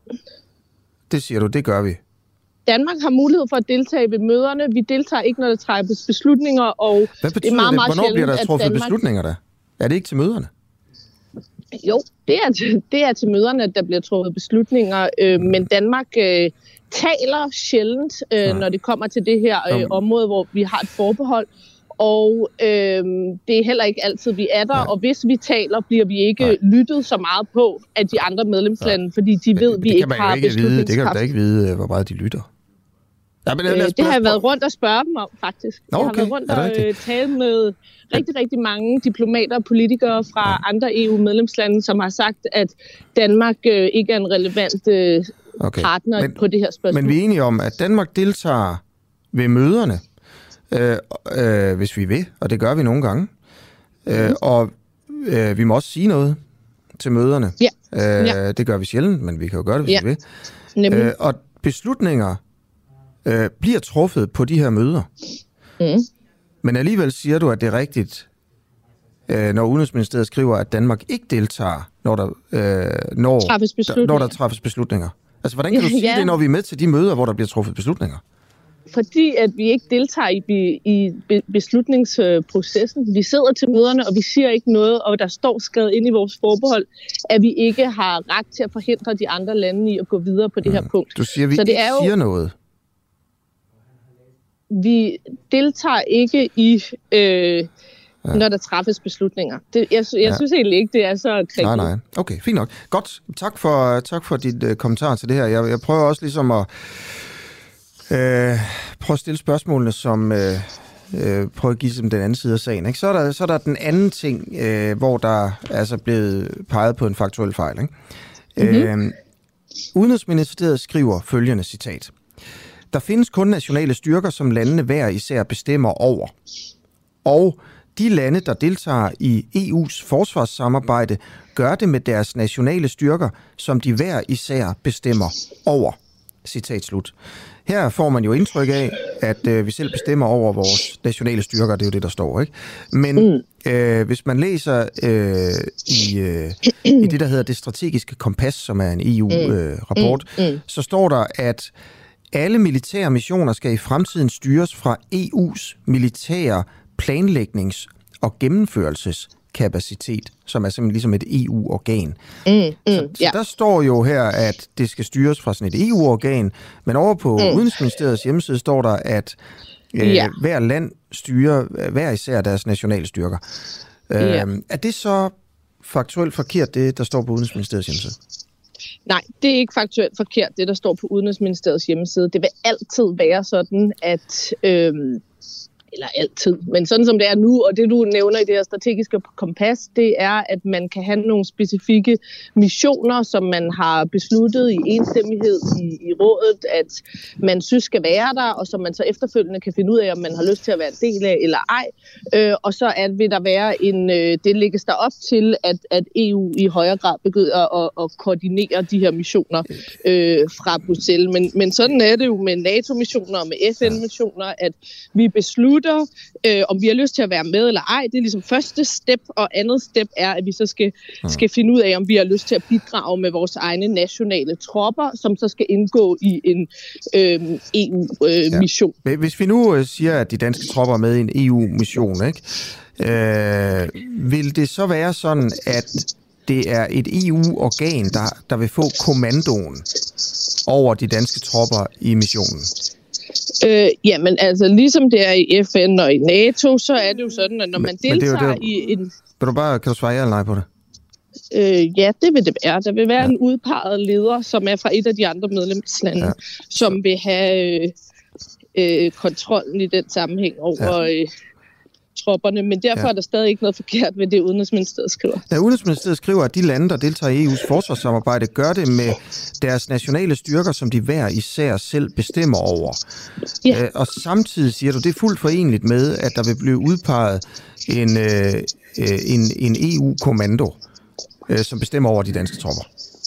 S1: Det siger du, det gør vi.
S21: Danmark har mulighed for at deltage ved møderne. Vi deltager ikke, når der træffes beslutninger. Og
S1: hvad betyder
S21: det? Er meget,
S1: det?
S21: meget
S1: Hvornår bliver der
S21: sjældent,
S1: truffet
S21: Danmark...
S1: beslutninger der? Er det ikke til møderne?
S21: Jo, det er, til, det er til møderne, at der bliver truffet beslutninger, øh, men Danmark øh, taler sjældent, øh, ja. når det kommer til det her øh, område, hvor vi har et forbehold, og øh, det er heller ikke altid, vi er der, ja. og hvis vi taler, bliver vi ikke ja. lyttet så meget på af de andre medlemslande, ja. fordi de ved,
S1: det,
S21: vi
S1: det
S21: ikke har beslutningskraft.
S1: Det kan man da ikke vide, hvor meget de lytter.
S21: Ja, men, øh, det har jeg været rundt og spørge dem om, faktisk.
S1: Nå, okay.
S21: Jeg har været rundt og øh, tale med rigtig, rigtig mange diplomater og politikere fra ja. andre E U-medlemslande, som har sagt, at Danmark øh, ikke er en relevant øh, okay. partner men, på det her spørgsmål.
S1: Men vi er enige om, at Danmark deltager ved møderne, øh, øh, hvis vi vil, og det gør vi nogle gange. Øh, og øh, vi må også sige noget til møderne.
S21: Ja.
S1: Øh,
S21: ja.
S1: Det gør vi sjældent, men vi kan jo gøre det, hvis
S21: ja.
S1: vi vil.
S21: Nemlig.
S1: Øh, og beslutninger øh, bliver truffet på de her møder.
S21: Mm.
S1: Men alligevel siger du, at det er rigtigt, øh, når Udenrigsministeriet skriver, at Danmark ikke deltager, når der, øh, når,
S21: træffes
S1: der, når der træffes beslutninger. Altså, hvordan kan du sige
S21: ja.
S1: det, når vi er med til de møder, hvor der bliver truffet beslutninger?
S21: Fordi at vi ikke deltager i, i beslutningsprocessen. Vi sidder til møderne, og vi siger ikke noget, og der står skrevet ind i vores forbehold, at vi ikke har ret til at forhindre de andre lande i at gå videre på det her punkt.
S1: Du siger, at vi
S21: Så det
S1: ikke
S21: er jo,
S1: siger noget.
S21: Vi deltager ikke i, øh, ja. når der træffes beslutninger. Det, jeg jeg ja. synes egentlig ikke, det er så kritisk.
S1: Nej, nej. Okay, fint nok. Godt. Tak for, tak for dit uh, kommentar til det her. Jeg, jeg prøver også ligesom at øh, prøve at stille spørgsmålene, som øh, øh, prøver at give dem den anden side af sagen. Ikke? Så, er der, så er der den anden ting, øh, hvor der er altså blevet peget på en faktuel fejl. Ikke? Mm-hmm. Øh, Udenrigsministeriet skriver følgende citat. Der findes kun nationale styrker, som landene hver især bestemmer over. Og de lande, der deltager i E U's forsvarssamarbejde, gør det med deres nationale styrker, som de hver især bestemmer over. Citat slut. Her får man jo indtryk af, at øh, vi selv bestemmer over vores nationale styrker, det er jo det, der står, ikke? Men mm. øh, hvis man læser øh, i, øh, i det, der hedder det strategiske kompas, som er en E U-rapport, øh, mm. mm. så står der, at alle militære missioner skal i fremtiden styres fra E U's militære planlægnings- og gennemførelseskapacitet, som er simpelthen ligesom et E U-organ. Mm, mm, så, så ja. der står jo her, at det skal styres fra sådan et E U-organ, men over på mm. Udenrigsministeriets hjemmeside står der, at øh, ja. hver land styrer hver især deres nationale styrker. Ja. Øh, er det så faktuelt forkert, det der står på Udenrigsministeriets hjemmeside?
S21: Nej, det er ikke faktuelt forkert, det der står på Udenrigsministeriets hjemmeside. Det vil altid være sådan, at... Øhm, eller altid, men sådan som det er nu, og det du nævner i det her strategiske kompas, det er, at man kan have nogle specifikke missioner, som man har besluttet i enstemmighed i, i rådet, at man synes skal være der, og som man så efterfølgende kan finde ud af, om man har lyst til at være en del af eller ej. Øh, og så at vil der være en, øh, det lægges der op til, at, at E U i højere grad begynder at, at koordinere de her missioner øh, fra Bruxelles. Men, men sådan er det jo med NATO-missioner og med F N-missioner, at vi beslutter, Øh, om vi har lyst til at være med eller ej. Det er ligesom første step, og andet step er, at vi så skal, skal finde ud af, om vi har lyst til at bidrage med vores egne nationale tropper, som så skal indgå i en øh, E U-mission.
S1: Øh, ja. Hvis vi nu øh, siger, at de danske tropper er med i en E U-mission, ikke? Øh, vil det så være sådan, at det er et E U-organ, der, der vil få kommandoen over de danske tropper i missionen?
S21: Øh, jamen altså, ligesom det er i F N og i NATO, så er det jo sådan, at når man men, deltager men det det, i en...
S1: Vil du bare, kan du svare ja eller nej på det?
S21: Øh, ja, det vil det være. Der vil være ja. en udpeget leder, som er fra et af de andre medlemslande, ja. som vil have øh, øh, kontrollen i den sammenhæng over... Ja. Øh, tropperne, men derfor ja. er der stadig ikke noget forkert ved det, Udenrigsministeriet skriver.
S1: Ja, Udenrigsministeriet skriver, at de lande, der deltager i E U's forsvarssamarbejde, gør det med deres nationale styrker, som de hver især selv bestemmer over. Ja. Øh, og samtidig siger du, det er fuldt forenligt med, at der vil blive udpeget en, øh, en, en E U-kommando, øh, som bestemmer over de danske tropper.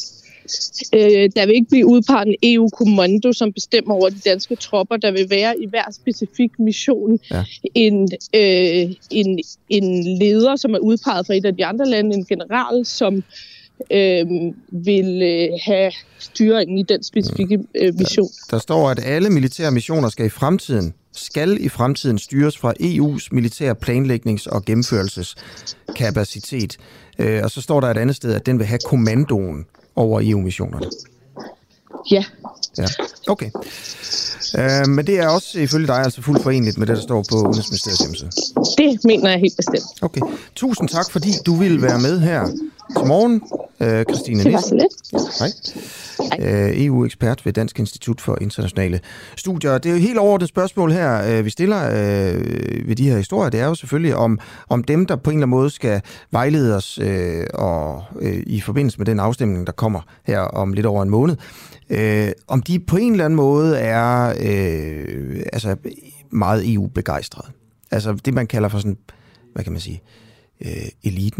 S21: Øh, der vil ikke blive udpeget en E U-kommando, som bestemmer over de danske tropper. Der vil være i hver specifik mission ja. en, øh, en, en leder, som er udpeget fra et af de andre lande, en general, som øh, vil øh, have styringen i den specifikke øh, mission.
S1: Der, der står, at alle militære missioner skal i fremtiden skal i fremtiden styres fra E U's militære planlægnings- og gennemførelseskapacitet. Øh, og så står der et andet sted, at den vil have kommandoen over E U-missionerne.
S21: Ja.
S1: Ja, okay. Øh, men det er også ifølge dig altså fuldt forenligt med det, der står på Udenrigsministeriets hjemmeside.
S21: Det mener jeg helt bestemt.
S1: Okay. Tusind tak, fordi du ville være med her til morgen, øh, Christine
S21: Det var så lidt.
S1: Ja, hej. Øh, E U-ekspert ved Dansk Institut for Internationale Studier. Det er jo helt overordnet spørgsmål her, øh, vi stiller øh, ved de her historier. Det er jo selvfølgelig om, om dem, der på en eller anden måde skal vejlede os øh, og, øh, i forbindelse med den afstemning, der kommer her om lidt over en måned. Øh, om de på en eller anden måde er øh, altså meget E U-begejstrede. Altså det, man kalder for sådan, hvad kan man sige, øh, eliten.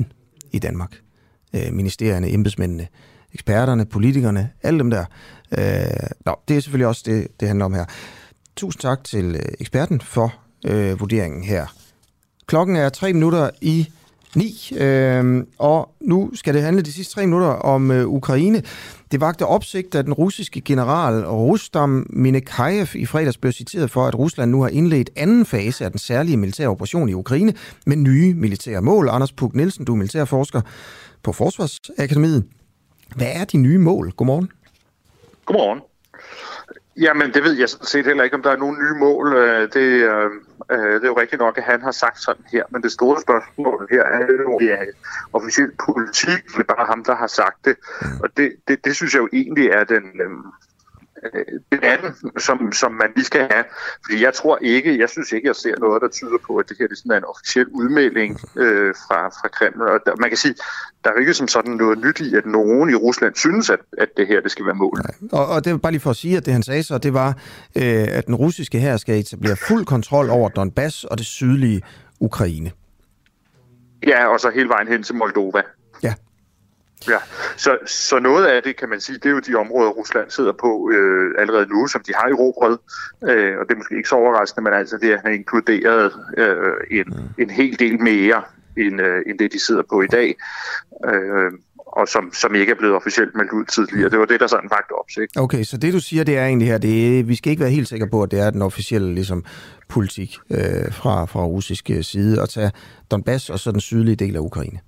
S1: i Danmark. Øh, ministerierne, embedsmændene, eksperterne, politikerne, alle dem der. Øh, nå, det er selvfølgelig også det, det handler om her. Tusind tak til eksperten for øh, vurderingen her. Klokken er tre minutter i ni, øh, og nu skal det handle de sidste tre minutter om øh, Ukraine. Det vagte opsigt, at den russiske general Rustam Minekayev i fredags blev citeret for, at Rusland nu har indledt anden fase af den særlige militære operation i Ukraine med nye militære mål. Anders Puk Nielsen, du er militærforsker på Forsvarsakademiet. Hvad er de nye mål? Godmorgen.
S9: Godmorgen. Jamen, det ved jeg sådan set heller ikke, om der er nogle nye mål. Det, øh, det er jo rigtigt nok, at han har sagt sådan her, men det store spørgsmål her er jo, det er officiel politik, det er bare ham, der har sagt det. Og det, det, det synes jeg jo egentlig er den... Øh, den anden, som, som man lige skal have. Fordi jeg tror ikke, jeg synes ikke, jeg ser noget, der tyder på, at det her det er sådan en officiel udmelding øh, fra, fra Kreml. Og der, man kan sige, der er jo ikke som sådan noget nyt i, at nogen i Rusland synes, at, at det her det skal være målet.
S1: Og, og det var bare lige for at sige, at det han sagde så, det var, øh, at den russiske hær skal etablere fuld kontrol over Donbass og det sydlige Ukraine.
S9: Ja, og så hele vejen hen til Moldova.
S1: Ja.
S9: Ja, så, så noget af det, kan man sige, det er jo de områder, Rusland sidder på øh, allerede nu, som de har erobret, øh, og det er måske ikke så overraskende, men altså det har inkluderet øh, en, mm. en hel del mere, end, øh, end det de sidder på i dag, øh, og som, som ikke er blevet officielt meldt ud tidligere. Det var det, der sådan vagt opsigt.
S1: Okay, så det du siger, det er egentlig her, det er, vi skal ikke være helt sikre på, at det er den officielle ligesom, politik øh, fra, fra russisk side, at tage Donbass og så den sydlige del af Ukraine.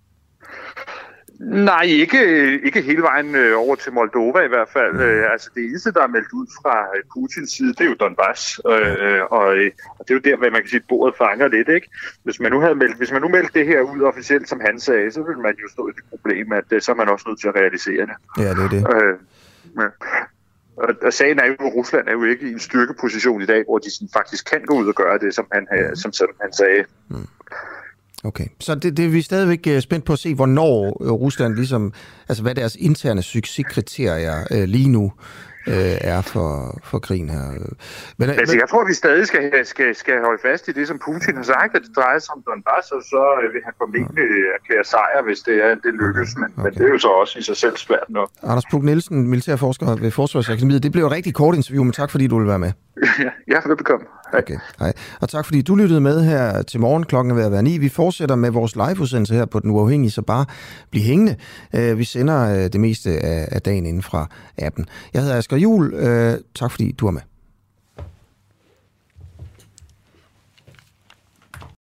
S9: Nej, ikke, ikke hele vejen øh, over til Moldova i hvert fald. Øh, altså det eneste, der er meldt ud fra Putins side, det er jo Donbass. Øh, og, og det er jo der, hvor man kan sige, at bordet fanger lidt, ikke? Hvis man nu havde meldt, hvis man nu meldte det her ud officielt, som han sagde, så ville man jo stå i det problem, at så er man også nødt til at realisere det.
S1: Ja, det er det.
S9: Øh, ja. Og, og sagen er jo, at Rusland er jo ikke i en styrkeposition i dag, hvor de sådan, faktisk kan gå ud og gøre det, som han, mm. som, som han sagde.
S1: Mm. Okay, så det, det er vi stadigvæk spændt på at se, hvornår Rusland ligesom, altså hvad deres interne succeskriterier øh, lige nu øh, er for, for krigen her.
S9: Men, altså, jeg tror, at vi stadig skal, skal, skal holde fast i det, som Putin har sagt, at det drejer sig om Donbass, og så vil han formentlig erklære sejr, hvis det, er, det lykkes, men, okay. men det er jo så også i sig selv svært nok.
S1: Anders Puk Nielsen, militærforsker ved Forsvarsakademiet, det blev et rigtig kort interview, men tak fordi du ville være med.
S9: Ja, ja, velbekomme. Hej.
S1: Okay, hej. Og tak fordi du lyttede med her til morgen. Klokken er ved at være ni. Vi fortsætter med vores liveudsendelse her på Den Uafhængige, så bare bliv hængende. Vi sender det meste af dagen inden fra appen. Jeg hedder Asger Juhl. Tak fordi du er med.